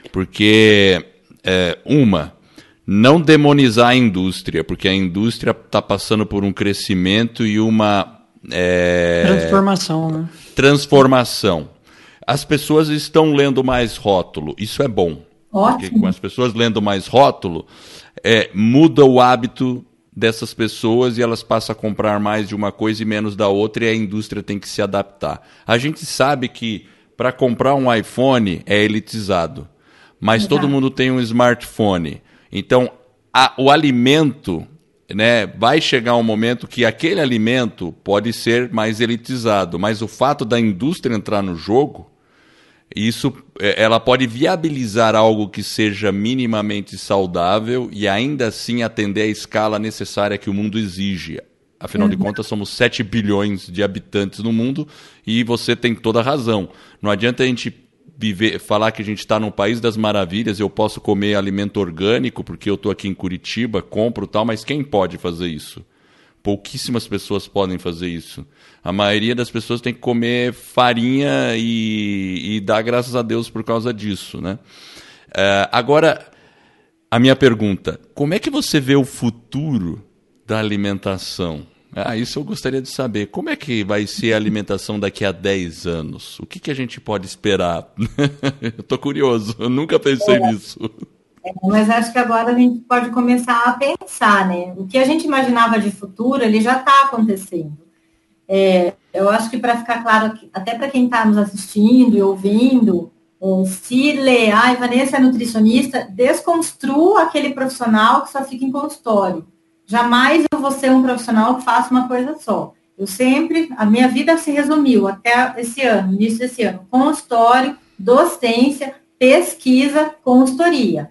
porque é, uma, não demonizar a indústria, porque a indústria está passando por um crescimento e uma é, transformação, né? Transformação. As pessoas estão lendo mais rótulo, isso é bom. Ótimo. Porque com as pessoas lendo mais rótulo, é, muda o hábito dessas pessoas e elas passam a comprar mais de uma coisa e menos da outra, e a indústria tem que se adaptar. A gente sabe que para comprar um iPhone é elitizado, mas Exato. Todo mundo tem um smartphone. Então, a, o alimento, né, vai chegar um momento que aquele alimento pode ser mais elitizado, mas o fato da indústria entrar no jogo, isso, ela pode viabilizar algo que seja minimamente saudável e ainda assim atender à escala necessária que o mundo exige. Afinal de contas, somos sete bilhões de habitantes no mundo e você tem toda a razão. Não adianta a gente viver, falar que a gente está num país das maravilhas, eu posso comer alimento orgânico porque eu estou aqui em Curitiba, compro tal, mas quem pode fazer isso? Pouquíssimas pessoas podem fazer isso. A maioria das pessoas tem que comer farinha e, e dar graças a Deus por causa disso, né? Uh, agora, a minha pergunta, como é que você vê o futuro da alimentação? Ah, isso eu gostaria de saber. Como é que vai ser a alimentação daqui a dez anos? O que, que a gente pode esperar? Eu estou curioso, eu nunca pensei é. nisso. É, mas acho que agora a gente pode começar a pensar, né? O que a gente imaginava de futuro, ele já está acontecendo. É, eu acho que para ficar claro, até para quem está nos assistindo e ouvindo, é, se ler, ai, Vanessa é nutricionista, desconstrua aquele profissional que só fica em consultório. Jamais eu vou ser um profissional que faça uma coisa só. Eu sempre, a minha vida se resumiu até esse ano, início desse ano, consultório, docência, pesquisa, consultoria.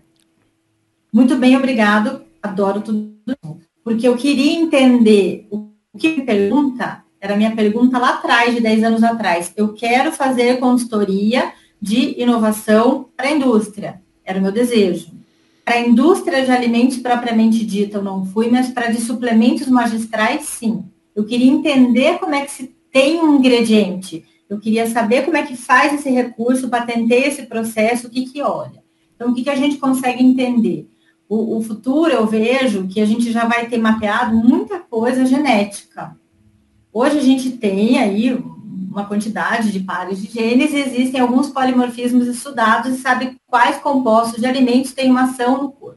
Muito bem, obrigado, adoro tudo isso. Porque eu queria entender o que me pergunta, era a minha pergunta lá atrás, de dez anos atrás. Eu quero fazer consultoria de inovação para a indústria, era o meu desejo. Para a indústria de alimentos propriamente dita eu não fui, mas para de suplementos magistrais, sim. Eu queria entender como é que se tem um ingrediente. Eu queria saber como é que faz esse recurso, patentei esse processo, o que que olha. Então, o que que a gente consegue entender? O, o futuro, eu vejo que a gente já vai ter mapeado muita coisa genética. Hoje a gente tem aí uma quantidade de pares de genes e existem alguns polimorfismos estudados e sabe quais compostos de alimentos têm uma ação no corpo.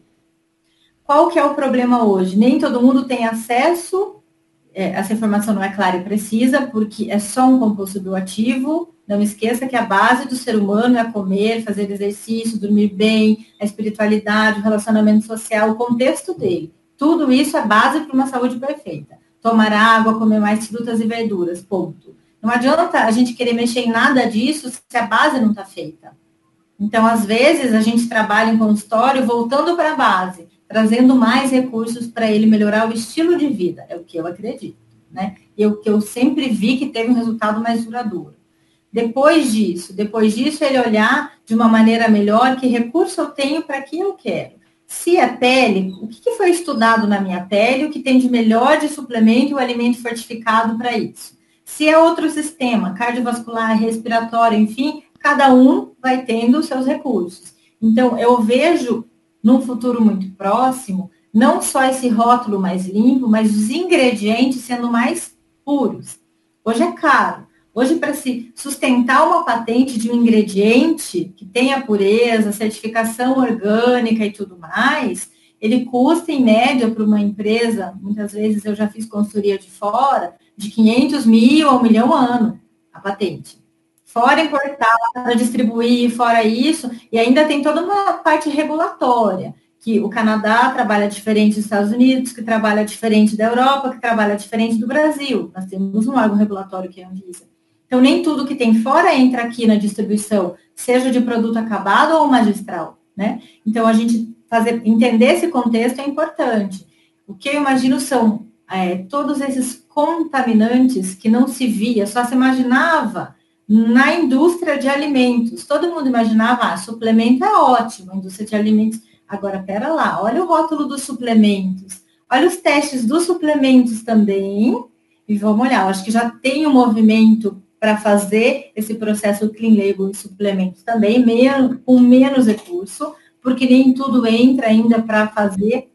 Qual que é o problema hoje? Nem todo mundo tem acesso, é, essa informação não é clara e precisa, porque é só um composto bioativo. Não esqueça que a base do ser humano é comer, fazer exercício, dormir bem, a espiritualidade, o relacionamento social, o contexto dele. Tudo isso é base para uma saúde perfeita. Tomar água, comer mais frutas e verduras, ponto. Não adianta a gente querer mexer em nada disso se a base não está feita. Então, às vezes, a gente trabalha em consultório voltando para a base, trazendo mais recursos para ele melhorar o estilo de vida. É o que eu acredito, né? E o que eu sempre vi que teve um resultado mais duradouro. Depois disso, depois disso, ele olhar de uma maneira melhor que recurso eu tenho para que eu quero. Se é pele, o que foi estudado na minha pele, o que tem de melhor de suplemento e o alimento fortificado para isso. Se é outro sistema, cardiovascular, respiratório, enfim, cada um vai tendo os seus recursos. Então, eu vejo, num futuro muito próximo, não só esse rótulo mais limpo, mas os ingredientes sendo mais puros. Hoje é caro. Hoje, para se sustentar uma patente de um ingrediente que tenha pureza, certificação orgânica e tudo mais, ele custa, em média, para uma empresa, muitas vezes eu já fiz consultoria de fora, de quinhentos mil a um milhão ano, a patente. Fora importar, para distribuir, fora isso, e ainda tem toda uma parte regulatória, que o Canadá trabalha diferente dos Estados Unidos, que trabalha diferente da Europa, que trabalha diferente do Brasil. Nós temos um órgão regulatório que é a Anvisa. Então, nem tudo que tem fora entra aqui na distribuição, seja de produto acabado ou magistral, né? Então, a gente fazer, entender esse contexto é importante. O que eu imagino são é, todos esses contaminantes que não se via, só se imaginava na indústria de alimentos. Todo mundo imaginava, ah, suplemento é ótimo, a indústria de alimentos. Agora, pera lá, olha o rótulo dos suplementos, olha os testes dos suplementos também, e vamos olhar, eu acho que já tem um movimento para fazer esse processo clean label e suplementos também, menos, com menos recurso, porque nem tudo entra ainda para fazer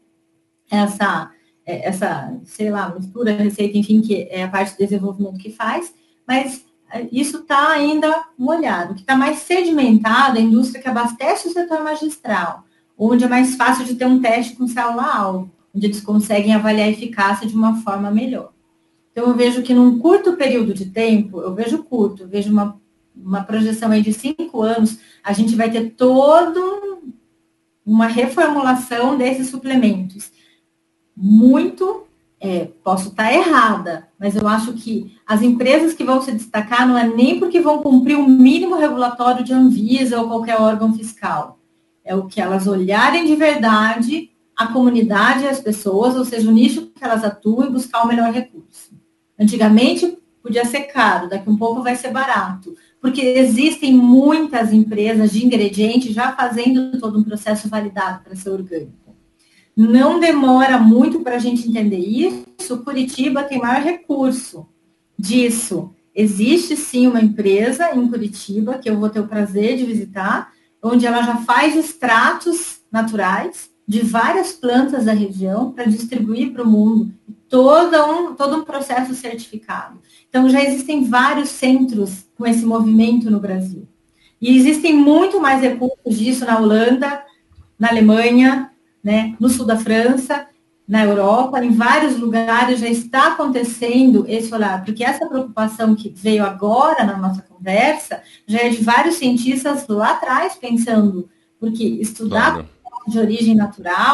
essa, essa, sei lá, mistura, receita, enfim, que é a parte do desenvolvimento que faz, mas isso está ainda molhado. O que está mais sedimentado é a indústria que abastece o setor magistral, onde é mais fácil de ter um teste com célula-alvo, onde eles conseguem avaliar a eficácia de uma forma melhor. Então, eu vejo que num curto período de tempo, eu vejo curto, eu vejo uma, uma projeção aí de cinco anos, a gente vai ter toda uma reformulação desses suplementos. Muito, é, posso estar errada, mas eu acho que as empresas que vão se destacar não é nem porque vão cumprir o mínimo regulatório de Anvisa ou qualquer órgão fiscal. É o que elas olharem de verdade a comunidade e as pessoas, ou seja, o nicho que elas atuam e buscar o melhor recurso. Antigamente podia ser caro, daqui a um pouco vai ser barato, porque existem muitas empresas de ingredientes já fazendo todo um processo validado para ser orgânico. Não demora muito para a gente entender isso. Curitiba tem maior recurso disso. Existe sim uma empresa em Curitiba, que eu vou ter o prazer de visitar, onde ela já faz extratos naturais de várias plantas da região para distribuir para o mundo, todo um, todo um processo certificado. Então, já existem vários centros com esse movimento no Brasil. E existem muito mais recursos disso na Holanda, na Alemanha, né, no sul da França, na Europa, em vários lugares já está acontecendo esse olhar, porque essa preocupação que veio agora na nossa conversa já é de vários cientistas lá atrás pensando, porque estudar... Claro. De origem natural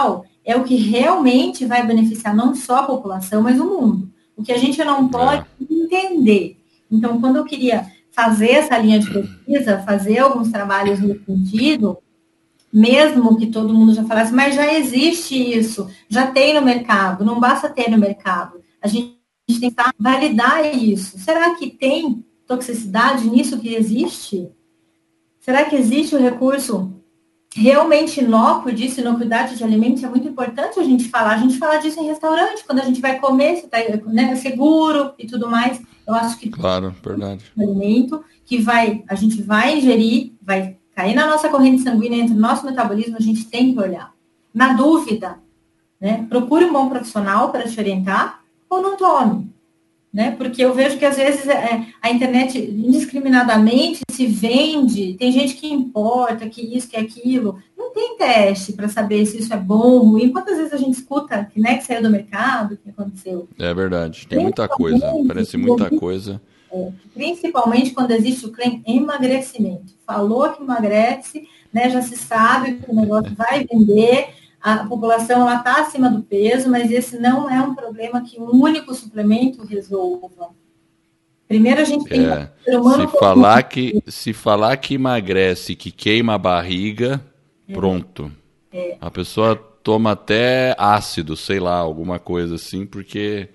é o que realmente vai beneficiar não só a população, mas o mundo. O que a gente não pode é. entender. Então, quando eu queria fazer essa linha de pesquisa, fazer alguns trabalhos no sentido, mesmo que todo mundo já falasse, mas já existe isso, já tem no mercado, não basta ter no mercado. A gente tem que tentar validar isso. Será que tem toxicidade nisso que existe? Será que existe o recurso realmente inócuo disso, inocuidade de alimentos? É muito importante a gente falar. A gente fala disso em restaurante, quando a gente vai comer, se está, né, seguro e tudo mais. Eu acho que claro, verdade. É um alimento que vai, a gente vai ingerir, vai cair na nossa corrente sanguínea, entre o nosso metabolismo, a gente tem que olhar. Na dúvida, né, procure um bom profissional para te orientar ou não tome. Né? Porque eu vejo que às vezes é, a internet indiscriminadamente se vende, tem gente que importa, que isso, que aquilo. Não tem teste para saber se isso é bom ou ruim. Quantas vezes a gente escuta que, né, que saiu do mercado, que aconteceu? É verdade, tem muita coisa, parece muita coisa. É, principalmente quando existe o creme emagrecimento. Falou que emagrece, né, já se sabe que o negócio vai vender, a população está acima do peso, mas esse não é um problema que um único suplemento resolva. Primeiro a gente tem é, que se falar que se falar que emagrece, que queima a barriga, é. pronto. É. A pessoa toma até ácido, sei lá, alguma coisa assim, porque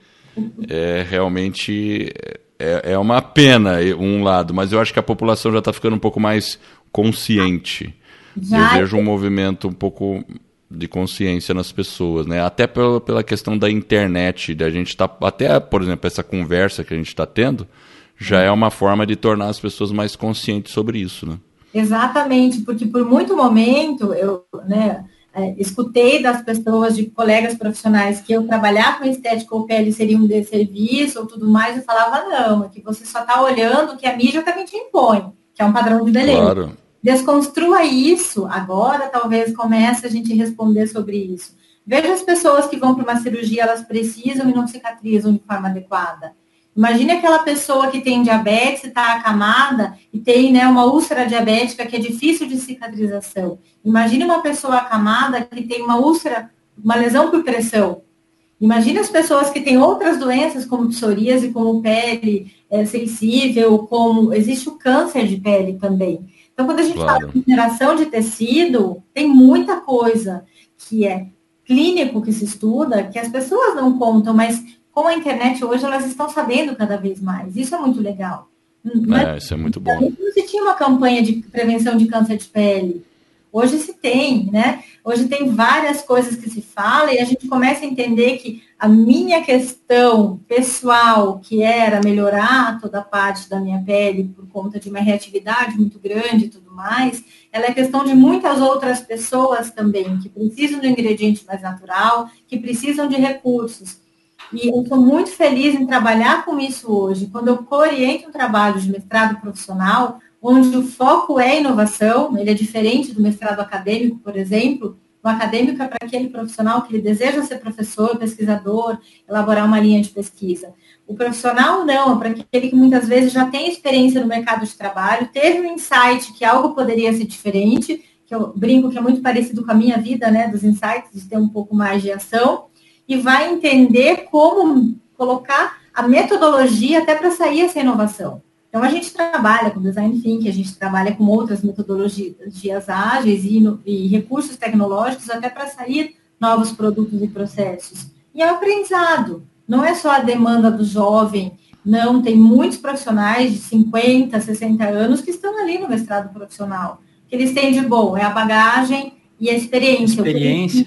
é realmente é, é uma pena um lado, mas eu acho que a população já está ficando um pouco mais consciente. Já. Eu vejo um movimento um pouco de consciência nas pessoas, né? Até pela, pela questão da internet, da gente tá, até, por exemplo, essa conversa que a gente está tendo, já é uma forma de tornar as pessoas mais conscientes sobre isso, né? Exatamente, porque por muito momento eu, né, é, escutei das pessoas, de colegas profissionais, que eu trabalhar com estética ou pele seria um desserviço ou tudo mais, eu falava, não, é que você só está olhando o que a mídia também te impõe, que é um padrão de beleza. Claro. Desconstrua isso, agora talvez comece a gente responder sobre isso. Veja as pessoas que vão para uma cirurgia, elas precisam e não cicatrizam de forma adequada. Imagine aquela pessoa que tem diabetes, está acamada e tem, né, uma úlcera diabética que é difícil de cicatrização. Imagine uma pessoa acamada que tem uma úlcera, uma lesão por pressão. Imagine as pessoas que têm outras doenças, como psoríase, como pele é, sensível, como existe o câncer de pele também. Então, quando a gente claro. fala de regeneração de tecido, tem muita coisa que é clínico que se estuda, que as pessoas não contam, mas com a internet hoje elas estão sabendo cada vez mais. Isso é muito legal. Mas, é, isso é muito bom. Não se tinha uma campanha de prevenção de câncer de pele. Hoje se tem, né? Hoje tem várias coisas que se fala e a gente começa a entender que a minha questão pessoal, que era melhorar toda a parte da minha pele por conta de uma reatividade muito grande e tudo mais, ela é questão de muitas outras pessoas também, que precisam de um ingrediente mais natural, que precisam de recursos. E eu estou muito feliz em trabalhar com isso hoje. Quando eu oriento um trabalho de mestrado profissional, onde o foco é inovação, ele é diferente do mestrado acadêmico, por exemplo. O acadêmico é para aquele profissional que ele deseja ser professor, pesquisador, elaborar uma linha de pesquisa. O profissional não, é para aquele que muitas vezes já tem experiência no mercado de trabalho, teve um insight que algo poderia ser diferente, que eu brinco que é muito parecido com a minha vida, né, dos insights, de ter um pouco mais de ação, e vai entender como colocar a metodologia até para sair essa inovação. Então, a gente trabalha com design thinking, a gente trabalha com outras metodologias ágeis e, e recursos tecnológicos até para sair novos produtos e processos. E é o aprendizado, não é só a demanda do jovem, não, tem muitos profissionais de cinquenta, sessenta anos que estão ali no mestrado profissional. O que eles têm de bom é a bagagem e a experiência. Experiência.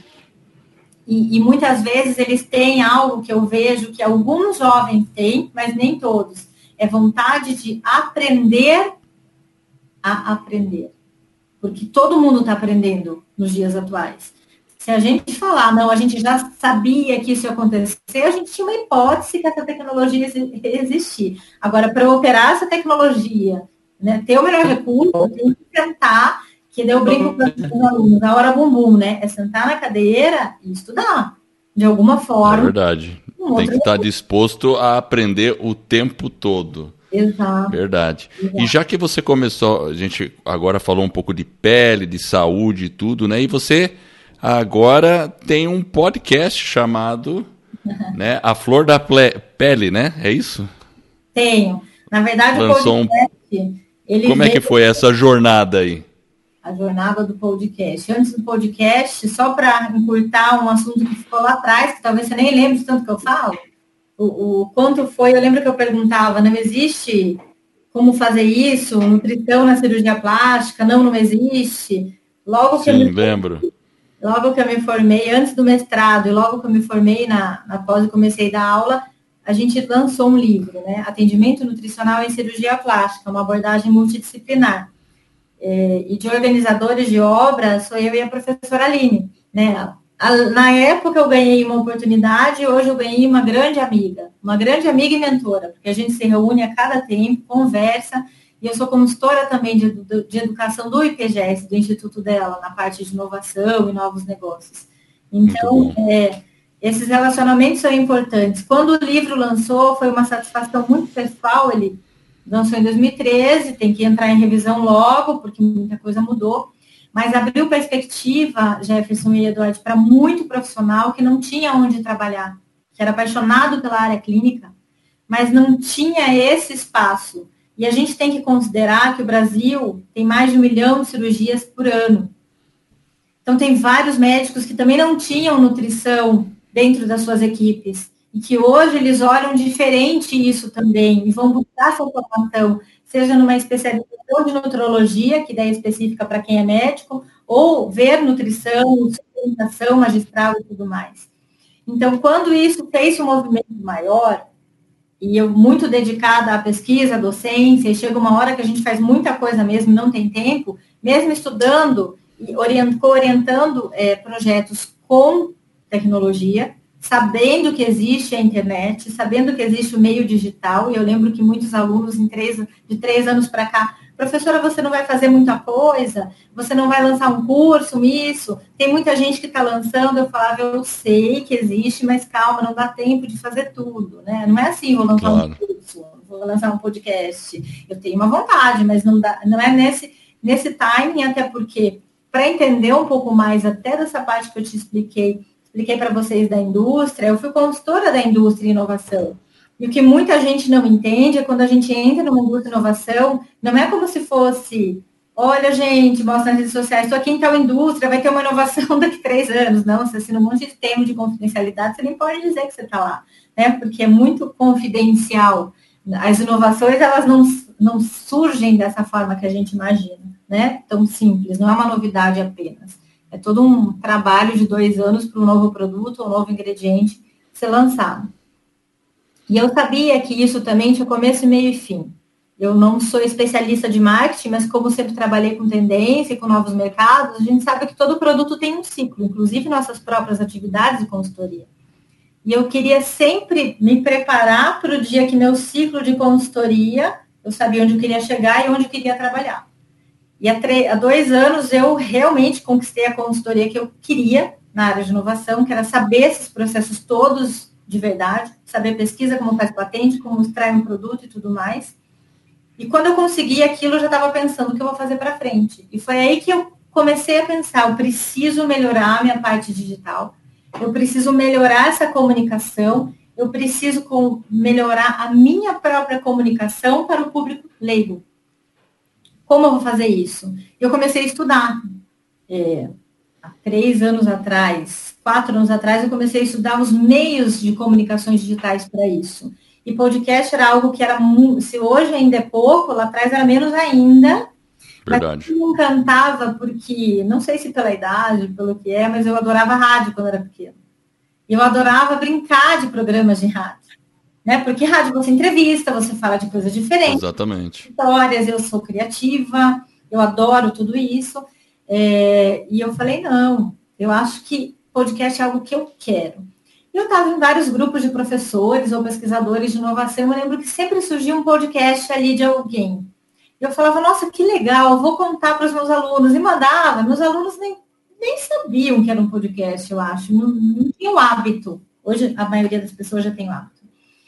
E, e muitas vezes eles têm algo que eu vejo que alguns jovens têm, mas nem todos. É vontade de aprender a aprender. Porque todo mundo está aprendendo nos dias atuais. Se a gente falar, não, a gente já sabia que isso ia acontecer, a gente tinha uma hipótese que essa tecnologia existir. Agora, para operar essa tecnologia, né, ter o melhor recurso, tem que tentar, que eu brinco com os alunos, na hora bumbum, né? É sentar na cadeira e estudar. De alguma forma. É verdade. Tem que estar disposto a aprender o tempo todo. Exato. Verdade. Exato. E já que você começou, a gente agora falou um pouco de pele, de saúde e tudo, né? E você agora tem um podcast chamado né, A Flor da Ple- Pele, né? É isso? Tenho. Na verdade, Lançou o podcast... um... Ele Como é que veio... foi essa jornada aí? A jornada do podcast. Antes do podcast, só para encurtar um assunto que ficou lá atrás, que talvez você nem lembre de tanto que eu falo, o, o quanto foi, eu lembro que eu perguntava, não existe como fazer isso, nutrição na cirurgia plástica, não, não existe. Logo que Sim, eu me, lembro. Logo que eu me formei, antes do mestrado, e logo que eu me formei na, na pós e comecei a dar aula, a gente lançou um livro, né? Atendimento Nutricional em Cirurgia Plástica, uma abordagem multidisciplinar. É, e de organizadores de obra, sou eu e a professora Aline, né? Na época eu ganhei uma oportunidade, hoje eu ganhei uma grande amiga, uma grande amiga e mentora, porque a gente se reúne a cada tempo, conversa, e eu sou consultora também de, de educação do I P G S, do Instituto dela, na parte de inovação e novos negócios. Então, é, esses relacionamentos são importantes. Quando o livro lançou, foi uma satisfação muito pessoal, ele lançou em dois mil e treze, tem que entrar em revisão logo, porque muita coisa mudou, mas abriu perspectiva, Jefferson e Eduardo, para muito profissional que não tinha onde trabalhar, que era apaixonado pela área clínica, mas não tinha esse espaço. E a gente tem que considerar que o Brasil tem mais de um milhão de cirurgias por ano. Então, tem vários médicos que também não tinham nutrição dentro das suas equipes, e que hoje eles olham diferente isso também, e vão buscar essa formação, seja numa especialização de nutrologia, que daí é específica para quem é médico, ou ver nutrição, suplementação magistral e tudo mais. Então, quando isso fez um movimento maior, e eu muito dedicada à pesquisa, à docência, e chega uma hora que a gente faz muita coisa mesmo, não tem tempo, mesmo estudando e orient, orientando é, projetos com tecnologia, sabendo que existe a internet, sabendo que existe o meio digital, e eu lembro que muitos alunos em três, de três anos para cá, professora, você não vai fazer muita coisa, você não vai lançar um curso, isso, tem muita gente que está lançando, eu falava, eu sei que existe, mas calma, não dá tempo de fazer tudo, né? Não é assim, vou lançar claro. um curso, vou lançar um podcast, eu tenho uma vontade, mas não, dá, não é nesse, nesse timing, até porque, para entender um pouco mais até dessa parte que eu te expliquei, expliquei para vocês da indústria, eu fui consultora da indústria e inovação. E o que muita gente não entende é quando a gente entra numa indústria de inovação, não é como se fosse, olha, gente, mostra nas redes sociais, estou aqui em tal indústria, vai ter uma inovação daqui a três anos. Não, você assina um monte de termo de confidencialidade, você nem pode dizer que você está lá, né? Porque é muito confidencial. As inovações, elas não, não surgem dessa forma que a gente imagina, né? Tão simples, não é uma novidade apenas. É todo um trabalho de dois anos para um novo produto, um novo ingrediente ser lançado. E eu sabia que isso também tinha começo, meio e fim. Eu não sou especialista de marketing, mas como sempre trabalhei com tendência e com novos mercados, a gente sabe que todo produto tem um ciclo, inclusive nossas próprias atividades de consultoria. E eu queria sempre me preparar para o dia que meu ciclo de consultoria, eu sabia onde eu queria chegar e onde eu queria trabalhar. E há, há dois anos eu realmente conquistei a consultoria que eu queria na área de inovação, que era saber esses processos todos de verdade, saber pesquisa, como faz patente, como extrai um produto e tudo mais. E quando eu consegui aquilo, eu já estava pensando o que eu vou fazer para frente. E foi aí que eu comecei a pensar, eu preciso melhorar a minha parte digital, eu preciso melhorar essa comunicação, eu preciso com, melhorar a minha própria comunicação para o público leigo. Como eu vou fazer isso? Eu comecei a estudar. É, há três anos atrás, quatro anos atrás, eu comecei a estudar os meios de comunicações digitais para isso. E podcast era algo que era, se hoje ainda é pouco, lá atrás era menos ainda. Verdade. Mas me encantava porque, não sei se pela idade, pelo que é, mas eu adorava rádio quando era pequena. Eu adorava brincar de programas de rádio. Né? Porque rádio você entrevista, você fala de coisas diferentes. Exatamente. Histórias, eu sou criativa, eu adoro tudo isso. É, e eu falei, não, eu acho que podcast é algo que eu quero. E eu estava em vários grupos de professores ou pesquisadores de inovação, eu lembro que sempre surgia um podcast ali de alguém. E eu falava, nossa, que legal, vou contar para os meus alunos. E mandava, meus alunos nem, nem sabiam que era um podcast, eu acho. Não, não tinha o hábito. Hoje, a maioria das pessoas já tem o hábito.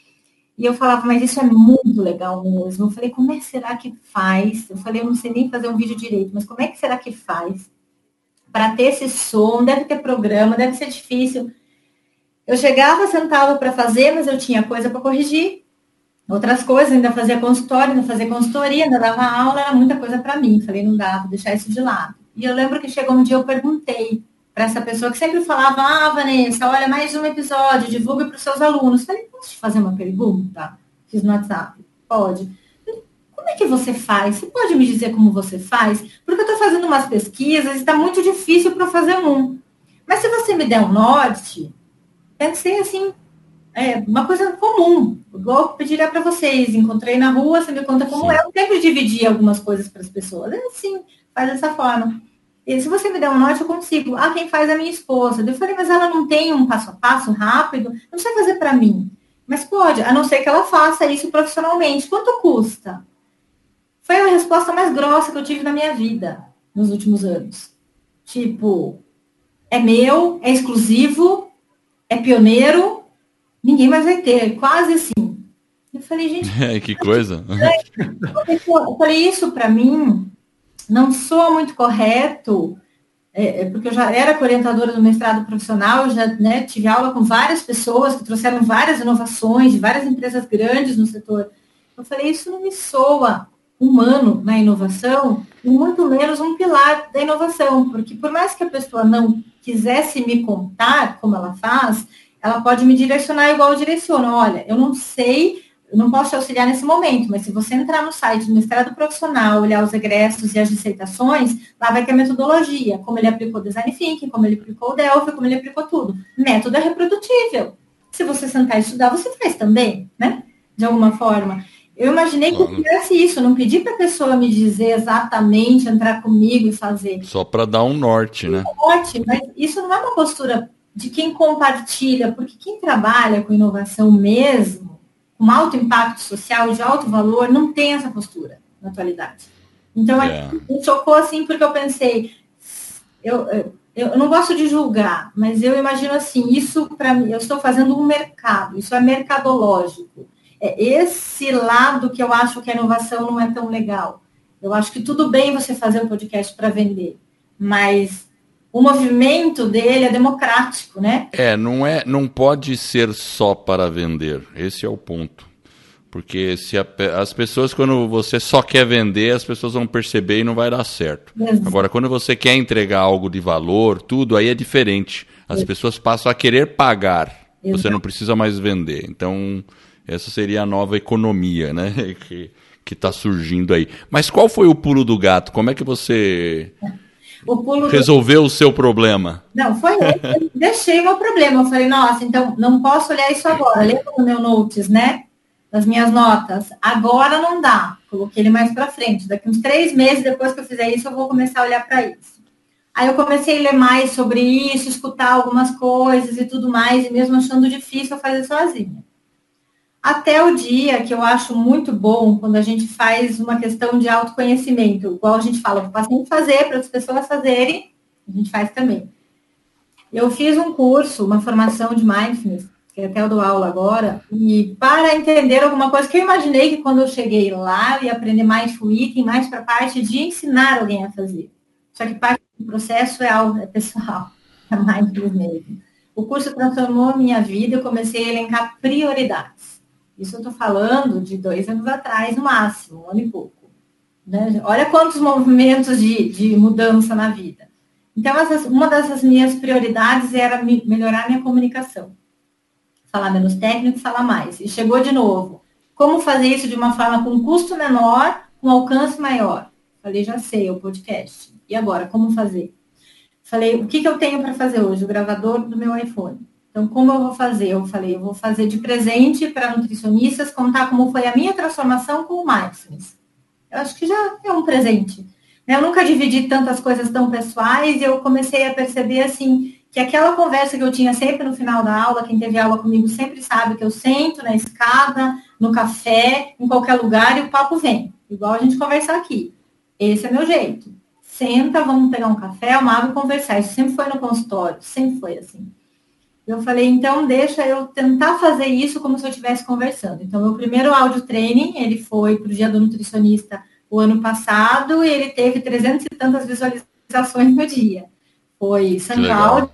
E eu falava, mas isso é muito legal mesmo. Eu falei, como é que será que faz? Eu falei, eu não sei nem fazer um vídeo direito, mas como é que será que faz para ter esse som, deve ter programa, deve ser difícil. Eu chegava, sentava para fazer, mas eu tinha coisa para corrigir, outras coisas, ainda fazia consultório, ainda fazia consultoria, ainda dava aula, era muita coisa para mim. Falei, não dá, vou deixar isso de lado. E eu lembro que chegou um dia, eu perguntei para essa pessoa que sempre falava, ah, Vanessa, olha, mais um episódio, divulgue para os seus alunos. Falei, posso te fazer uma pergunta? Fiz no WhatsApp. Pode. Como é que você faz? Você pode me dizer como você faz? Porque eu estou fazendo umas pesquisas e está muito difícil para fazer um. Mas se você me der um norte, pensei assim, é uma coisa comum. Igual eu pediria para vocês, encontrei na rua, você me conta como Sim. é. Eu sempre dividi algumas coisas para as pessoas. É assim, faz dessa forma. E se você me der um norte, eu consigo. Ah, quem faz é a minha esposa. Eu falei, mas ela não tem um passo a passo rápido? Não sei fazer para mim. Mas pode, a não ser que ela faça isso profissionalmente. Quanto custa? Foi a resposta mais grossa que eu tive na minha vida nos últimos anos. Tipo, é meu, é exclusivo, é pioneiro, ninguém mais vai ter. Quase assim. Eu falei, gente... É, que coisa. Eu falei, isso para mim não soa muito correto, é, porque eu já era orientadora do mestrado profissional, eu já né, tive aula com várias pessoas que trouxeram várias inovações de várias empresas grandes no setor. Eu falei, isso não me soa humano na inovação, e muito menos um pilar da inovação, porque por mais que a pessoa não quisesse me contar como ela faz, ela pode me direcionar igual eu direciono. Olha, eu não sei, eu não posso te auxiliar nesse momento, mas se você entrar no site do mestrado profissional, olhar os egressos e as dissertações, lá vai ter a metodologia, como ele aplicou Design Thinking, como ele aplicou o Delphi, como ele aplicou tudo. Método é reprodutível. Se você sentar e estudar, você faz também, né? De alguma forma. Eu imaginei que eu fizesse isso, não pedi para a pessoa me dizer exatamente, entrar comigo e fazer. Só para dar um norte, né? Um norte, mas isso não é uma postura de quem compartilha, porque quem trabalha com inovação mesmo, com alto impacto social, de alto valor, não tem essa postura na atualidade. Então, yeah. me chocou assim, porque eu pensei, eu, eu, eu não gosto de julgar, mas eu imagino assim, isso para mim, eu estou fazendo um mercado, isso é mercadológico. É esse lado que eu acho que a inovação não é tão legal. Eu acho que tudo bem você fazer um podcast para vender, mas o movimento dele é democrático, né? É, não é, não pode ser só para vender. Esse é o ponto. Porque se a, as pessoas, quando você só quer vender, as pessoas vão perceber e não vai dar certo. Exato. Agora, quando você quer entregar algo de valor, tudo, aí é diferente. As Exato. pessoas passam a querer pagar. Exato. Você não precisa mais vender. Então... essa seria a nova economia, né, que que está surgindo aí. Mas qual foi o pulo do gato? Como é que você o pulo resolveu do... o seu problema? Não, foi eu deixei o meu problema. Eu falei, nossa, então não posso olhar isso agora. Lembra no meu notes, né, das minhas notas? Agora não dá. Coloquei ele mais para frente. Daqui uns três meses, depois que eu fizer isso, eu vou começar a olhar para isso. Aí eu comecei a ler mais sobre isso, escutar algumas coisas e tudo mais, e mesmo achando difícil eu fazer sozinha. Até o dia que eu acho muito bom quando a gente faz uma questão de autoconhecimento, igual a gente fala, o paciente fazer para as pessoas fazerem, a gente faz também. Eu fiz um curso, uma formação de mindfulness, que até eu dou aula agora, e para entender alguma coisa que eu imaginei que quando eu cheguei lá, eu ia aprender mindful eating, mais para a parte de ensinar alguém a fazer. Só que parte do processo é algo é pessoal, é mindfulness mesmo. O curso transformou a minha vida, eu comecei a elencar prioridades. Isso eu estou falando de dois anos atrás, no máximo, um ano e pouco. Né? Olha quantos movimentos de, de mudança na vida. Então, essas, uma dessas minhas prioridades era me, melhorar minha comunicação. Falar menos técnico, falar mais. E chegou de novo. Como fazer isso de uma forma com custo menor, com alcance maior? Falei, já sei, o podcast. E agora, como fazer? Falei, o que, que eu tenho para fazer hoje? O gravador do meu iPhone. Então, como eu vou fazer? Eu falei, eu vou fazer de presente para nutricionistas, contar como foi a minha transformação com o mindfulness. Eu acho que já é um presente. Eu nunca dividi tantas coisas tão pessoais e eu comecei a perceber, assim, que aquela conversa que eu tinha sempre no final da aula, quem teve aula comigo sempre sabe que eu sento na escada, no café, em qualquer lugar e o papo vem. Igual a gente conversar aqui. Esse é meu jeito. Senta, vamos pegar um café, uma água e conversar. Isso sempre foi no consultório, sempre foi assim. Eu falei, então deixa eu tentar fazer isso como se eu estivesse conversando. Então, meu primeiro áudio training, ele foi para o Dia do Nutricionista o ano passado e ele teve trezentas e tantas visualizações no dia. Foi SoundCloud,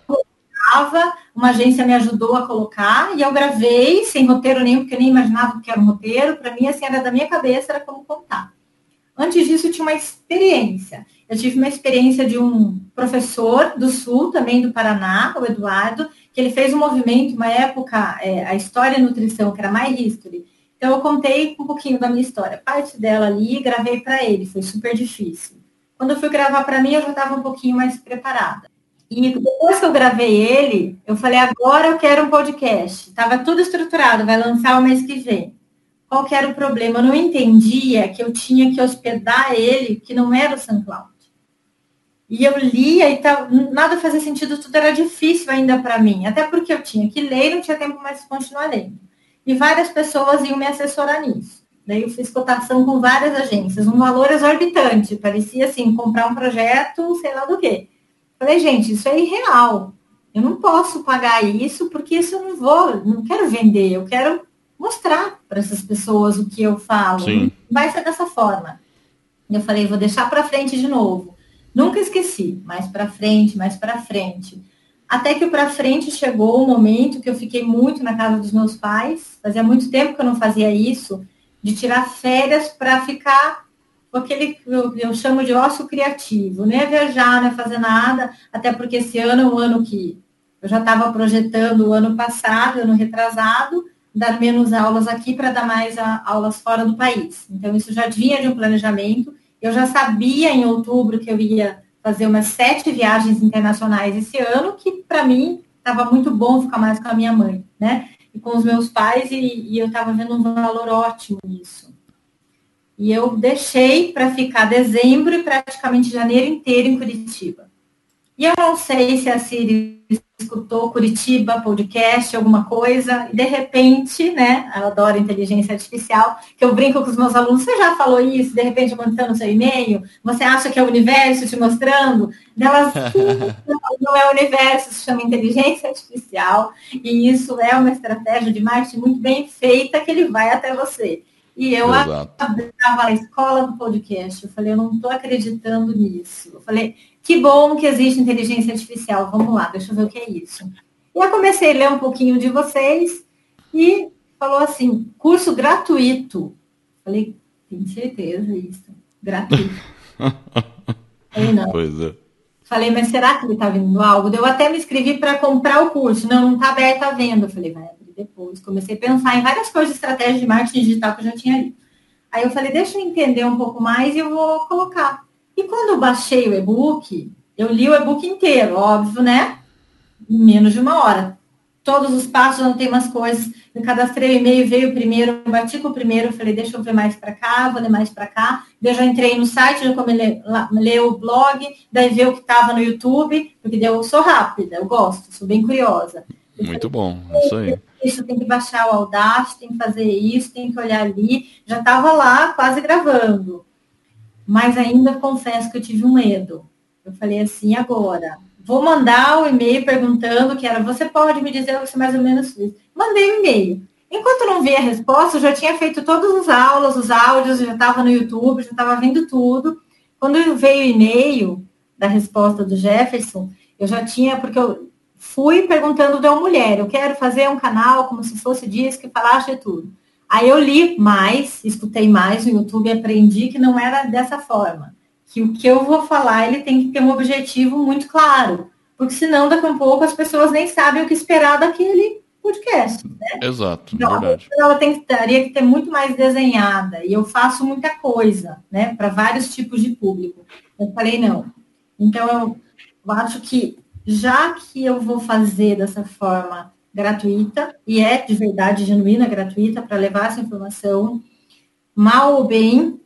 uma agência me ajudou a colocar, e eu gravei sem roteiro nenhum, porque eu nem imaginava que era um roteiro. Para mim, assim, era da minha cabeça, era como contar. Antes disso, eu tinha uma experiência. Eu tive uma experiência de um professor do Sul, também do Paraná, o Eduardo, que ele fez um movimento, uma época, é, a História e Nutrição, que era My History. Então, eu contei um pouquinho da minha história. Parte dela ali, gravei para ele, foi super difícil. Quando eu fui gravar para mim, eu já estava um pouquinho mais preparada. E depois que eu gravei ele, eu falei, agora eu quero um podcast. Estava tudo estruturado, vai lançar o mês que vem. Qual que era o problema? Eu não entendia que eu tinha que hospedar ele, que não era o SoundCloud. E eu lia e tal, nada fazia sentido, tudo era difícil ainda para mim. Até porque eu tinha que ler e não tinha tempo mais de continuar lendo. E várias pessoas iam me assessorar nisso. Daí eu fiz cotação com várias agências, um valor exorbitante. Parecia assim, comprar um projeto, sei lá do quê. Falei, gente, isso é irreal. Eu não posso pagar isso, porque isso eu não vou, não quero vender, eu quero mostrar para essas pessoas o que eu falo. Sim. Vai ser dessa forma. Eu falei, vou deixar para frente de novo. Nunca esqueci, mais para frente, mais para frente. Até que o para frente chegou um momento que eu fiquei muito na casa dos meus pais. Fazia muito tempo que eu não fazia isso, de tirar férias para ficar com aquele que eu, eu chamo de ócio criativo. Nem é viajar, não é fazer nada, até porque esse ano é um ano que eu já estava projetando o ano passado, ano retrasado, dar menos aulas aqui para dar mais a, aulas fora do país. Então, isso já vinha de um planejamento. Eu já sabia em outubro que eu ia fazer umas sete viagens internacionais esse ano, que para mim estava muito bom ficar mais com a minha mãe, né? E com os meus pais, e, e eu estava vendo um valor ótimo nisso. E eu deixei para ficar dezembro e praticamente janeiro inteiro em Curitiba. E eu não sei se a Siri escutou Curitiba, podcast, alguma coisa, e de repente, né, eu adoro inteligência artificial, que eu brinco com os meus alunos, você já falou isso, de repente mandando no seu e-mail, você acha que é o universo te mostrando? Delas, não é o universo, se chama inteligência artificial, e isso é uma estratégia de marketing muito bem feita, que ele vai até você. E eu estava na escola do podcast, eu falei, eu não estou acreditando nisso. Eu falei, que bom que existe inteligência artificial, vamos lá, deixa eu ver o que é isso. E eu comecei a ler um pouquinho de vocês e falou assim, curso gratuito. Falei, tem certeza isso? Gratuito. Falei, não. Pois é. Falei, mas será que ele está vendo algo? Eu até me inscrevi para comprar o curso. Não, não está aberto à venda. Eu falei, vai abrir depois. Comecei a pensar em várias coisas de estratégia de marketing digital que eu já tinha lido. Aí eu falei, deixa eu entender um pouco mais e eu vou colocar. E quando eu baixei o e-book, eu li o e-book inteiro, óbvio, né? Em menos de uma hora. Todos os passos, eu anotei umas coisas. Me cadastrei o e-mail, veio o primeiro, eu bati com o primeiro, eu falei, deixa eu ver mais para cá, vou ler mais para cá. Daí eu já entrei no site, já comecei a ler o blog, daí ver o que estava no YouTube, porque eu sou rápida, eu gosto, sou bem curiosa. Eu Muito falei, bom, isso aí. Isso, tem que baixar o Audacity, tem que fazer isso, tem que olhar ali. Já estava lá, quase gravando. Mas ainda confesso que eu tive um medo. Eu falei assim, agora, vou mandar o e-mail perguntando que era, você pode me dizer o que você mais ou menos fez? Mandei o e-mail. Enquanto eu não vi a resposta, eu já tinha feito todas as aulas, os áudios, já estava no YouTube, já estava vendo tudo. Quando veio o e-mail da resposta do Jefferson, eu já tinha, porque eu fui perguntando de uma mulher, eu quero fazer um canal como se fosse disso, que falasse de tudo. Aí eu li mais, escutei mais no YouTube e aprendi que não era dessa forma. Que o que eu vou falar, ele tem que ter um objetivo muito claro. Porque senão, daqui a um pouco, as pessoas nem sabem o que esperar daquele podcast. Né? Exato, então, verdade. Ela tem, teria que ter muito mais desenhada. E eu faço muita coisa, né? Para vários tipos de público. Eu falei, não. Então, eu, eu acho que, já que eu vou fazer dessa forma gratuita, e é de verdade genuína, gratuita, para levar essa informação, mal ou bem,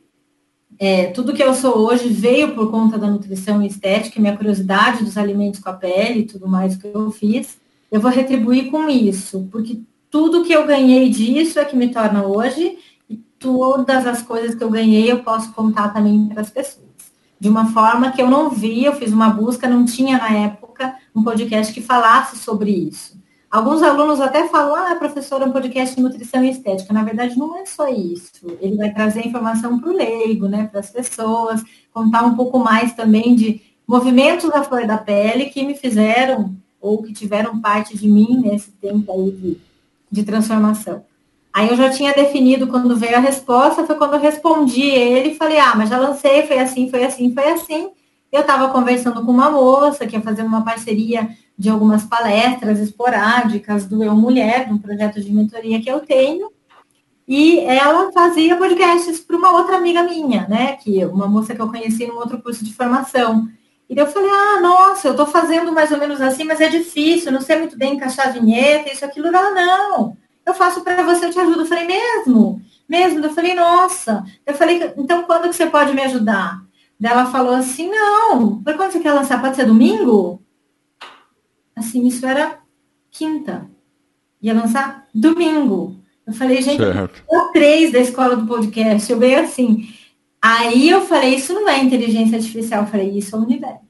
é, tudo que eu sou hoje veio por conta da nutrição e estética, minha curiosidade dos alimentos com a pele e tudo mais que eu fiz, eu vou retribuir com isso, porque tudo que eu ganhei disso é que me torna hoje, e todas as coisas que eu ganhei eu posso contar também para as pessoas. De uma forma que eu não vi, eu fiz uma busca, não tinha na época um podcast que falasse sobre isso. Alguns alunos até falam, ah, professora, um podcast de nutrição e estética. Na verdade, não é só isso. Ele vai trazer informação para o leigo, né, para as pessoas, contar um pouco mais também de movimentos à flor da pele que me fizeram, ou que tiveram parte de mim nesse tempo aí de, de transformação. Aí eu já tinha definido, quando veio a resposta, foi quando eu respondi ele e falei, ah, mas já lancei, foi assim, foi assim, foi assim. Eu estava conversando com uma moça que ia fazer uma parceria de algumas palestras esporádicas do Eu Mulher, de um projeto de mentoria que eu tenho, e ela fazia podcasts para uma outra amiga minha, né, que uma moça que eu conheci num outro curso de formação. E daí eu falei, ah, nossa, eu estou fazendo mais ou menos assim, mas é difícil, não sei muito bem encaixar a vinheta, isso, aquilo. Ela, não, eu faço para você, eu te ajudo. Eu falei, mesmo? Mesmo? Eu falei, nossa. Eu falei, então quando que você pode me ajudar? Daí ela falou assim, não, para quando você quer lançar? Pode ser domingo? Assim, isso era quinta. Ia lançar domingo. Eu falei, gente, certo. Eu sou três da escola do podcast. Eu bem assim. Aí eu falei, isso não é inteligência artificial. Eu falei, isso é o universo.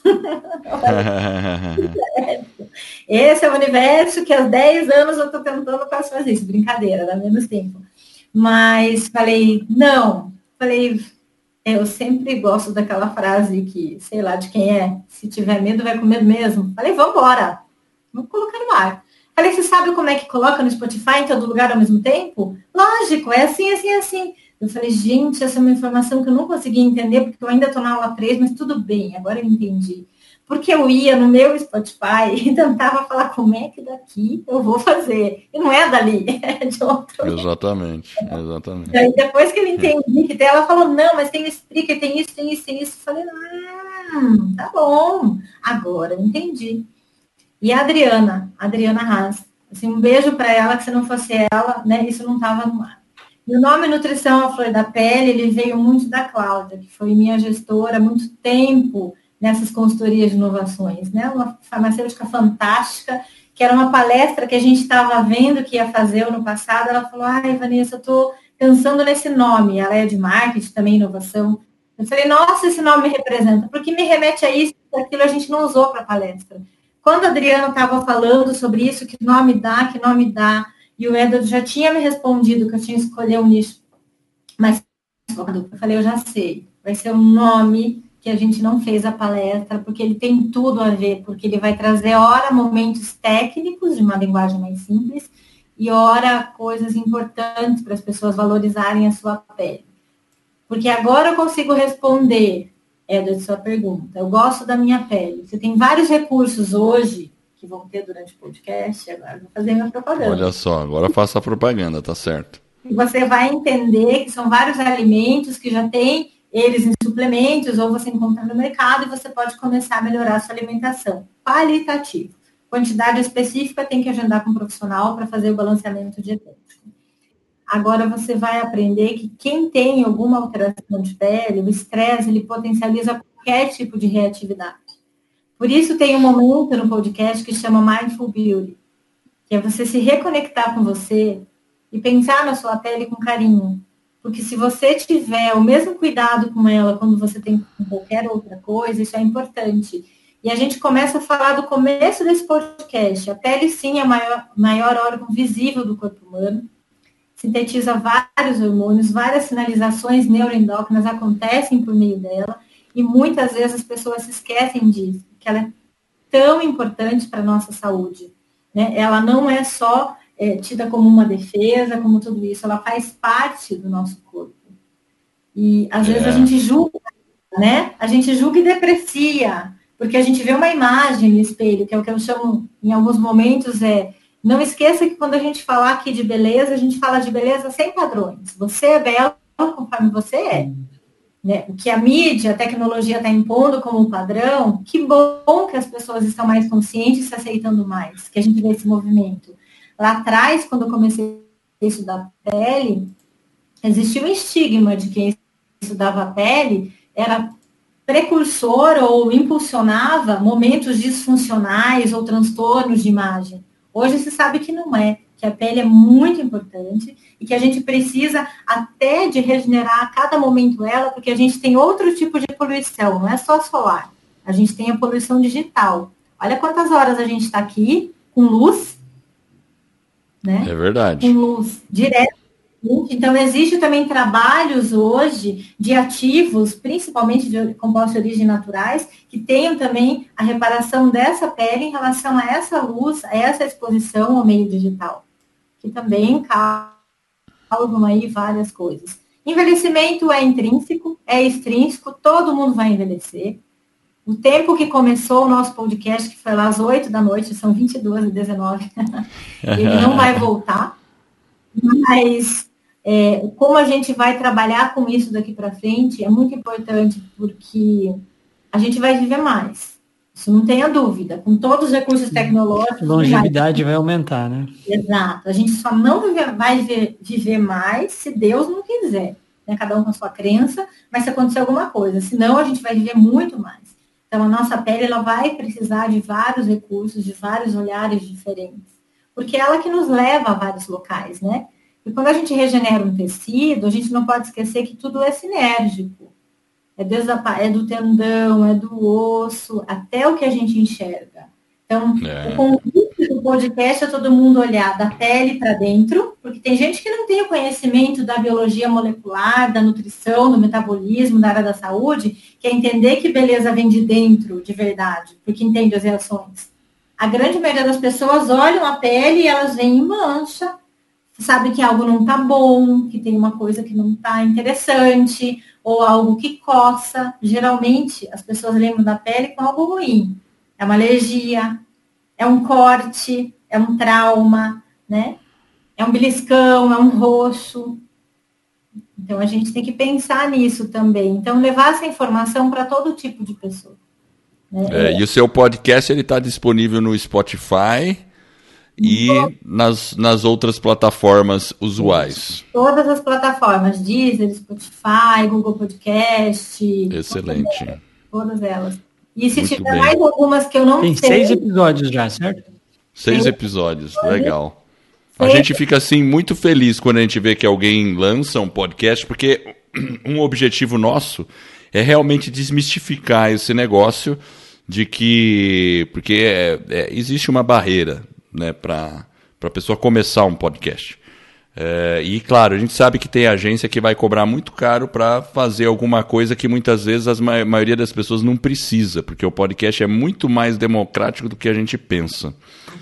Esse é o universo que há dez anos eu estou tentando quase fazer isso. Brincadeira, dá menos tempo. Mas falei, não. Falei, eu sempre gosto daquela frase que, sei lá de quem é, se tiver medo, vai com medo mesmo. Falei, vamos embora. Vamos colocar no ar. Falei, você sabe como é que coloca no Spotify em todo lugar ao mesmo tempo? Lógico, é assim, assim, assim. Eu falei, gente, essa é uma informação que eu não consegui entender, porque eu ainda estou na aula três, mas tudo bem, agora eu entendi. Porque eu ia no meu Spotify e tentava falar como é que daqui eu vou fazer. E não é dali, é de outro. Exatamente, exatamente. E aí, depois que eu entendi que ela falou, não, mas tem o Spreaker, tem isso, tem isso, tem isso. Eu falei, hum, tá bom, agora eu entendi. E a Adriana, a Adriana Haas, assim, um beijo para ela, que se não fosse ela, né, isso não estava no ar. E o nome Nutrição à Flor da Pele, ele veio muito da Cláudia, que foi minha gestora há muito tempo nessas consultorias de inovações, né, uma farmacêutica fantástica, que era uma palestra que a gente estava vendo que ia fazer ano passado. Ela falou, ai, Vanessa, eu estou pensando nesse nome, ela é de marketing, também inovação. Eu falei, nossa, esse nome me representa, porque me remete a isso, aquilo a gente não usou para a palestra. Quando a Adriana estava falando sobre isso, que nome dá, que nome dá, e o Edward já tinha me respondido que eu tinha que escolher um nicho, mas eu falei, eu já sei, vai ser um nome que a gente não fez a palestra, porque ele tem tudo a ver, porque ele vai trazer, ora, momentos técnicos, de uma linguagem mais simples, e ora, coisas importantes para as pessoas valorizarem a sua pele. Porque agora eu consigo responder, Edward, sua pergunta. Eu gosto da minha pele. Você tem vários recursos hoje que vão ter durante o podcast, agora eu vou fazer minha propaganda. Olha só, agora faça a propaganda, tá certo. E você vai entender que são vários alimentos que já tem eles em suplementos, ou você encontra no mercado, e você pode começar a melhorar a sua alimentação. Qualitativo. Quantidade específica tem que agendar com um profissional para fazer o balanceamento dietético. Agora você vai aprender que quem tem alguma alteração de pele, o estresse, ele potencializa qualquer tipo de reatividade. Por isso tem um momento no podcast que chama Mindful Beauty, que é você se reconectar com você e pensar na sua pele com carinho. Porque se você tiver o mesmo cuidado com ela quando você tem com qualquer outra coisa, isso é importante. E a gente começa a falar do começo desse podcast. A pele, sim, é o maior, maior órgão visível do corpo humano. Sintetiza vários hormônios, várias sinalizações neuroendócrinas acontecem por meio dela. E muitas vezes as pessoas se esquecem disso, que ela é tão importante para a nossa saúde, né? Ela não é só é, tida como uma defesa, como tudo isso, ela faz parte do nosso corpo. E às é. vezes a gente julga, né? A gente julga e deprecia, porque a gente vê uma imagem no espelho, que é o que eu chamo, em alguns momentos, é... Não esqueça que quando a gente falar aqui de beleza, a gente fala de beleza sem padrões. Você é belo conforme você é. Né? O que a mídia, a tecnologia está impondo como padrão, que bom que as pessoas estão mais conscientes e se aceitando mais, que a gente vê esse movimento. Lá atrás, quando eu comecei a estudar pele, existia um estigma de quem estudava pele era precursor ou impulsionava momentos disfuncionais ou transtornos de imagem. Hoje se sabe que não é, que a pele é muito importante e que a gente precisa até de regenerar a cada momento ela, porque a gente tem outro tipo de poluição, não é só solar. A gente tem a poluição digital. Olha quantas horas a gente está aqui com luz, né? É verdade. Com luz direta Então, existe também trabalhos hoje de ativos, principalmente de compostos de origem naturais, que tenham também a reparação dessa pele em relação a essa luz, a essa exposição ao meio digital, que também causam aí várias coisas. Envelhecimento é intrínseco, é extrínseco, todo mundo vai envelhecer. O tempo que começou o nosso podcast, que foi lá às oito da noite, são vinte e duas e dezenove, ele não vai voltar, mas... É, como a gente vai trabalhar com isso daqui para frente é muito importante, porque a gente vai viver mais. Isso não tenha dúvida. Com todos os recursos tecnológicos... A longevidade vai... vai aumentar, né? Exato. A gente só não vive, vai viver, viver mais se Deus não quiser. Né? Cada um com a sua crença, mas se acontecer alguma coisa. Senão, a gente vai viver muito mais. Então, a nossa pele ela vai precisar de vários recursos, de vários olhares diferentes. Porque é ela que nos leva a vários locais, né? E quando a gente regenera um tecido, a gente não pode esquecer que tudo é sinérgico. É, desde a, é do tendão, é do osso, até o que a gente enxerga. Então, é. o convite do podcast é todo mundo olhar da pele para dentro, porque tem gente que não tem o conhecimento da biologia molecular, da nutrição, do metabolismo, da área da saúde, que é entender que beleza vem de dentro, de verdade, porque entende as reações. A grande maioria das pessoas olham a pele e elas veem mancha, sabe que algo não está bom, que tem uma coisa que não está interessante, ou algo que coça. Geralmente, as pessoas lembram da pele com algo ruim. É uma alergia, é um corte, é um trauma, né? É um beliscão, é um roxo. Então, a gente tem que pensar nisso também. Então, levar essa informação para todo tipo de pessoa. Né? É, e o seu podcast está disponível no Spotify... E nas, nas outras plataformas usuais. Todas as plataformas, Deezer, Spotify, Google Podcast. Excelente. Todas, todas elas. E se Muito tiver bem. mais algumas que eu não Tem sei... Tem seis episódios já, certo? Seis episódios, legal. A gente fica, assim, muito feliz quando a gente vê que alguém lança um podcast, porque um objetivo nosso é realmente desmistificar esse negócio de que... Porque é, é, existe uma barreira, né, para a pessoa começar um podcast. É, e, claro, a gente sabe que tem agência que vai cobrar muito caro para fazer alguma coisa que muitas vezes a ma- maioria das pessoas não precisa, porque o podcast é muito mais democrático do que a gente pensa.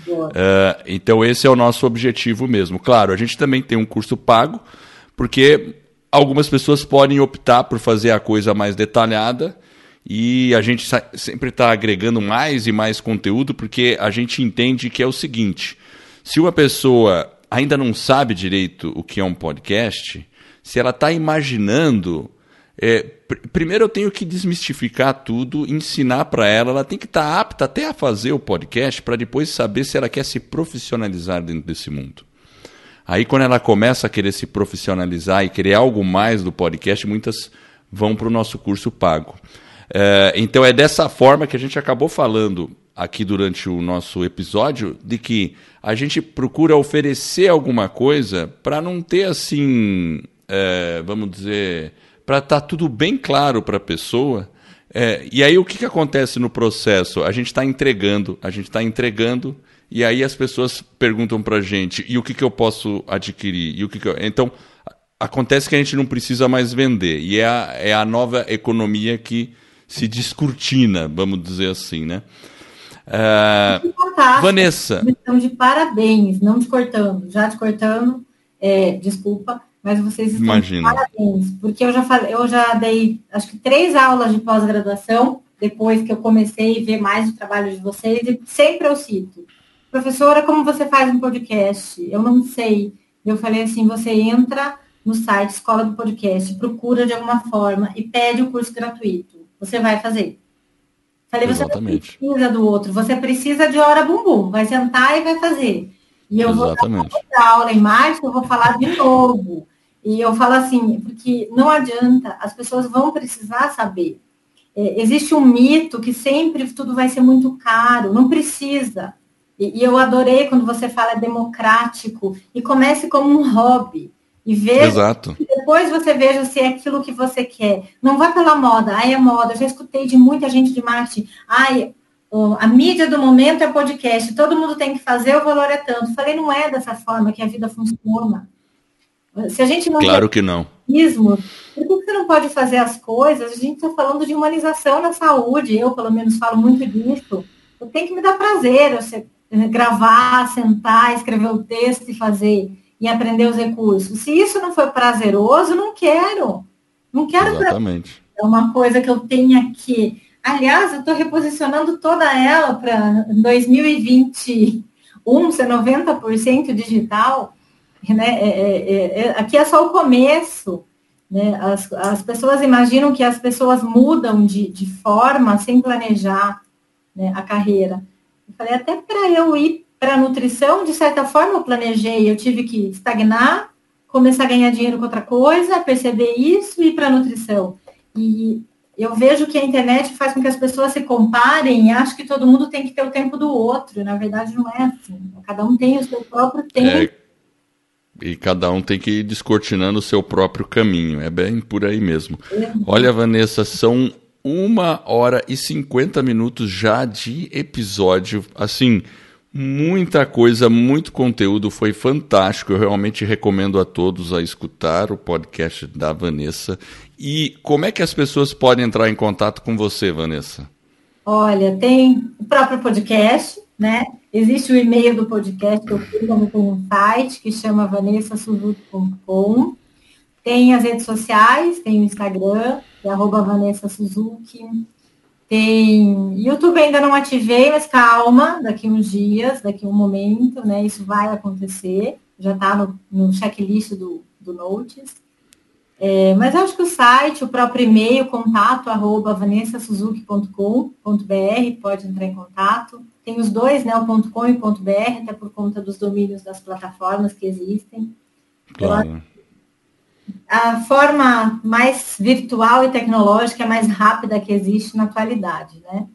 É, então, esse é o nosso objetivo mesmo. Claro, a gente também tem um curso pago, porque algumas pessoas podem optar por fazer a coisa mais detalhada, e a gente sempre está agregando mais e mais conteúdo, porque a gente entende que é o seguinte: se uma pessoa ainda não sabe direito o que é um podcast, se ela está imaginando... É, pr- primeiro eu tenho que desmistificar tudo, ensinar para ela, ela tem que estar tá apta até a fazer o podcast, para depois saber se ela quer se profissionalizar dentro desse mundo. Aí quando ela começa a querer se profissionalizar e querer algo mais do podcast, muitas vão para o nosso curso pago. É, então é dessa forma que a gente acabou falando aqui durante o nosso episódio, de que a gente procura oferecer alguma coisa para não ter assim, é, vamos dizer, para estar tá tudo bem claro para a pessoa. É, e aí o que, que acontece no processo? A gente está entregando, a gente está entregando, e aí as pessoas perguntam para a gente, e o que, que eu posso adquirir? E o que que eu... Então, acontece que a gente não precisa mais vender, e é a, é a nova economia que se descortina, vamos dizer assim, né? Uh, Vanessa. Estão de parabéns, não te cortando, já te cortando, é, desculpa, mas vocês estão Imagina. de parabéns, porque eu já, falei, eu já dei, acho que três aulas de pós-graduação, depois que eu comecei a ver mais o trabalho de vocês, e sempre eu cito: professora, como você faz um podcast? Eu não sei. Eu falei assim: você entra no site Escola do Podcast, procura de alguma forma e pede o curso gratuito. Você vai fazer. Falei, Exatamente. Você não precisa do outro, você precisa de hora bumbum, vai sentar e vai fazer. E eu Exatamente. vou dar aula em março, eu vou falar de novo. E eu falo assim, porque não adianta, as pessoas vão precisar saber. É, existe um mito que sempre tudo vai ser muito caro, não precisa. E, e eu adorei quando você fala democrático, e comece como um hobby. E veja, Exato. E depois você veja se é aquilo que você quer. Não vá pela moda. Ai, é moda. Eu já escutei de muita gente de marketing. Ai, a mídia do momento é podcast. Todo mundo tem que fazer, o valor é tanto. Falei, não é dessa forma que a vida funciona. Se a gente não claro que não. Por que você não pode fazer as coisas? A gente está falando de humanização na saúde, eu, pelo menos, falo muito disso. Eu tenho que me dar prazer, você gravar, sentar, escrever o texto e fazer, e aprender os recursos. Se isso não for prazeroso, não quero. Não quero. Exatamente. É uma coisa que eu tenha que... Aliás, eu estou reposicionando toda ela para dois mil e vinte e um ser noventa por cento digital. Né? É, é, é, aqui é só o começo, né? As, as pessoas imaginam que as pessoas mudam de, de forma sem planejar, né, a carreira. Eu falei, até para eu ir para a nutrição, de certa forma eu planejei, eu tive que estagnar, começar a ganhar dinheiro com outra coisa, perceber isso e ir para a nutrição. E eu vejo que a internet faz com que as pessoas se comparem e acham que todo mundo tem que ter o tempo do outro. Na verdade, não é assim. Cada um tem o seu próprio tempo. É, e cada um tem que ir descortinando o seu próprio caminho. É bem por aí mesmo. É. Olha, Vanessa, são uma hora e cinquenta minutos já de episódio. Assim, muita coisa, muito conteúdo. Foi fantástico. Eu realmente recomendo a todos a escutar o podcast da Vanessa. E como é que as pessoas podem entrar em contato com você, Vanessa? Olha, tem o próprio podcast, né? Existe o e-mail do podcast, que eu fiz, tem um site que chama vanessa suzuki ponto com. Tem as redes sociais, tem o Instagram, que é arroba Vanessa Suzuki. Tem YouTube, ainda não ativei, mas calma, daqui uns dias, daqui um momento, né? Isso vai acontecer. Já está no, no checklist do, do Notes. É, mas acho que o site, o próprio e-mail, contato, arroba vanessa suzuki ponto com ponto br, pode entrar em contato. Tem os dois, né, o .com e o .br, até por conta dos domínios das plataformas que existem. Claro. A forma mais virtual e tecnológica, mais rápida que existe na atualidade, né?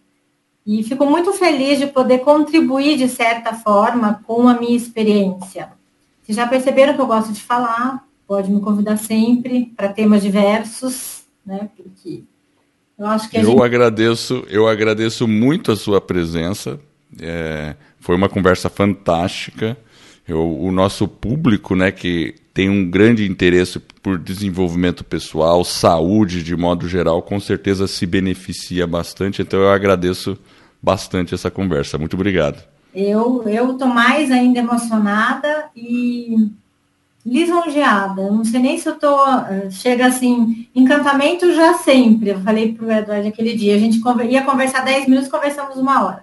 E fico muito feliz de poder contribuir, de certa forma, com a minha experiência. Vocês já perceberam que eu gosto de falar, pode me convidar sempre para temas diversos, né? Porque eu acho que a eu gente... agradeço, eu agradeço muito a sua presença. É, foi uma conversa fantástica. Eu, o nosso público, né, que tem um grande interesse por desenvolvimento pessoal, saúde de modo geral, com certeza se beneficia bastante. Então eu agradeço bastante essa conversa. Muito obrigado. Eu eu estou mais ainda emocionada e lisonjeada. Não sei nem se eu estou... Chega assim, encantamento já sempre. Eu falei para o Eduardo aquele dia, a gente ia conversar dez minutos, conversamos uma hora.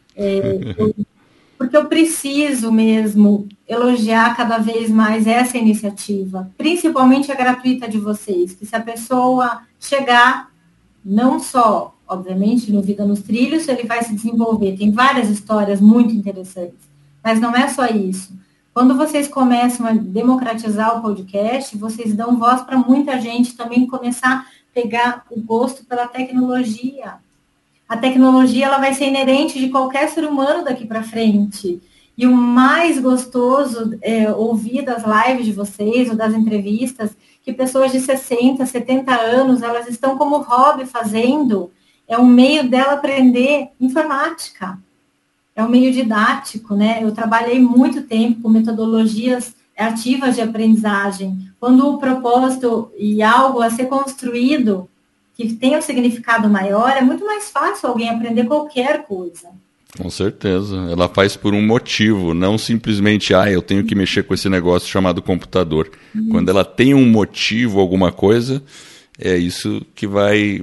É, eu, porque eu preciso mesmo elogiar cada vez mais essa iniciativa, principalmente a gratuita de vocês, que se a pessoa chegar, não só, obviamente, no Vida nos Trilhos, ele vai se desenvolver. Tem várias histórias muito interessantes, mas não é só isso. Quando vocês começam a democratizar o podcast, vocês dão voz para muita gente também começar a pegar o gosto pela tecnologia. A tecnologia ela vai ser inerente de qualquer ser humano daqui para frente. E o mais gostoso é ouvir das lives de vocês ou das entrevistas que pessoas de sessenta, setenta anos, elas estão como hobby fazendo. É um meio dela aprender informática. É um meio didático, né? Eu trabalhei muito tempo com metodologias ativas de aprendizagem. Quando o propósito e algo a ser construído que tem um significado maior, é muito mais fácil alguém aprender qualquer coisa. Com certeza. Ela faz por um motivo, não simplesmente, ah, eu tenho que mexer com esse negócio chamado computador. Isso. Quando ela tem um motivo, alguma coisa, é isso que vai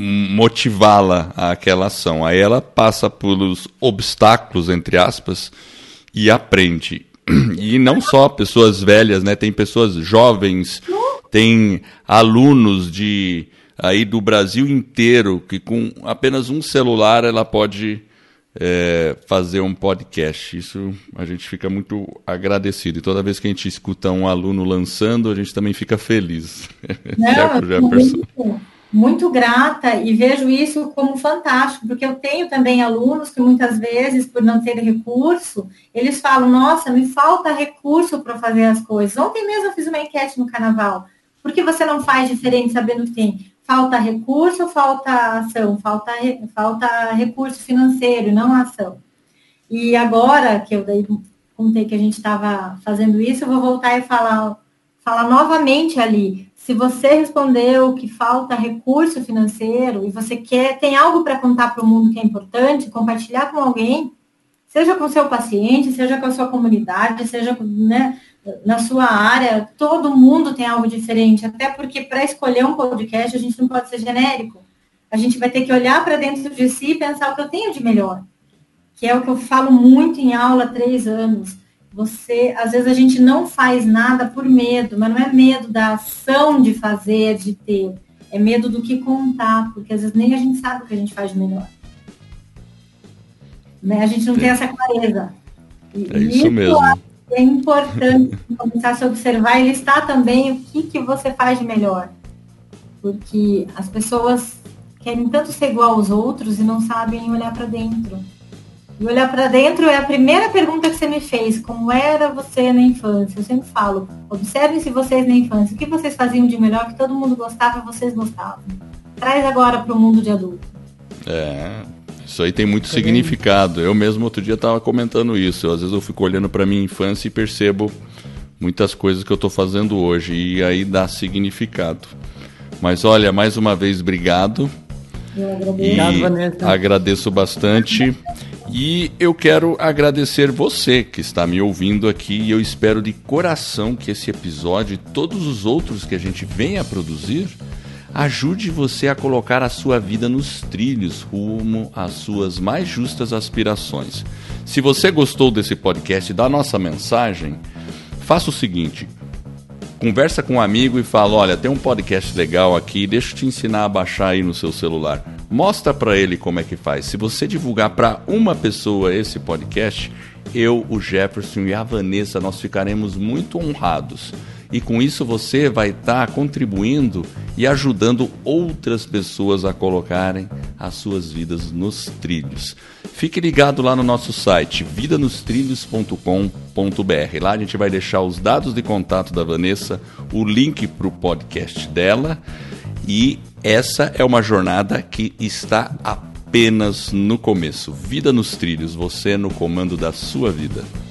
motivá-la àquela ação. Aí ela passa pelos obstáculos, entre aspas, e aprende. E não só pessoas velhas, né? Tem pessoas jovens, tem alunos de... aí do Brasil inteiro, que com apenas um celular ela pode é, fazer um podcast. Isso a gente fica muito agradecido. E toda vez que a gente escuta um aluno lançando, a gente também fica feliz. Não, certo, Jefferson? Muito, muito grata e vejo isso como fantástico, porque eu tenho também alunos que muitas vezes, por não ter recurso, eles falam, nossa, me falta recurso para fazer as coisas. Ontem mesmo eu fiz uma enquete no Carnaval. Por que você não faz diferente sabendo que tem? Falta recurso ou falta ação? Falta, falta recurso financeiro, não ação. E agora que eu daí contei que a gente estava fazendo isso, eu vou voltar e falar, fala novamente ali. Se você respondeu que falta recurso financeiro e você quer, tem algo para contar para o mundo que é importante, compartilhar com alguém, seja com o seu paciente, seja com a sua comunidade, seja, né, na sua área, todo mundo tem algo diferente, até porque para escolher um podcast a gente não pode ser genérico. A gente vai ter que olhar para dentro de si e pensar o que eu tenho de melhor, que é o que eu falo muito em aula há três anos. Você, às vezes a gente não faz nada por medo, mas não é medo da ação de fazer, de ter, é medo do que contar, porque às vezes nem a gente sabe o que a gente faz de melhor. Né? A gente não tem essa clareza. E é isso, isso mesmo. É importante começar a se observar e listar também o que, que você faz de melhor. Porque as pessoas querem tanto ser igual aos outros e não sabem olhar para dentro. E olhar para dentro é a primeira pergunta que você me fez. Como era você na infância? Eu sempre falo, observem-se vocês na infância. O que vocês faziam de melhor, que todo mundo gostava, vocês gostavam. Traz agora para o mundo de adulto. É, isso aí tem muito significado. Eu mesmo outro dia estava comentando isso. Eu, às vezes eu fico olhando para minha infância e percebo muitas coisas que eu estou fazendo hoje. E aí dá significado. Mas olha, mais uma vez, obrigado. Eu agradeço. E Obrigado, Vanessa. agradeço bastante. E eu quero agradecer você que está me ouvindo aqui e eu espero de coração que esse episódio e todos os outros que a gente venha a produzir ajude você a colocar a sua vida nos trilhos rumo às suas mais justas aspirações. Se você gostou desse podcast, da nossa mensagem, faça o seguinte, conversa com um amigo e fala, olha, tem um podcast legal aqui, deixa eu te ensinar a baixar aí no seu celular. Mostra para ele como é que faz. Se você divulgar para uma pessoa esse podcast, eu, o Jefferson e a Vanessa, nós ficaremos muito honrados. E com isso você vai estar contribuindo e ajudando outras pessoas a colocarem as suas vidas nos trilhos. Fique ligado lá no nosso site, vida nos trilhos ponto com ponto b r. Lá a gente vai deixar os dados de contato da Vanessa, o link para o podcast dela. E essa é uma jornada que está apenas no começo. Vida nos trilhos, você no comando da sua vida.